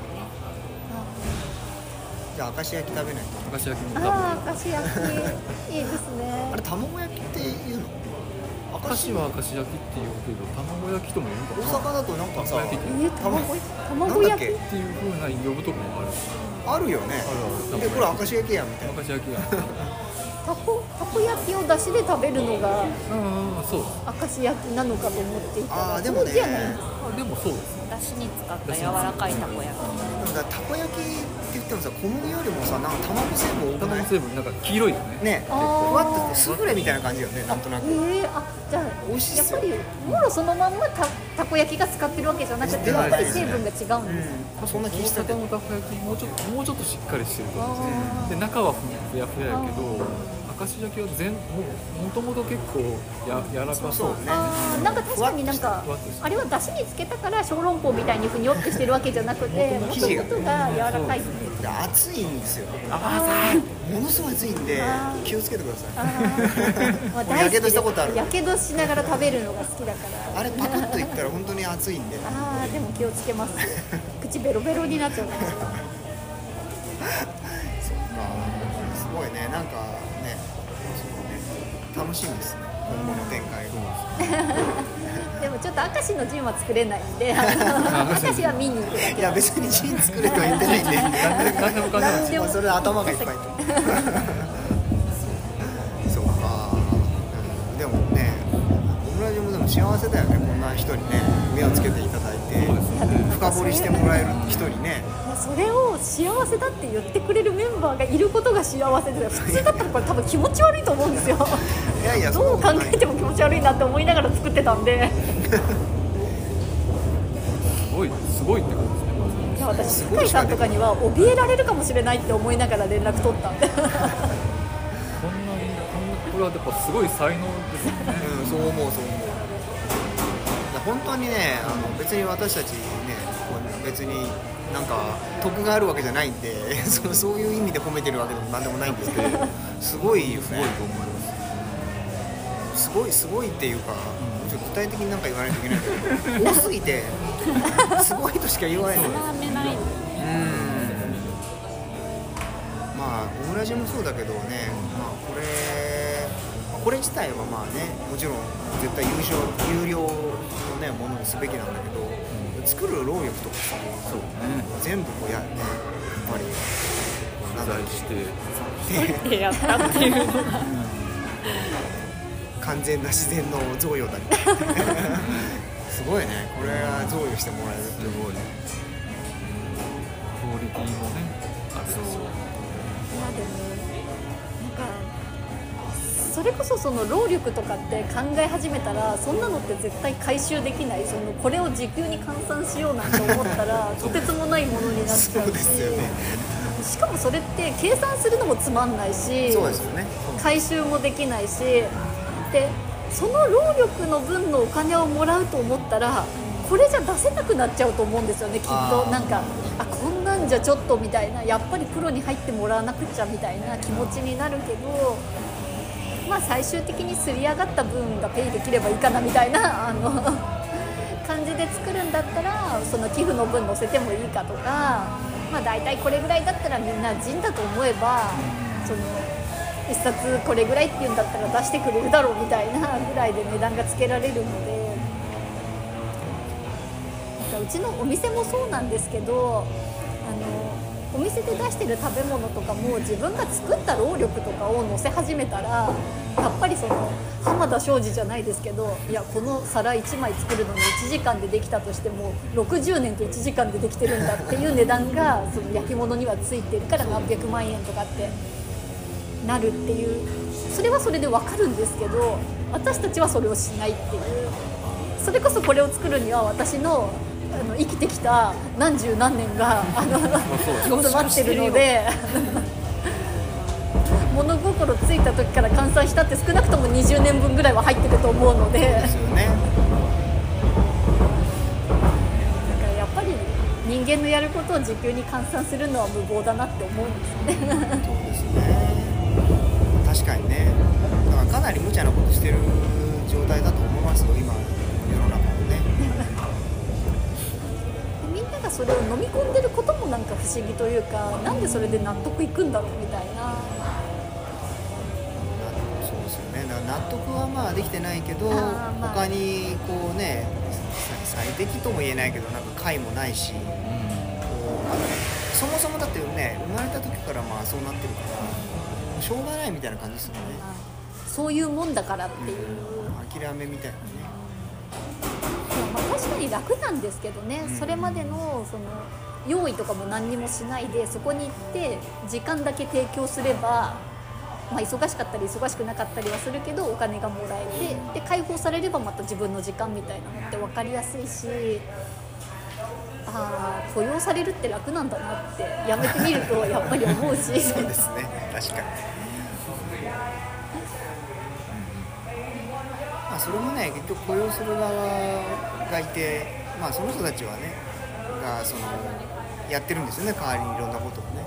じゃあ明石焼き食べないと。 明石焼きも多分明石焼きいいですね。 あれ卵焼きっていうの？ 明石は明石焼きって言うけど卵焼きとも言うのかな。 大阪だとなんかさ、 卵焼きなんだっっていう風な呼ぶとこもある。 あるよね。 あるでこれ明石焼きやみたいな。 明石焼きや。 たこ焼きを出汁で食べるのがそう。 明石焼きなのかと思っていたら、 でもね、 そうじゃないんです。 でもそうですね。 だしに使った柔らかいたこ焼き。 だからたこ焼きって言ってもさ、小麦よりもさ、なんか卵成分多くない卵成分なんか黄色いよね。 ね、ふわっとしてスフレみたいな感じよね、なんとなく。 じゃあ美味しいっすよやっぱりもろそのまんまたこ焼きが使ってるわけじゃなくて、やっぱり成分が違うんです。 そんな気大したけど。 阪のたこ焼きもうちょっとしっかりしてる感じで、中はふやふややけど、明石焼きはもともと結構柔らかそうね。 なんか確かになんかあれは出汁につけたから小籠包みたいにふにょってしてるわけじゃなくて、もともとが柔らかい。 熱いんですよ。ものすごい熱いんで気をつけてください。やけどしたことある。 やけどしながら食べるのが好きだから。 あれパクッといったら本当に熱いんで。 でも気をつけます。口ベロベロになっちゃう。 そっか、すごいね、なんかね、楽しみですね、今後の展開でもちょっと明石のジンは作れないんで、明石は見に行くだけ。 いや別にジン作れとは言ってないんで、 何でもそれ頭がいっぱいと。そうか、でもね、オムラジもでも幸せだよね、こんな人にね目をつけていただいて、深掘りしてもらえる人にね。 それを幸せだって言ってくれるメンバーがいることが幸せで、普通だったらこれ多分気持ち悪いと思うんですよ。 いやどう考えても気持ち悪いなって思いながら作ってたんで。 すごいって感じですね。 いや、私酒井さんとかには怯えられるかもしれないって思いながら連絡取ったんで。 これはやっぱすごい才能ですよね。 そう思う。本当にね、別に私たちね、別になんか得があるわけじゃないんで、そういう意味で褒めてるわけでもなんでもないんですけど、すごいよね。すごいっていうか、ちょっと具体的になんか言わないといけないけど、多すぎてすごいとしか言わない。まあオムラジもそうだけどね、まあこれ自体はまあね、もちろん絶対有料のねものにすべきなんだけど、作る労力とかさ、全部こうやっぱり取材してやったっていうのが完全な自然の贈与だね。すごいね、これは贈与してもらえるって。 すごいね。クオリティもね、あるし。 まあでもなんかそれこそその労力とかって考え始めたら、そんなのって絶対回収できない。これを時給に換算しようなんて思ったらとてつもないものになっちゃうし、 そうですよね。 しかもそれって計算するのもつまんないし、 そうですよね。 回収もできないし、でその労力の分のお金をもらうと思ったら、これじゃ出せなくなっちゃうと思うんですよね、きっと。なんかこんなんじゃちょっとみたいな、やっぱりプロに入ってもらわなくちゃみたいな気持ちになるけど、まあ最終的にすり上がった分がペイできればいいかなみたいな感じで作るんだったら、その寄付の分載せてもいいかとか、まあ大体これぐらいだったらみんなジンだと思えば、その一冊これぐらいっていうんだったら出してくれるだろうみたいなぐらいで値段がつけられるので、うちのお店もそうなんですけど、お店で出してる食べ物とかも自分が作った労力とかを載せ始めたら、やっぱりその浜田庄司じゃないですけど、いやこの皿1枚作るのに1時間でできたとしても60年と1時間でできてるんだっていう値段がその焼き物にはついてるから何百万円とかってなるっていう、それはそれで分かるんですけど、私たちはそれをしないっていう。それこそこれを作るには私の生きてきた何十何年が詰まってるので物心ついた時から換算したって少なくとも20年分ぐらいは入ってると思うので、 ですよね。 だからやっぱり人間のやることを時給に換算するのは無謀だなって思うんですよね。 そうですね。確かにね。だからかなり無茶なことしてる状態だと思いますよ、今世の中もね。 みんながそれを飲み込んでることもなんか不思議というか、なんでそれで納得いくんだろうみたいな。 そうですよね。納得はまあできてないけど、 まあ、 他にこうね、最適とも言えないけどなんか解もないし、こうそもそもだってね、生まれた時からまあそうなってるからしょうがないみたいな感じですよね。 そういうもんだからっていう、 諦めみたいなね。 まあ、確かに楽なんですけどね、それまでのその用意とかも何にもしないでそこに行って時間だけ提供すれば、まあ、忙しかったり忙しくなかったりはするけどお金がもらえて、で解放されればまた自分の時間みたいなのって分かりやすいし、雇用されるって楽なんだなってやめてみるとやっぱり思うしそうですね、確かに。まあ、それもね、結局雇用する側がいて、まあ、その人たちはねがそのやってるんですよね、代わりにいろんなことをね。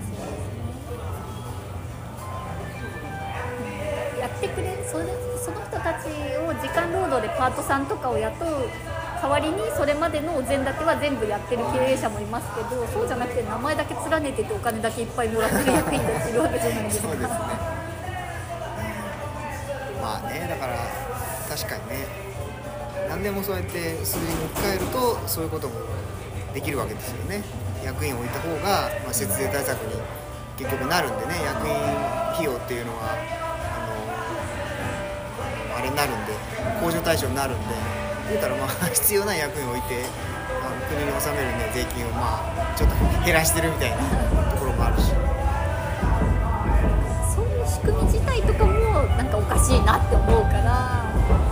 やってくれる、その人たちを時間労働でパートさんとかを雇う代わりにそれまでのお膳立ては全部やってる経営者もいますけど、そうじゃなくて名前だけ連ねててお金だけいっぱいもらってる役員だっているわけじゃないですか。 そうですね。まあね、だから確かにね、何でもそうやって数字に置き換えるとそういうこともできるわけですよね。役員を置いた方が、まあ、節税対策に結局なるんでね、役員費用っていうのはあれになるんで、控除対象になるんで、言うたらまあ必要ない役員を置いて国に納める、ね、税金をまあちょっと減らしてるみたいなところもあるし、 そういう仕組み自体とかもなんかおかしいなって思うから。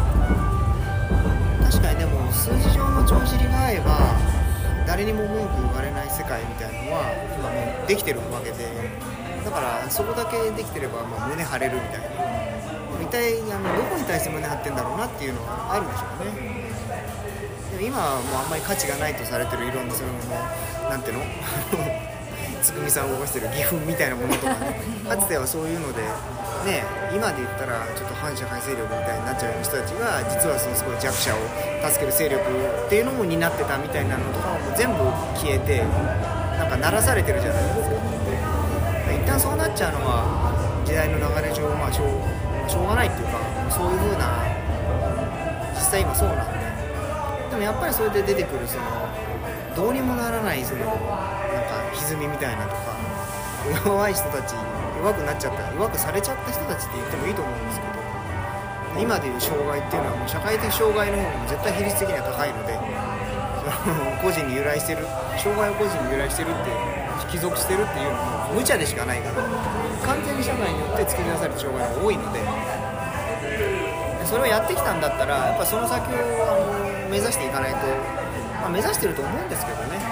確かにでも数字上の帳尻が合えば誰にも文句言われない世界みたいなのは今もうできてるわけで、だからそこだけできてればまあ胸張れるみたいな、一体どこに対して胸張ってんだろうなっていうのはあるでしょうね。でも今はもうあんまり価値がないとされてるいろんなそれもなんていうのつぐみさんを動かしてる義憤みたいなものとかね、かつてはそういうのでね、今で言ったらちょっと反社会勢力みたいになっちゃうような人たちが実はそのすごい弱者を助ける勢力っていうのも担ってたみたいなのとかも全部消えて、なんか鳴らされてるじゃないですか。一旦そうなっちゃうのは時代の流れ上、まあしょうがないっていうか、そういう風な実際今そうなんで、でもやっぱりそれで出てくるそのどうにもならないそのなんか歪みみたいなとか、弱い人たち、弱くなっちゃった、弱くされちゃった人たちって言ってもいいと思うんですけど、今でいう障害っていうのはもう社会的障害の方が絶対比率的には高いので、個人に由来してる、障害を個人に由来してるって帰属してるっていうのも無茶でしかないから、完全に社会によって作り出される障害が多いので、それをやってきたんだったらやっぱその先を目指していかないと、まあ、目指してると思うんですけどね。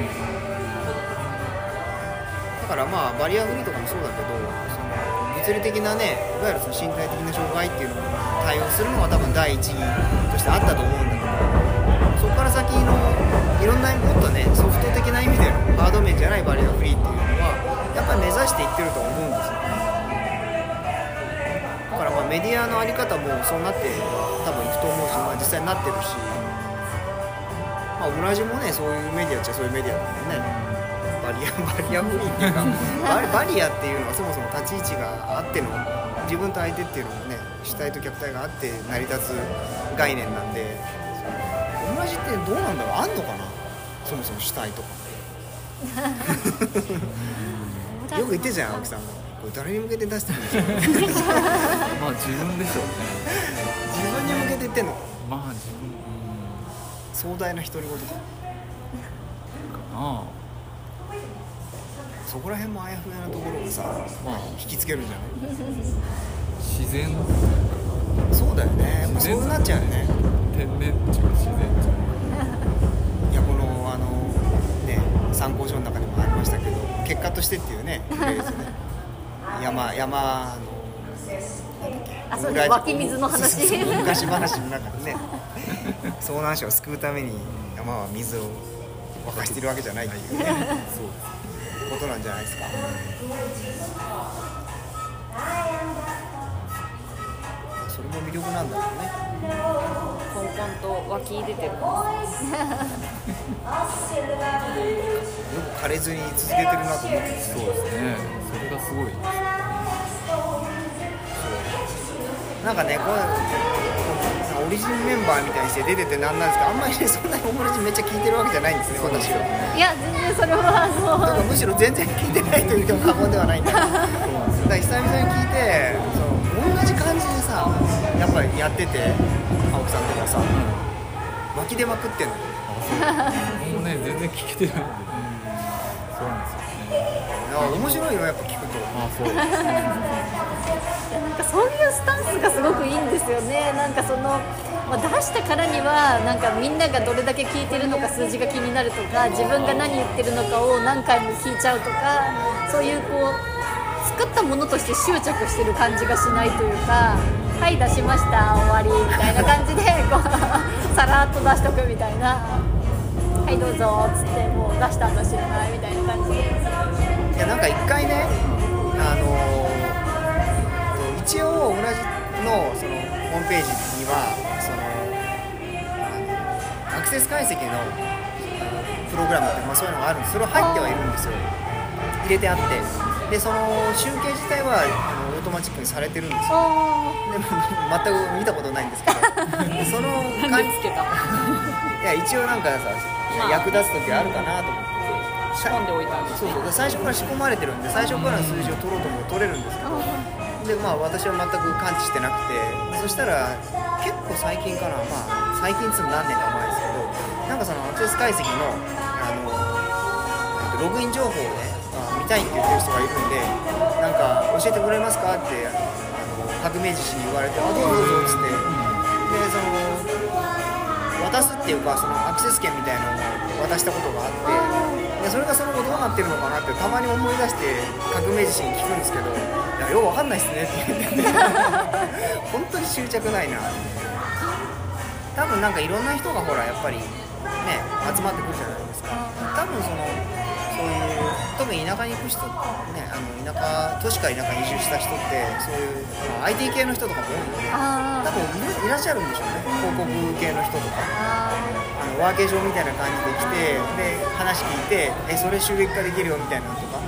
だからまあバリアフリーとかもそうだけど、その物理的なね、いわゆるその身体的な障害っていうのを対応するのは多分第一義としてあったと思うんだけど、そこから先のいろんなもっとねソフト的な意味でのハード面じゃないバリアフリーっていうのはやっぱり目指していってると思うんですよね。だからまあメディアの在り方もそうなって多分いくと思うし、まあ、実際になってるし、まあ、同じもねそういうメディアっちゃそういうメディアだもんね。バリアフリーっていうかバリアっていうのはそもそも立ち位置があっての、自分と相手っていうのもね、主体と客体があって成り立つ概念なんで、同じってどうなんだろう、あんのかな、そもそも主体とかよく言ってじゃん、青木さんもこれ誰に向けて出してるんでしょうねまあ自分でしょうね。 自分に向けて言ってんの、 まあ自分、 壮大な独り言じゃんかな。 そこら辺もあやふやなところがさ、まあ、引きつけるんじゃない？ 自然、 そうだよね、もうそうなっちゃうよね。 天然っていうか自然じゃいや、この参考書の中にもありましたけど、結果としてっていうねフレーズね山なんだっけ、 あ、そうです、湧き水の話そう昔話の中でね遭難者を救うために山は水を沸かしているわけじゃないっていうねそうことなんじゃないですか。それも魅力なんだろうね。 コンコンと湧き出てる。 よく枯れずに続けてるなと思ってそうですね、それがすごい。 なんかね、こうオリジンメンバーみたいにして出ててなんなんですけど、あんまりねそんなにオムラジめっちゃ聞いてるわけじゃないんですね、私は。 いや全然それはそうだからむしろ全然聞いてないと言っても過言ではないんだけどだから久々に聞いて同じ感じでさ、やっぱりやってて青木さんとかさ、湧き出まくってんの。 もうね全然聞けてないんで、そうなんですよね。 面白いよやっぱ聞くと。 そういやなんかそういうスタンスがすごくいいんですよね。なんかその、まあ、出したからにはなんかみんながどれだけ聞いてるのか数字が気になるとか、自分が何言ってるのかを何回も聞いちゃうとか、そういうこう作ったものとして執着してる感じがしないというか、はい出しました終わりみたいな感じでこうさらっと出しとくみたいな、はいどうぞっつってもう出したんだ知らないみたいな感じで。 いやなんか一回ね、一応同じのそのホームページにはそのアクセス解析のプログラムって、まあ、そういうのがあるんです。それ入ってはいるんですよ、入れてあって。でその集計自体はオートマチックにされてるんですよ。でも全く見たことないんですけどそのなんでつけたいや一応なんかさ、役立つ時あるかなと思って仕込んでおいたんですね。 そう最初から仕込まれてるんで、最初からの数字を取ろうとも取れるんですけど、でまあ私は全く感知してなくて、そしたら結構最近かな、まあ最近つうの何年か前ですけど、なんかそのアクセス解析のログイン情報をね、見たいって言ってる人がいるんで、なんか教えてくれますかって革命児氏に言われて、あどうぞどうぞっつって、でその渡すっていうか、そのアクセス権みたいなのを渡したことがあって、でそれがその後どうなってるのかなってたまに思い出して革命児氏に聞くんですけど、いやようわかんないっすねって言ってて本当に執着ないな。多分なんかいろんな人がほらやっぱりね集まってくるじゃないですか。多分そういう特に田舎に行く人ね、都市から田舎に移住した人ってそういう IT 系の人とかも多いので、多分いらっしゃるんでしょうね。広告系の人とかワーケーションみたいな感じで来て、で話聞いてそれ収益化できるよみたいなのとか、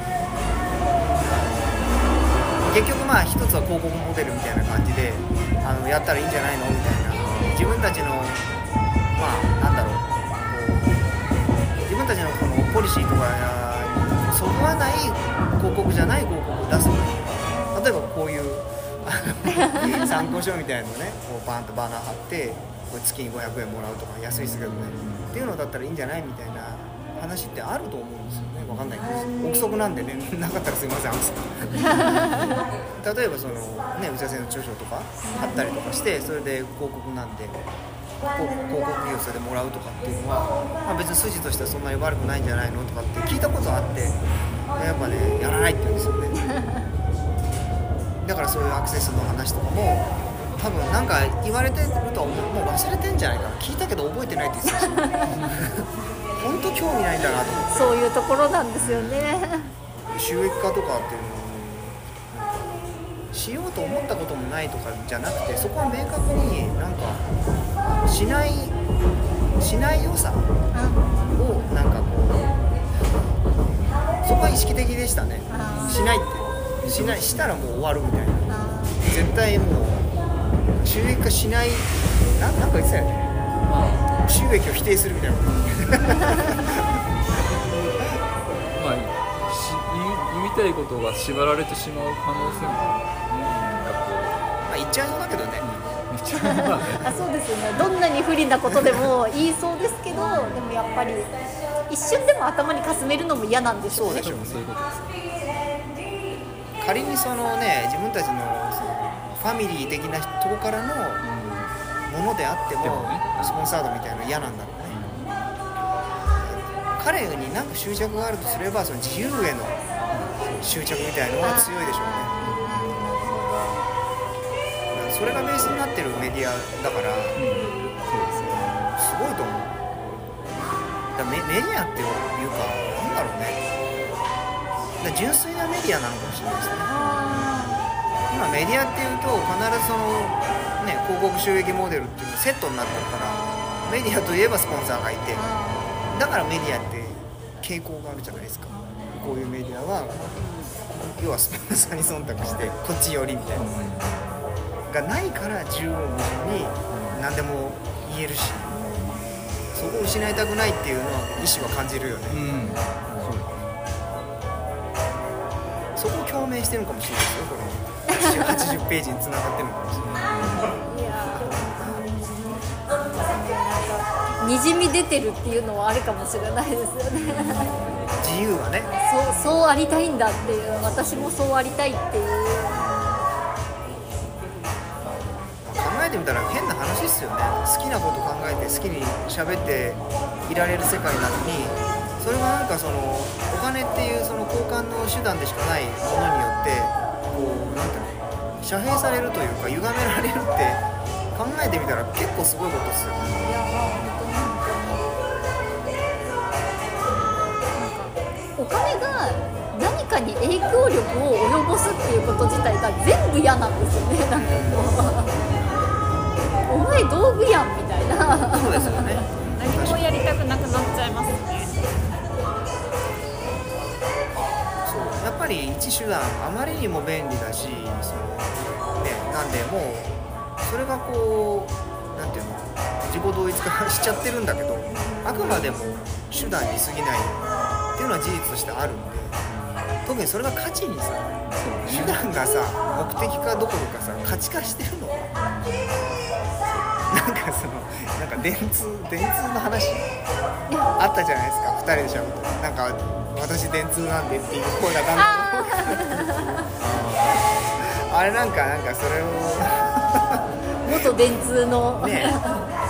結局まあ一つは広告モデルみたいな感じでやったらいいんじゃないのみたいな、自分たちのまあなんだろう、自分たちのこのポリシーとかにそぐわない広告じゃない広告を出すのに、例えばこういう参考書みたいなのをねこうバーンとバナー貼ってこれ月に500円もらうとか安いですけどね、っていうのだったらいいんじゃないみたいな話ってあると思うんですよね。わかんないけど憶測なんでね、なかったらすいません例えばそのね打ち合わせの著書とか貼ったりとかして、それで広告なんで広告業者でもらうとかっていうのは、まあ、別に筋としてはそんなに悪くないんじゃないのとかって聞いたことあって、やっぱねやらないって言うんですよねだからそういうアクセスの話とかも多分なんか言われてるともう忘れてんじゃないかな、聞いたけど覚えてないって言ってたし本当興味ないんだなと思って。 そういうところなんですよね。 収益化とかっていうのをしようと思ったこともないとかじゃなくて、そこは明確になんかしない良さをなんかこう、そこは意識的でしたね。しないってしたらもう終わるみたいな、絶対もう収益化しない、なんか言ってたよね、収益を否定するみたいなまあ言いたいことが縛られてしまう可能性もあるね。なんかこまあ言っちゃいそうだけどね。 あ、そうですよね。どんなに不利なことでも言いそうですけど、でもやっぱり一瞬でも頭にかすめるのも嫌なんでしょうね。 そういうことです。 仮にそのね自分たちのファミリー的なとこからのものであっても、スポンサードみたいなの嫌なんだろうね。 彼に何か執着があるとすればその自由への執着みたいなのが強いでしょうね。それがベースになってるメディアだから、すごいと思う。だからメディアっていうかなんだろうね、だ純粋なメディアなのかもしれないですね。今メディアっていうと必ずその、ね、広告収益モデルっていうのセットになってるから、メディアといえばスポンサーがいて、だからメディアって傾向があるじゃないですか。こういうメディアは要はスポンサーに忖度してこっち寄りみたいながないから縦横無尽に何でも言えるし、そこを失いたくないっていうのは意思は感じるよね。そこを共鳴してるのかもしれないですよ。これ80ページに繋がってるのかもしれない。 にじみ出てるっていうのはあるかもしれないですよね。 自由はね、 そうありたいんだっていう、私もそうありたいっていう。 考えてみたら変な話ですよね。好きなこと考えて好きに喋っていられる世界なのに、それがなんかそのお金っていうその交換の手段でしかないものによってこうなんていうの、遮蔽されるというか歪められるって考えてみたら結構すごいことですよね。 いや本当にお金が何かに影響力を及ぼすっていうこと自体が全部嫌なんですよね。なんかこうお前道具やんみたいな。 そうですよね。 何もやりたくなくなっちゃいますね。 そうやっぱり一手段あまりにも便利だし、そのね、なんでもうそれがこうなんていうの、自己同一化しちゃってるんだけど、あくまでも手段に過ぎないっていうのは事実としてあるんで、特にそれが価値にさ、手段がさ目的かどころかさ価値化してるの。なんかそのなんか電通の話あったじゃないですか。2人でしゃべって、なんか私電通なんでっていう声がだんだんあれなんかそれを元電通のね、なん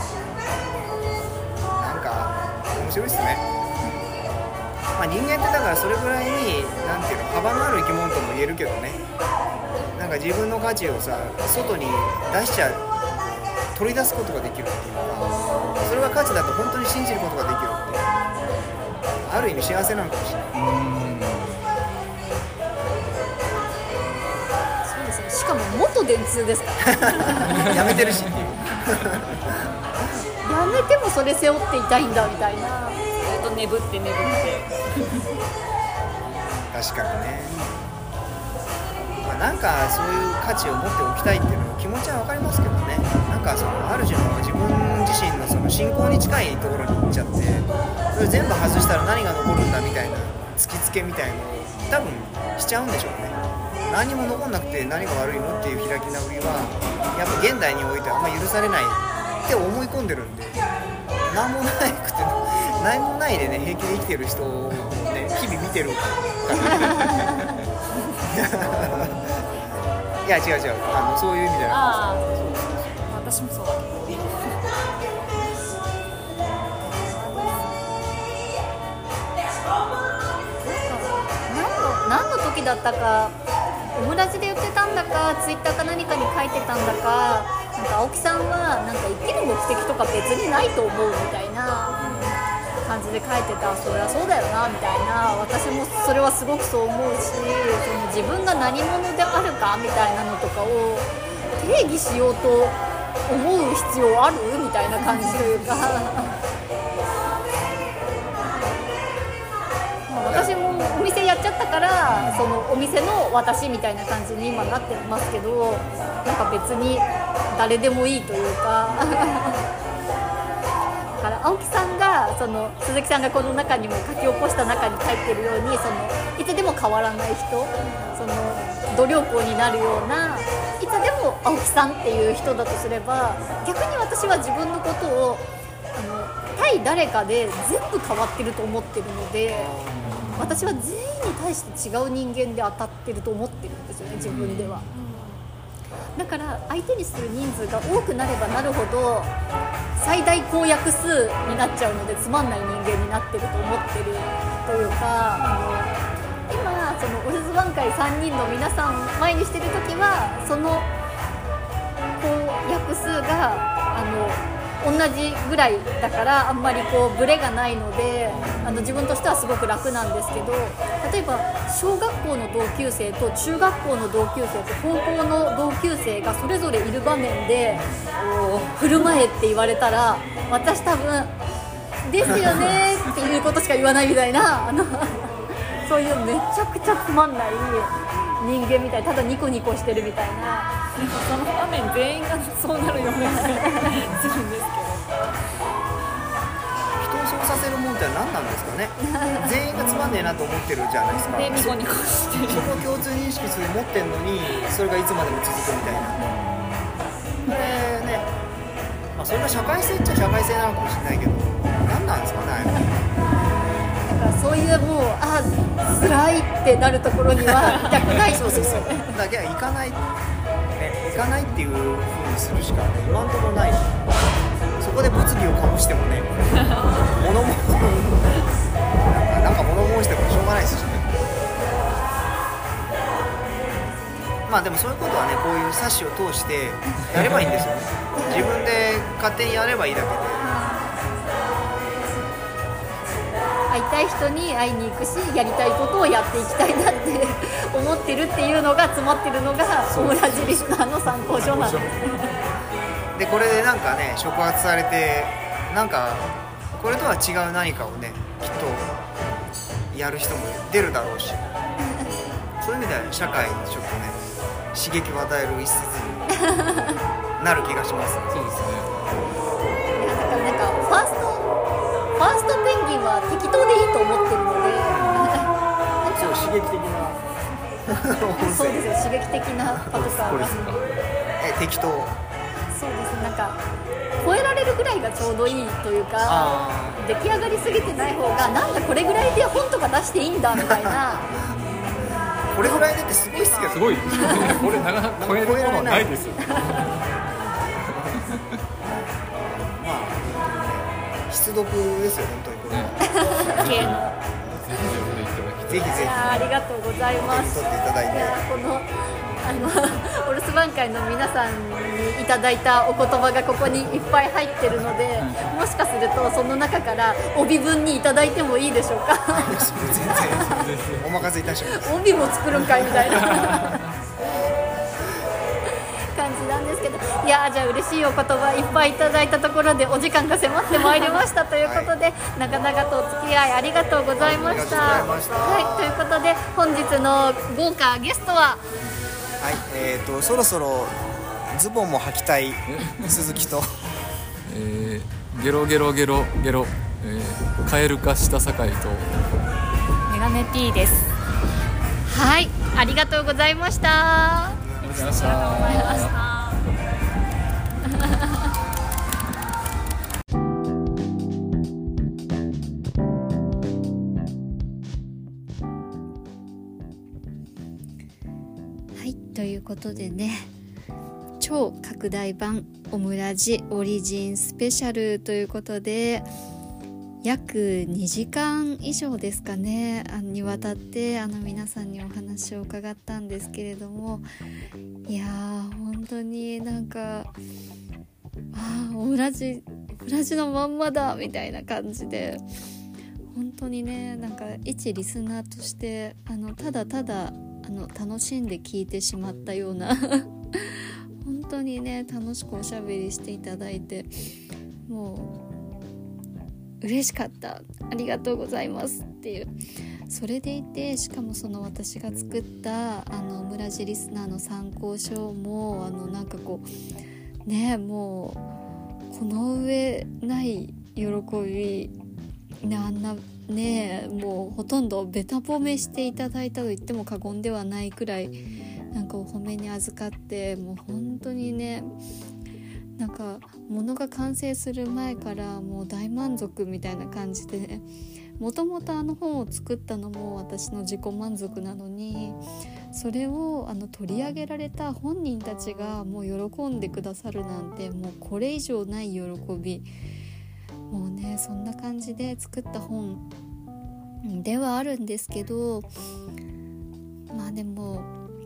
か面白いっすね。まあ、人間ってだからそれぐらいになんていうの、幅のある生き物とも言えるけどね、なんか自分の価値をさ外に出しちゃう、取り出すことができるっていうか、それが価値だと本当に信じることができるっていう、ある意味幸せなのかもしれない。 そうですね。しかも元電通ですからやめてるしやめてもそれ背負っていたいんだみたいな。 ずっと眠って確かにね、まあ、なんかそういう価値を持っておきたいっていうのも気持ちは分かりますけどね。なんかそのある種の自分自身のその信仰に近いところに行っちゃって、それ全部外したら何が残るんだみたいな突きつけみたいのを多分しちゃうんでしょうね。何も残んなくて何が悪いのっていう開き直りはやっぱ現代においてはあんま許されないって思い込んでるんで、何もなくて何もないでね平気で生きてる人をね日々見てるからいや違うそういう意味じゃなああ、私もそうだけど何の時だったかオムラジで言ってたんだかツイッターか何かに書いてたんだか、なんか青木さんはなんか生きる目的とか別にないと思うみたいな感じで書いてた。そりゃそうだよなみたいな。私もそれはすごくそう思うし、その自分が何者であるかみたいなのとかを定義しようと思う必要あるみたいな感じというか私もお店やっちゃったからそのお店の私みたいな感じに今なってますけど、なんか別に誰でもいいというかだから青木さんがその鈴木さんがこの中にも書き起こした中に書いてるように、そのいつでも変わらない人、その度量衡になるようないつでも青木さんっていう人だとすれば、逆に私は自分のことを対誰かで全部変わってると思ってるので、私は全員に対して違う人間で当たってると思ってるんですよね、自分では。 だから相手にする人数が多くなればなるほど最大公約数になっちゃうのでつまんない人間になってると思ってるというか、今そのお留守番会3人の皆さん前にしてる時はその公約数が同じぐらいだからあんまりこうブレがないので自分としてはすごく楽なんですけど、例えば小学校の同級生と中学校の同級生と高校の同級生がそれぞれいる場面で振る舞えって言われたら私多分ですよねっていうことしか言わないみたいなそういうめちゃくちゃつまんない人間みたい、ただニコニコしてるみたいな、 その場面全員がそうなるようなするんですけど、 人をそうさせるもんって何なんですかね。全員がつまんねえなと思ってるじゃないですか。 でニコニコしてる。 そこを共通認識する持ってんのにそれがいつまでも続くみたいな。これね、まあ、それが社会性っちゃ社会性なのかもしれないけど何なんですかね。 そういうもう辛いってなるところには痛くないそうだけは行かない、ね、行かないっていう風にするしか、ね、今のところない。そこで物議を醸してもねなんか物申してもしょうがないですしね。まあでもそういうことはね、こういう冊子を通してやればいいんですよね。自分で勝手にやればいいだけで。 会いたい人に会いに行くし、やりたいことをやっていきたいなって思ってるっていうのが詰まってるのがオムラジリスナーの参考書なんですでこれでなんかね触発されてなんかこれとは違う何かをねきっとやる人も出るだろうし、そういう意味では社会にちょっとね刺激を与える一節になる気がします、ね、 そうですね。 なんかファーストペンギンは適当でいいと思ってるのでそう刺激的なそうですよ、刺激的なパトカーが適当。 そうです、なんか超えられるぐらいがちょうどいいというか、出来上がりすぎてない方がなんだこれぐらいで本とか出していいんだみたいなこれぐらいでってすごいっすけど、 すごいこれなかなか超えるものないですよ。 必読ですよ本当にこれは。 系のぜひぜひありがとうございます。 手に取っていただいて、 いやこのお留守番会の皆さんにいただいたお言葉がここにいっぱい入ってるので、もしかするとその中から帯文にいただいてもいいでしょうか。 全然お任せいたします。 帯も作るんかいみたいな感じなんですけど、いやじゃあ嬉しいお言葉いっぱいいただいたところでお時間が迫ってまいりましたということで、長々とお付き合いありがとうございました。はい、ということで本日の豪華ゲストははい、そろそろズボンも履きたい鈴木とゲロゲロゲロゲロ、カエル化した酒井とメガネ P です。 はい、ありがとうございました。 ありがとうございました。 ということでね、超拡大版オムラジオリジンスペシャルということで約2時間以上ですかねにわたって皆さんにお話を伺ったんですけれども、いやー本当になんかオムラジのまんまだみたいな感じで、本当にねなんか一リスナーとしてただただ楽しんで聞いてしまったような本当にね楽しくおしゃべりしていただいて、もう嬉しかった、ありがとうございますっていう、それでいてしかもその私が作ったオムラジリスナーの参考書もなんかこうね、もうこの上ない喜びあんなね、もうほとんどベタ褒めしていただいたと言っても過言ではないくらいなんかお褒めに預かって、もう本当にねなんか物が完成する前からもう大満足みたいな感じで、 もともと本を作ったのも私の自己満足なのに、それを取り上げられた本人たちがもう喜んでくださるなんて、もうこれ以上ない喜び、もうねそんな感じで作った本ではあるんですけど、まあでも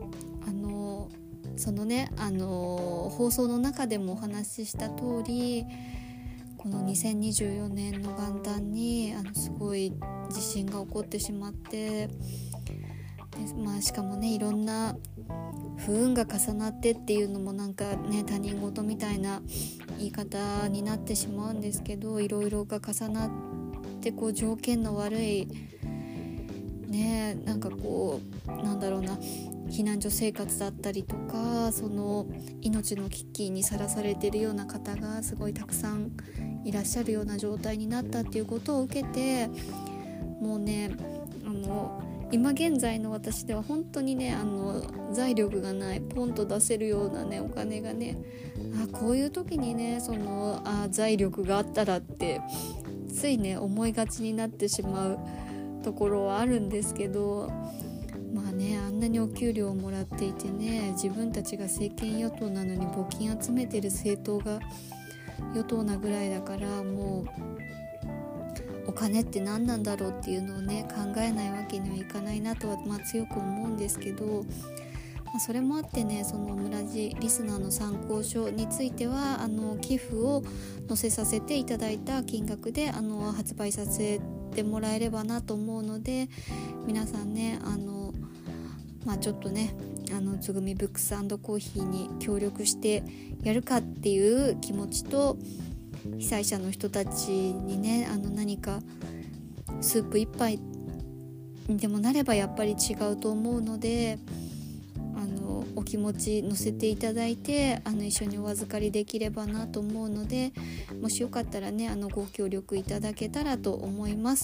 そのね放送の中でもお話しした通り、この2024年の元旦にすごい地震が起こってしまって、で、しかもねいろんな不運が重なってっていうのもなんかね他人事みたいな言い方になってしまうんですけど、いろいろが重なってこう条件の悪いね、なんかこうなんだろうな、避難所生活だったりとか、その命の危機にさらされているような方がすごいたくさんいらっしゃるような状態になったっていうことを受けて、もうね今現在の私では本当にね財力がない、ポンと出せるようなねお金がね、こういう時にね財力があったらってついね思いがちになってしまうところはあるんですけど、まあねあんなにお給料をもらっていてね、自分たちが政権与党なのに募金集めてる政党が与党なぐらいだから、もうお金って何なんだろうっていうのをね考えないわけにはいかないなとは、強く思うんですけど、それもあってね、その村地リスナーの参考書については寄付を載せさせていただいた金額で発売させてもらえればなと思うので、皆さんねちょっとねつぐみブックス&コーヒーに協力してやるかっていう気持ちと、被災者の人たちにね何かスープ一杯にでもなればやっぱり違うと思うので、お気持ち乗せていただいて一緒にお預かりできればなと思うので、もしよかったらねご協力いただけたらと思います。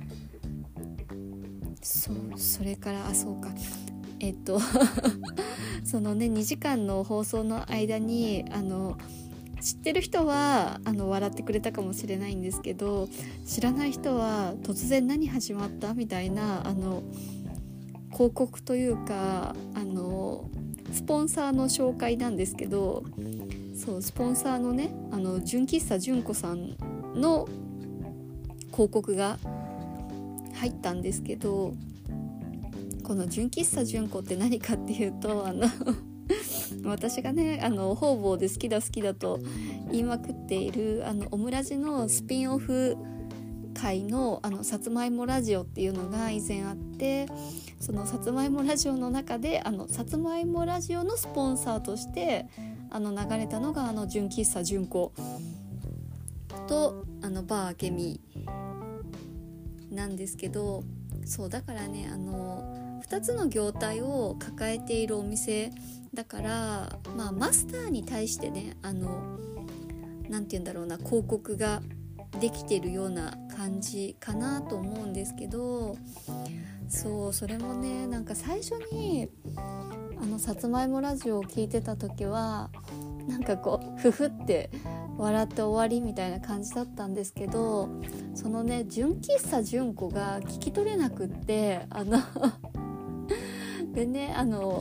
それからそうかそのね2時間の放送の間に知ってる人は笑ってくれたかもしれないんですけど、知らない人は突然何始まったみたいな広告というかスポンサーの紹介なんですけど、そうスポンサーのね純喫茶純子さんの広告が入ったんですけど、この純喫茶純子って何かっていうと私がね方々で好きだと言いまくっているオムラジのスピンオフ回のさつまいもラジオっていうのが以前あって、そのさつまいもラジオの中でさつまいもラジオのスポンサーとして流れたのが純喫茶純子とバーあけみなんですけど、そうだからね2つの業態を抱えているお店だから、マスターに対してねなんて言うんだろうな、広告ができているような感じかなと思うんですけど、それもねなんか最初にさつまいもラジオを聞いてた時はなんかこうふふって笑って終わりみたいな感じだったんですけど、そのね純喫茶純子が聞き取れなくってでね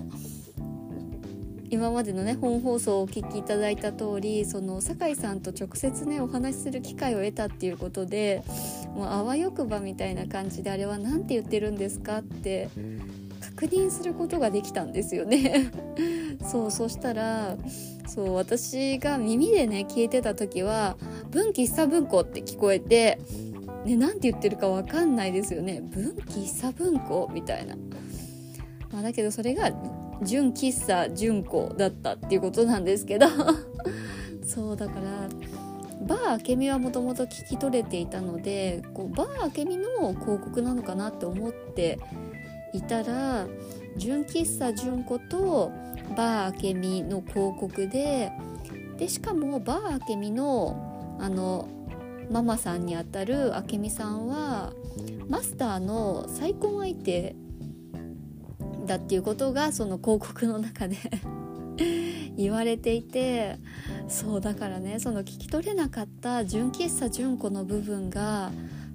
今までのね本放送をお聞きいただいた通り、その酒井さんと直接ねお話しする機会を得たっていうことで、もうあわよくばみたいな感じで、あれはなんて言ってるんですかって確認することができたんですよねそしたら私が耳でね聞いてた時は分喫茶文庫って聞こえて、ね、なんて言ってるかわかんないですよね。分喫茶文庫みたいな、だけどそれが純喫茶純子だったっていうことなんですけどそうだからバーあけみはもともと聞き取れていたので、バーあけみの広告なのかなって思っていたら、純喫茶純子とバーあけみの広告でしかもバーあけみのママさんにあたるあけみさんはマスターの再婚相手だっていうことがその広告の中で言われていて、だからねその聞き取れなかった純喫茶純子の部分が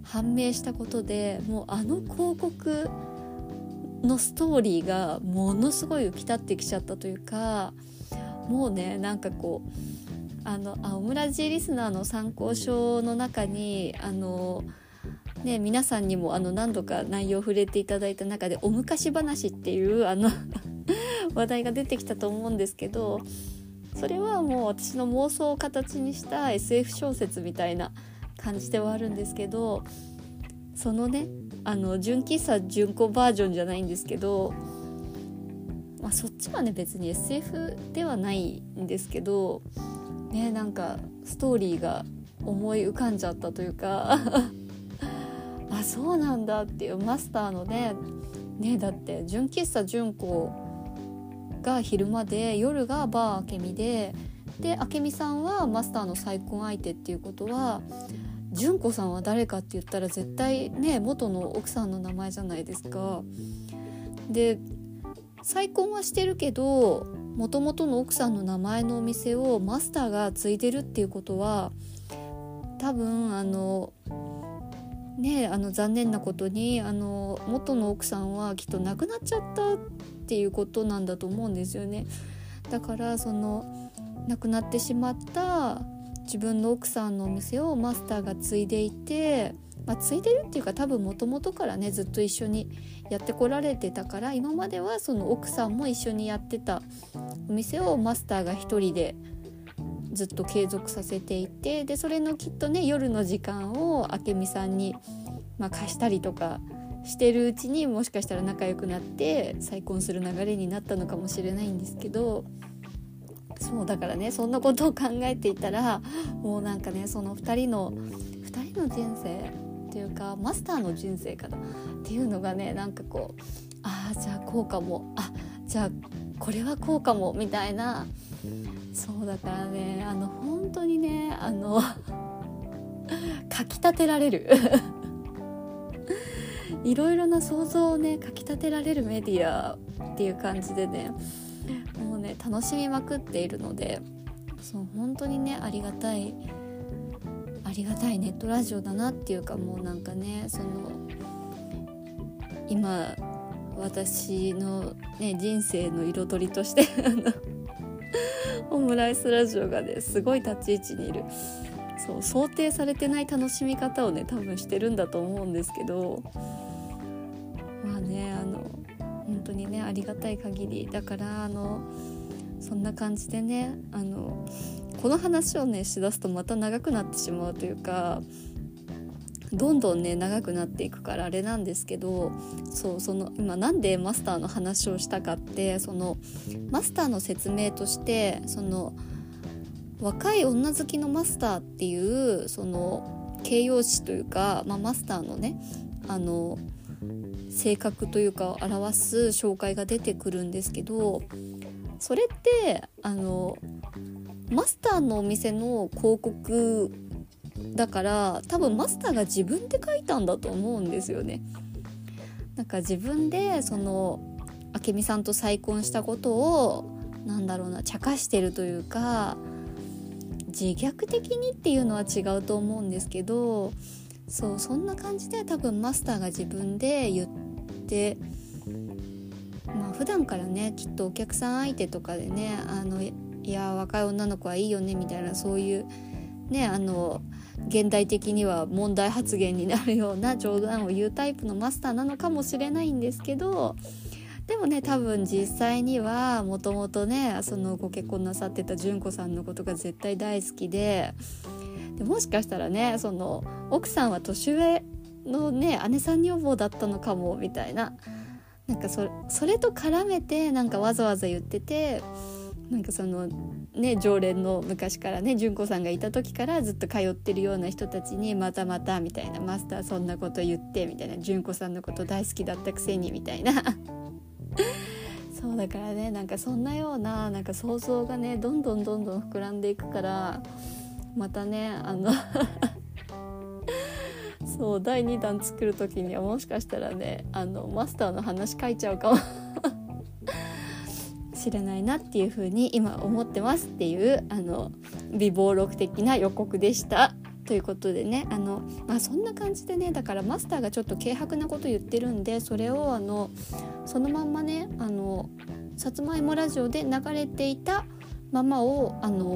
判明したことで、もうあの広告のストーリーがものすごい浮き立ってきちゃったというか、もうねなんかこうオムラジリスナーの参考書の中に皆さんにも何度か内容を触れていただいた中でお昔話っていう話題が出てきたと思うんですけど、それはもう私の妄想を形にした SF 小説みたいな感じではあるんですけど、そのね純喫茶純子バージョンじゃないんですけど、そっちはね別に SF ではないんですけどね、なんかストーリーが思い浮かんじゃったというかあ、そうなんだっていう。マスターのねだって純喫茶純子が昼間で夜がバー明美で明美さんはマスターの再婚相手っていうことは、純子さんは誰かって言ったら絶対ね元の奥さんの名前じゃないですか。で再婚はしてるけど元々の奥さんの名前のお店をマスターが継いでるっていうことは、多分残念なことに元の奥さんはきっと亡くなっちゃったっていうことなんだと思うんですよね。だからその亡くなってしまった自分の奥さんのお店をマスターが継いでいて、継いでるっていうか多分元々からねずっと一緒にやってこられてたから、今まではその奥さんも一緒にやってたお店をマスターが一人でずっと継続させていて、でそれのきっとね夜の時間を明美さんに、貸したりとかしてるうちにもしかしたら仲良くなって再婚する流れになったのかもしれないんですけど、そうだからねそんなことを考えていたら、もうなんかねその2人の人生っていうかマスターの人生かなっていうのがね、なんかこうじゃあこうかも、じゃあこれはこうかもみたいな。そうだからね本当にねかき立てられるいろいろな想像をねかき立てられるメディアっていう感じでね、もうね楽しみまくっているので、そう本当にねありがたいネットラジオだなっていうか、もうなんかねその今私のね人生の彩りとしてオムライスラジオがねすごい立ち位置にいる、そう想定されてない楽しみ方をね多分してるんだと思うんですけど、本当にねありがたい限りだから、そんな感じでねこの話をねしだすとまた長くなってしまうというか、どんどんね長くなっていくからあれなんですけど、その今なんでマスターの話をしたかって、そのマスターの説明として、その若い女好きのマスターっていうその形容詞というか、マスターのね性格というかを表す紹介が出てくるんですけど、それってマスターのお店の広告だから多分マスターが自分で書いたんだと思うんですよね。なんか自分でその明美さんと再婚したことを茶化してるというか、自虐的にっていうのは違うと思うんですけど、そんな感じで多分マスターが自分で言って、普段からねきっとお客さん相手とかでねいや若い女の子はいいよねみたいな、そういうね現代的には問題発言になるような冗談を言うタイプのマスターなのかもしれないんですけど、でもね多分実際にはもともとねそのご結婚なさってた純子さんのことが絶対大好きで、もしかしたらねその奥さんは年上のね姉さん女房だったのかもみたいな、なんかそれと絡めてなんかわざわざ言ってて、なんかそのね常連の昔からね純子さんがいた時からずっと通ってるような人たちにまたみたいな、マスターそんなこと言ってみたいな、純子さんのこと大好きだったくせにみたいなそうだからね、なんかそんなようななんか想像がねどんどん膨らんでいくから、またねそう第2弾作る時にはもしかしたらねマスターの話書いちゃうかもしれないなっていう風に今思ってますっていう備忘録的な予告でした。 ということでねそんな感じでね、だからマスターがちょっと軽薄なこと言ってるんで、それをそのまんまねさつまいもラジオで流れていたままを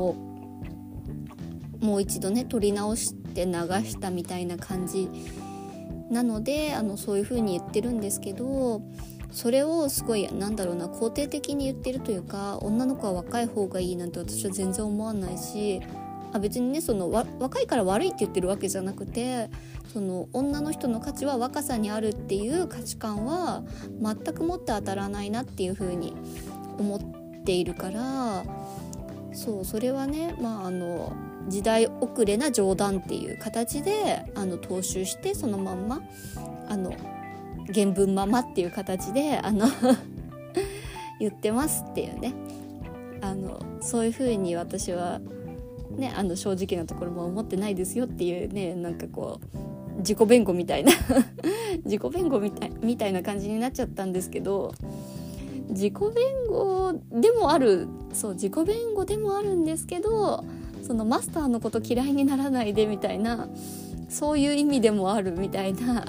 もう一度ね撮り直して流したみたいな感じなのでそういう風に言ってるんですけど、それをすごい肯定的に言ってるというか、女の子は若い方がいいなんて私は全然思わないし、別にね若いから悪いって言ってるわけじゃなくて、女の人の価値は若さにあるっていう価値観は全くもって当たらないなっていう風に思っているから、それはね時代遅れな冗談っていう形で踏襲して、そのまんま原文ままっていう形で言ってますっていうね、そういう風に私はね正直なところも思ってないですよっていうね、自己弁護みたいな自己弁護みたいな感じになっちゃったんですけど、自己弁護でもあるんですけど、そのマスターのこと嫌いにならないでみたいな、そういう意味でもあるみたいな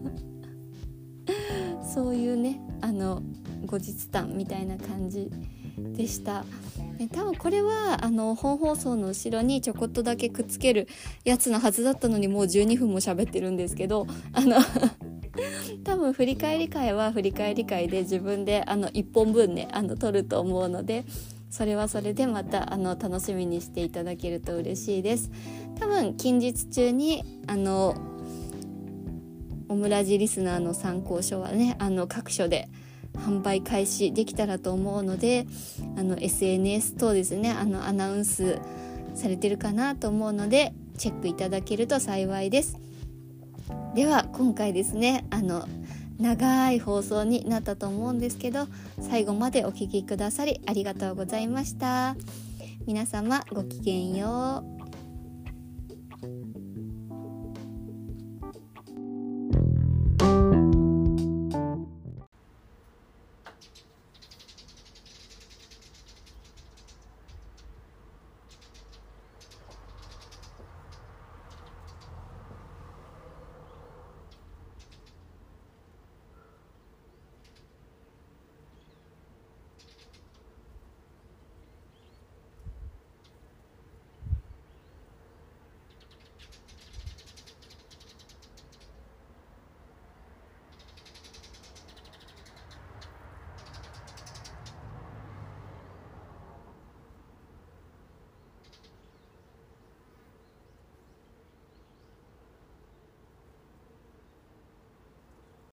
そういうね後日談みたいな感じでした。多分これは本放送の後ろにちょこっとだけくっつけるやつのはずだったのに、もう12分も喋ってるんですけど、多分振り返り会は振り返り会で自分で1本分ね撮ると思うので、それはそれでまた楽しみにしていただけると嬉しいです。多分近日中にオムラジリスナーの参考書はね各所で販売開始できたらと思うので、SNS 等ですねアナウンスされてるかなと思うのでチェックいただけると幸いです。では今回ですね長い放送になったと思うんですけど、最後までお聞きくださりありがとうございました。皆様ごきげんよう。